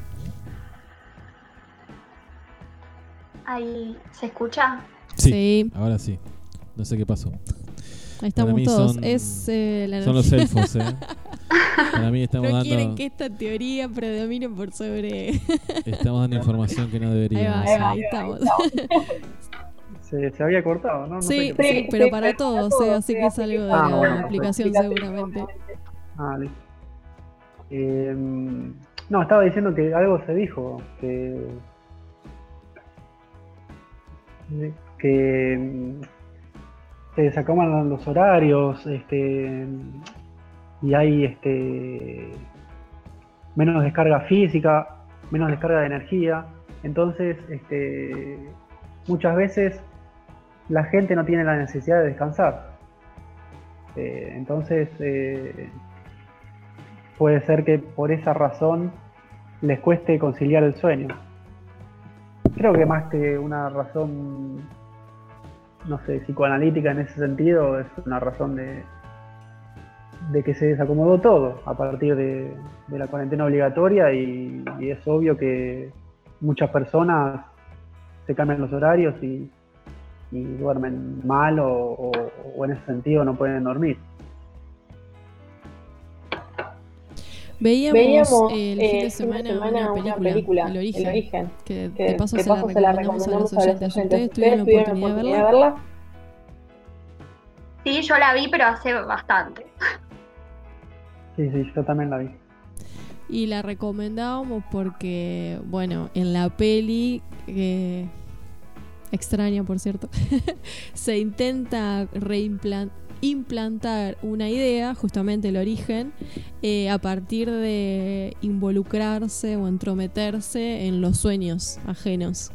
Speaker 4: Ahí, ¿se escucha?
Speaker 2: Sí,
Speaker 1: Sí.
Speaker 2: Ahora sí. No sé qué pasó.
Speaker 1: Ahí estamos
Speaker 2: Para mí
Speaker 1: todos.
Speaker 2: son-
Speaker 1: es eh, la
Speaker 2: Son los elfos, ¿eh? Para mí estamos
Speaker 1: No
Speaker 2: dando,
Speaker 1: quieren que esta teoría predomine por sobre...
Speaker 2: estamos dando información que no
Speaker 1: Ahí
Speaker 2: deberíamos.
Speaker 1: va, ahí estamos.
Speaker 5: se, se había cortado, ¿no? No
Speaker 1: Sí,
Speaker 5: sé qué-
Speaker 1: sí, pero para todos, eh, así que es algo de
Speaker 5: Ah,
Speaker 1: la
Speaker 5: bueno,
Speaker 1: aplicación seguramente.
Speaker 5: Ah, listo. Eh, no, estaba diciendo que algo se dijo, que que mm, se sacaban los horarios, este, y hay este menos descarga física, menos descarga de energía. Entonces, este, muchas veces la gente no tiene la necesidad de descansar. Eh, entonces, eh, puede ser que por esa razón les cueste conciliar el sueño. Creo que más que una razón, no sé, psicoanalítica en ese sentido, es una razón de, de que se desacomodó todo a partir de, de la cuarentena obligatoria y, y es obvio que muchas personas se cambian los horarios y, y duermen mal o, o, o en ese sentido no pueden dormir.
Speaker 1: Veíamos,
Speaker 6: Veíamos
Speaker 1: eh, el
Speaker 6: eh,
Speaker 1: fin de semana, una, película,
Speaker 6: película,
Speaker 1: El Origen,
Speaker 6: El Origen,
Speaker 1: que
Speaker 6: que
Speaker 1: de paso,
Speaker 6: de
Speaker 1: se, la
Speaker 6: paso se la
Speaker 1: recomendamos a los
Speaker 6: recomendamos a los
Speaker 1: oyentes.
Speaker 6: oyentes.
Speaker 1: ¿Ustedes tuvieron la oportunidad de verla?
Speaker 4: Sí, yo la vi, pero hace bastante.
Speaker 5: Sí, sí, yo también la vi.
Speaker 1: Y la recomendábamos porque, bueno, en la peli, eh, extraña por cierto, se intenta reimplantar una idea, justamente el origen, eh, a partir de involucrarse o entrometerse en los sueños ajenos.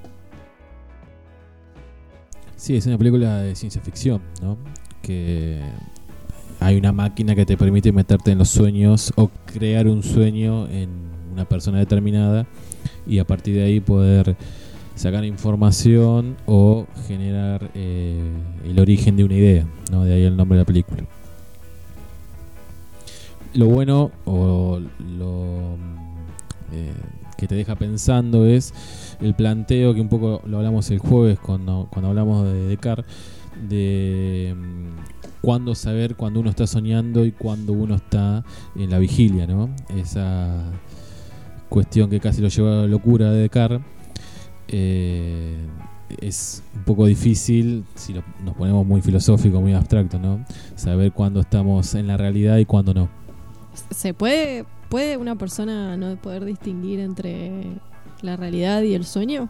Speaker 2: Sí, es una película de ciencia ficción, ¿no? Que hay una máquina que te permite meterte en los sueños o crear un sueño en una persona determinada y a partir de ahí poder sacar información o generar eh, el origen de una idea, ¿no? De ahí el nombre de la película. Lo bueno o lo eh, que te deja pensando es el planteo que un poco lo hablamos el jueves cuando, cuando hablamos de Descartes, de cuándo saber cuando uno está soñando y cuando uno está en la vigilia, ¿no? Esa cuestión que casi lo lleva a la locura de Descartes. Eh, es un poco difícil si lo, nos ponemos muy filosóficos, muy abstractos, ¿no? Saber cuándo estamos en la realidad y cuándo no.
Speaker 1: ¿Se puede, puede una persona no poder distinguir entre la realidad y el sueño?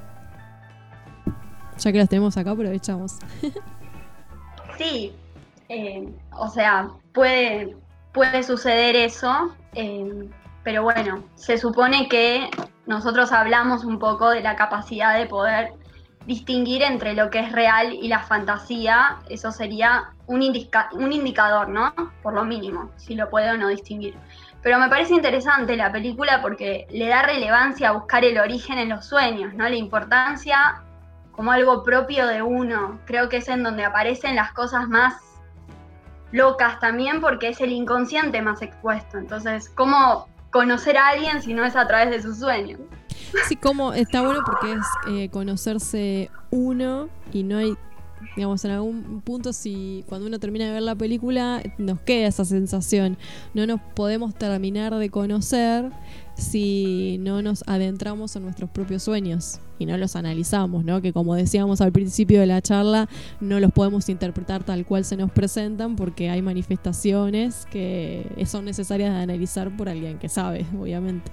Speaker 1: Ya que las tenemos acá, aprovechamos.
Speaker 4: Sí, eh, o sea, puede, puede suceder eso, eh, pero bueno, se supone que nosotros hablamos un poco de la capacidad de poder distinguir entre lo que es real y la fantasía. Eso sería un, indica- un indicador, ¿no? Por lo mínimo, si lo puede o no distinguir. Pero me parece interesante la película porque le da relevancia a buscar el origen en los sueños, ¿no? La importancia como algo propio de uno. Creo que es en donde aparecen las cosas más locas también, porque es el inconsciente más expuesto. Entonces, ¿cómo conocer a alguien si no es a través de sus sueños?
Speaker 1: Sí, como está bueno porque es eh, conocerse uno y no hay, digamos, en algún punto, si cuando uno termina de ver la película nos queda esa sensación. No nos podemos terminar de conocer si no nos adentramos en nuestros propios sueños y no los analizamos, ¿no? Que como decíamos al principio de la charla, no los podemos interpretar tal cual se nos presentan porque hay manifestaciones que son necesarias de analizar por alguien que sabe, obviamente.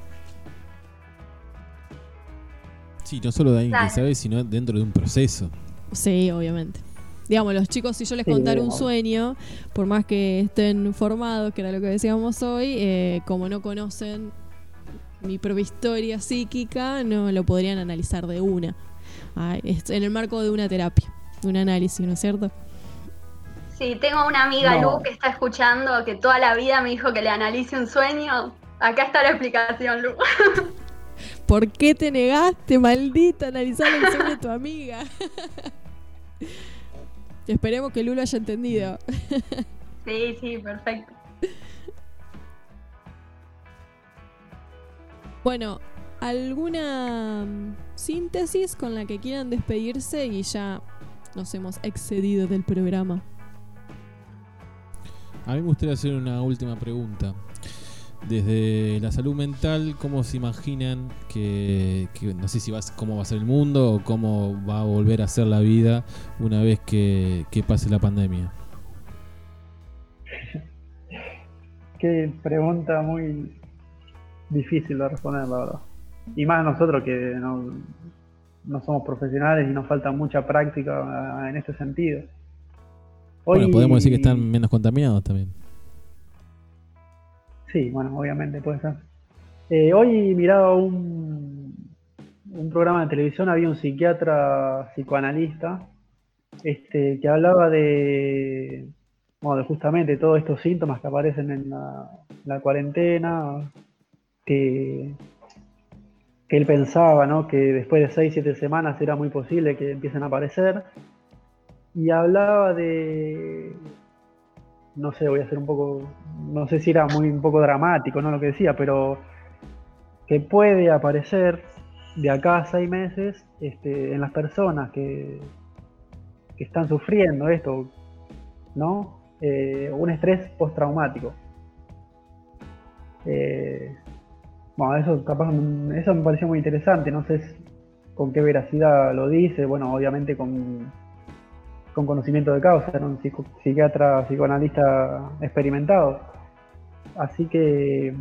Speaker 2: Sí, no solo de alguien
Speaker 4: Claro.
Speaker 2: que sabe, sino dentro de un proceso.
Speaker 1: Sí, obviamente. Digamos, los chicos, si yo les
Speaker 5: Sí,
Speaker 1: contara un
Speaker 5: digamos.
Speaker 1: sueño, por más que estén formados, que era lo que decíamos hoy, eh, como no conocen mi propia historia psíquica, no lo podrían analizar de una. Ay, es en el marco de una terapia, de un análisis, ¿no es cierto?
Speaker 4: Sí, tengo una amiga,
Speaker 5: No.
Speaker 4: Lu, que está escuchando, que toda la vida me dijo que le analice un sueño. Acá está la explicación, Lu.
Speaker 1: ¿Por qué te negaste, maldita, a analizar el sueño de tu amiga? Esperemos que Lulo haya entendido.
Speaker 4: Sí, sí, perfecto.
Speaker 1: Bueno, ¿alguna mm, síntesis con la que quieran despedirse y ya nos hemos excedido del programa?
Speaker 2: A mí me gustaría hacer una última pregunta. Desde la salud mental, ¿cómo se imaginan que, que no sé si va, cómo va a ser el mundo o cómo va a volver a ser la vida una vez que, que pase la pandemia?
Speaker 5: Qué pregunta muy difícil de responder, la verdad. Y más nosotros que no, no somos profesionales y nos falta mucha práctica en este sentido. Hoy,
Speaker 2: Bueno, podemos decir que están menos contaminados también.
Speaker 5: Sí, bueno, obviamente puede ser. Eh, hoy miraba un, un programa de televisión, había un psiquiatra psicoanalista este, que hablaba de, bueno, de justamente todos estos síntomas que aparecen en la, la cuarentena, que, que él pensaba, ¿no? Que después de seis, siete semanas era muy posible que empiecen a aparecer. Y hablaba de, no sé, voy a hacer un poco, no sé si era muy un poco dramático, ¿no? Lo que decía, pero que puede aparecer de acá a seis meses este, en las personas que, que están sufriendo esto, ¿no? Eh, un estrés postraumático. Eh, bueno, eso capaz, eso me pareció muy interesante, no sé con qué veracidad lo dice, bueno, obviamente con, con conocimiento de causa, era un psico- psiquiatra, psicoanalista experimentado. Así que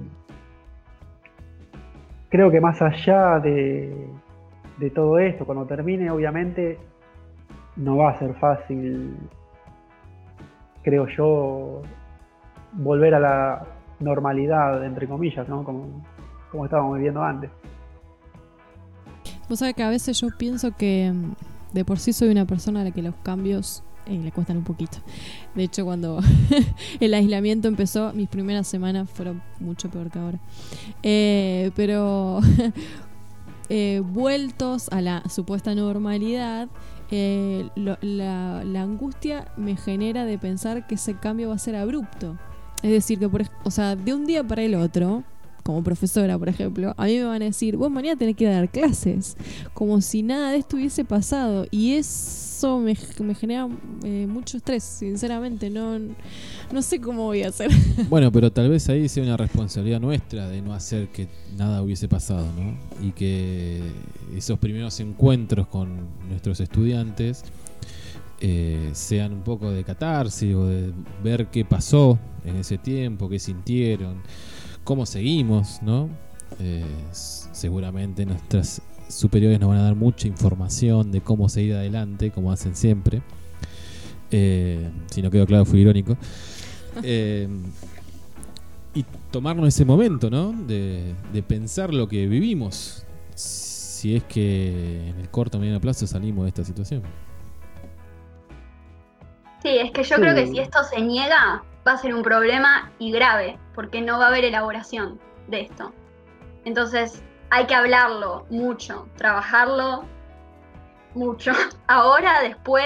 Speaker 5: creo que más allá de, de todo esto, cuando termine, obviamente no va a ser fácil, creo yo, volver a la normalidad, entre comillas, ¿no? Como, como estábamos viviendo antes.
Speaker 1: Vos sabés que a veces yo pienso que mm, de por sí soy una persona a la que los cambios eh, le cuestan un poquito. De hecho, cuando el aislamiento empezó, mis primeras semanas fueron mucho peor que ahora. Eh, pero eh, vueltos a la supuesta normalidad, eh, lo- la, la angustia me genera de pensar que ese cambio va a ser abrupto. Es decir, que por, ej- o sea, de un día para el otro, como profesora, por ejemplo, a mí me van a decir, vos mañana tenés que ir a dar clases, como si nada de esto hubiese pasado, y eso me, me genera eh, mucho estrés, sinceramente, no, no sé cómo voy a hacer.
Speaker 2: Bueno, pero tal vez ahí sea una responsabilidad nuestra de no hacer que nada hubiese pasado, ¿no? Y que esos primeros encuentros con nuestros estudiantes eh, sean un poco de catarsis o de ver qué pasó en ese tiempo, qué sintieron, cómo seguimos, ¿no? Eh, s- seguramente nuestras superiores nos van a dar mucha información de cómo seguir adelante, como hacen siempre. Eh, si no quedó claro, fui irónico. Eh, y tomarnos ese momento, ¿no? De, de pensar lo que vivimos, si es que en el corto o mediano plazo salimos de esta situación.
Speaker 4: Sí, es que yo
Speaker 5: Sí.
Speaker 4: creo que si esto se niega, va a ser un problema y grave, porque no va a haber elaboración de esto. Entonces, hay que hablarlo mucho, trabajarlo mucho. Ahora, después,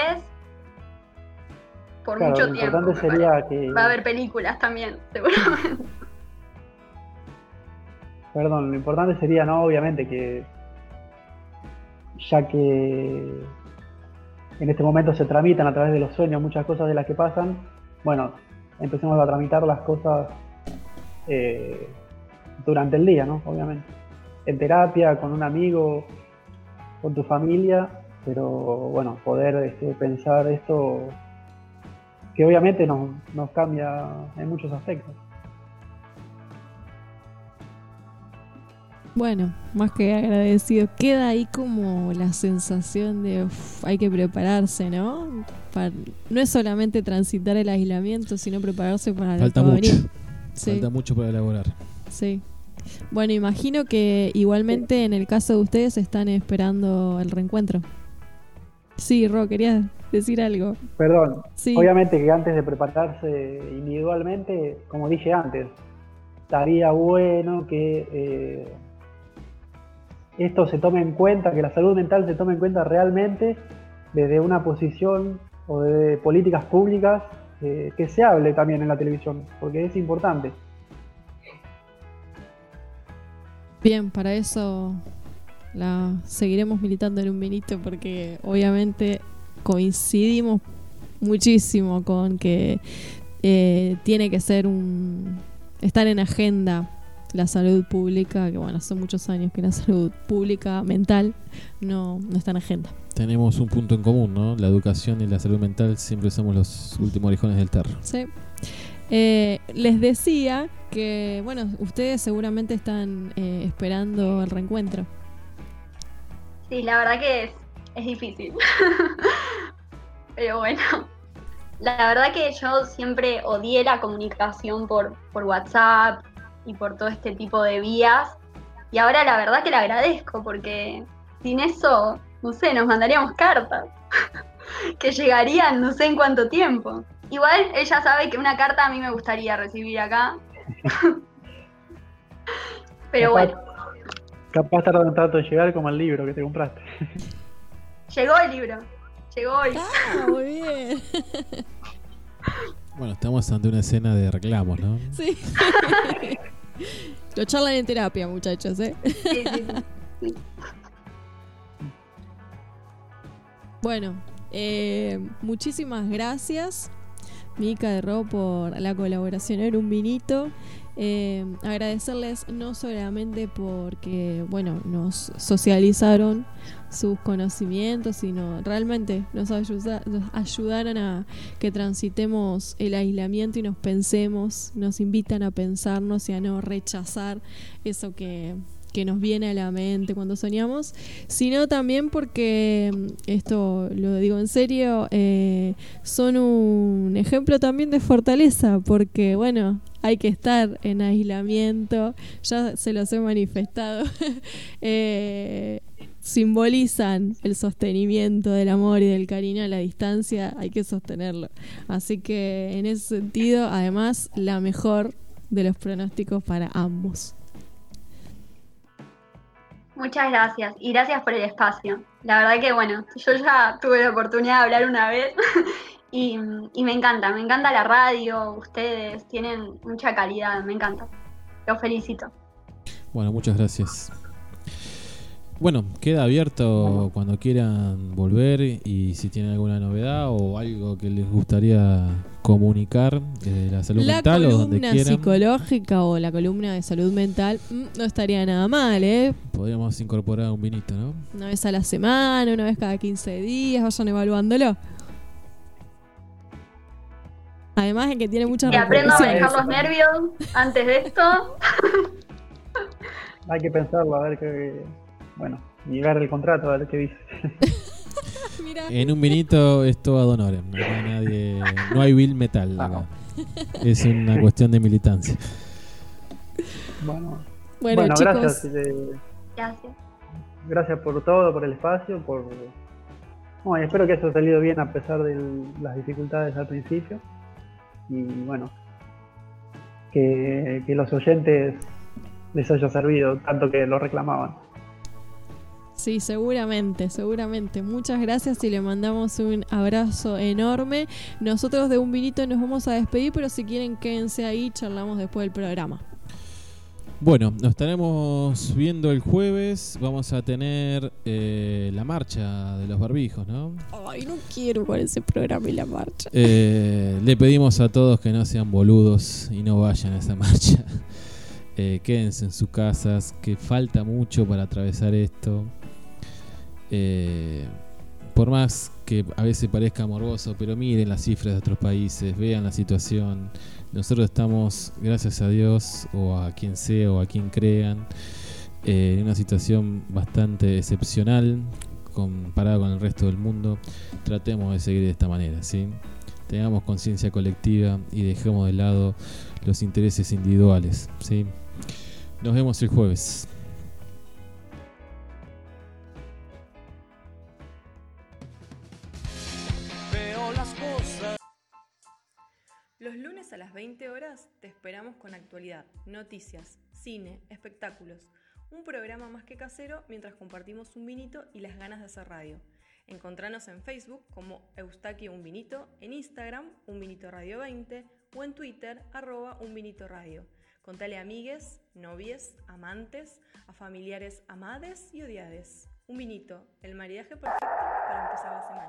Speaker 4: por
Speaker 5: Claro,
Speaker 4: mucho
Speaker 5: lo
Speaker 4: tiempo.
Speaker 5: importante
Speaker 4: me
Speaker 5: sería
Speaker 4: parece.
Speaker 5: que,
Speaker 4: Va a haber películas también, seguramente.
Speaker 5: perdón, lo importante sería, ¿no? Obviamente que, ya que en este momento se tramitan a través de los sueños muchas cosas de las que pasan, bueno, empecemos a tramitar las cosas eh, durante el día, ¿no? Obviamente. En terapia, con un amigo, con tu familia, pero bueno, poder este, pensar esto que obviamente nos, nos cambia en muchos aspectos.
Speaker 1: Bueno, más que agradecido. Queda ahí como la sensación de uf, hay que prepararse, ¿no? Para, no es solamente transitar el aislamiento, sino prepararse para
Speaker 2: Falta
Speaker 1: lo que va a
Speaker 2: mucho.
Speaker 1: venir. Sí,
Speaker 2: Falta mucho para elaborar.
Speaker 1: sí. Bueno, imagino que igualmente en el caso de ustedes están esperando el reencuentro. Sí, Ro, querías decir algo.
Speaker 5: Perdón,
Speaker 1: Sí.
Speaker 5: obviamente que antes de prepararse individualmente, como dije antes, estaría bueno que eh, esto se tome en cuenta, que la salud mental se tome en cuenta realmente desde una posición o de políticas públicas, eh, que se hable también en la televisión, porque es importante.
Speaker 1: Bien, para eso la seguiremos militando en un minuto porque obviamente coincidimos muchísimo con que eh, tiene que ser un estar en agenda la salud pública, que bueno, hace muchos años que la salud pública mental no, no está en agenda.
Speaker 2: Tenemos un punto en común, ¿no? La educación y la salud mental siempre somos los últimos orejones del tarro.
Speaker 1: Sí. Eh, les decía que, bueno, ustedes seguramente están eh, esperando el reencuentro.
Speaker 4: Sí, la verdad que es, es difícil. Pero bueno, la verdad que yo siempre odié la comunicación por, por WhatsApp y por todo este tipo de vías. Y ahora la verdad que la agradezco porque sin eso, no sé, nos mandaríamos cartas que llegarían no sé en cuánto tiempo. Igual ella sabe que una carta a mí me gustaría recibir acá. Pero
Speaker 5: Capaz-
Speaker 4: bueno,
Speaker 5: Capaz tarda un tanto en llegar como el libro que te compraste.
Speaker 4: llegó el libro. Llegó hoy.
Speaker 1: Ah, muy bien.
Speaker 2: Bueno, estamos ante una escena de reclamos, ¿no?
Speaker 1: Sí. Lo charlan en terapia, muchachos, ¿eh?
Speaker 4: Sí, sí, sí, sí.
Speaker 1: Bueno, eh, muchísimas gracias, Mica de Ro, por la colaboración en un vinito. Eh, agradecerles no solamente porque, bueno, nos socializaron sus conocimientos, sino realmente nos, ayuda, nos ayudaron a que transitemos el aislamiento y nos pensemos, nos invitan a pensarnos y a no rechazar eso que... que nos viene a la mente cuando soñamos, sino también porque, esto lo digo en serio, eh, son un ejemplo también de fortaleza, porque bueno, hay que estar en aislamiento, ya se los he manifestado, eh, simbolizan el sostenimiento del amor y del cariño a la distancia, hay que sostenerlo. Así que en ese sentido, además, la mejor de los pronósticos para ambos.
Speaker 4: Muchas gracias y gracias por el espacio. La verdad que bueno, yo ya tuve la oportunidad de hablar una vez y, y me encanta, me encanta la radio, ustedes tienen mucha calidad, me encanta. Los felicito.
Speaker 2: Bueno, muchas gracias. Bueno, queda abierto cuando quieran volver y si tienen alguna novedad o algo que les gustaría comunicar de la salud
Speaker 1: la
Speaker 2: mental o donde
Speaker 1: columna
Speaker 2: quieran.
Speaker 1: Psicológica o la columna de salud mental no estaría nada mal, ¿eh?
Speaker 2: Podríamos incorporar un vinito, ¿no?
Speaker 1: Una vez a la semana, una vez cada quince días, vayan evaluándolo. Además de que tiene muchas
Speaker 4: Y aprendo a
Speaker 1: repercusiones.
Speaker 4: manejar los nervios antes de esto.
Speaker 5: Hay que pensarlo, a ver qué. Bueno, llegar el contrato, a ver qué dice.
Speaker 1: Mirá.
Speaker 2: En un vinito es todo ad honorem. No hay nadie, no hay Bill Metal acá. Es una cuestión de militancia.
Speaker 5: Bueno,
Speaker 1: Bueno,
Speaker 5: bueno
Speaker 1: chicos,
Speaker 5: gracias. eh,
Speaker 4: Gracias.
Speaker 5: gracias por todo, por el espacio, por. Bueno, y espero que eso haya salido bien a pesar de las dificultades al principio. Y bueno, que, que los oyentes les haya servido tanto que lo reclamaban.
Speaker 1: sí, seguramente, seguramente. Muchas gracias y le mandamos un abrazo enorme. Nosotros de Un Vinito nos vamos a despedir, pero si quieren quédense ahí, charlamos después del programa.
Speaker 2: Bueno, nos estaremos viendo el jueves. Vamos a tener eh, la marcha de los barbijos, ¿no?
Speaker 1: Ay, no quiero con ese programa y la marcha.
Speaker 2: Eh, le pedimos a todos que no sean boludos y no vayan a esa marcha. Eh, quédense en sus casas, que falta mucho para atravesar esto. Eh, por más que a veces parezca morboso, pero miren las cifras de otros países, vean la situación. Nosotros estamos, gracias a Dios, o a quien sea, o a quien crean, eh, en una situación bastante excepcional comparada con el resto del mundo. Tratemos de seguir de esta manera, ¿sí? Tengamos conciencia colectiva y dejemos de lado los intereses individuales, ¿sí? Nos vemos el jueves.
Speaker 1: Los lunes a las veinte horas te esperamos con actualidad, noticias, cine, espectáculos. Un programa más que casero mientras compartimos un vinito y las ganas de hacer radio. Encontranos en Facebook como Eustaquio Un Vinito, en Instagram Un Vinito Radio veinte o en Twitter arroba Un Vinito Radio. Contale a amigues, novies, amantes, a familiares amades y odiades. Un vinito, el maridaje perfecto para empezar la semana.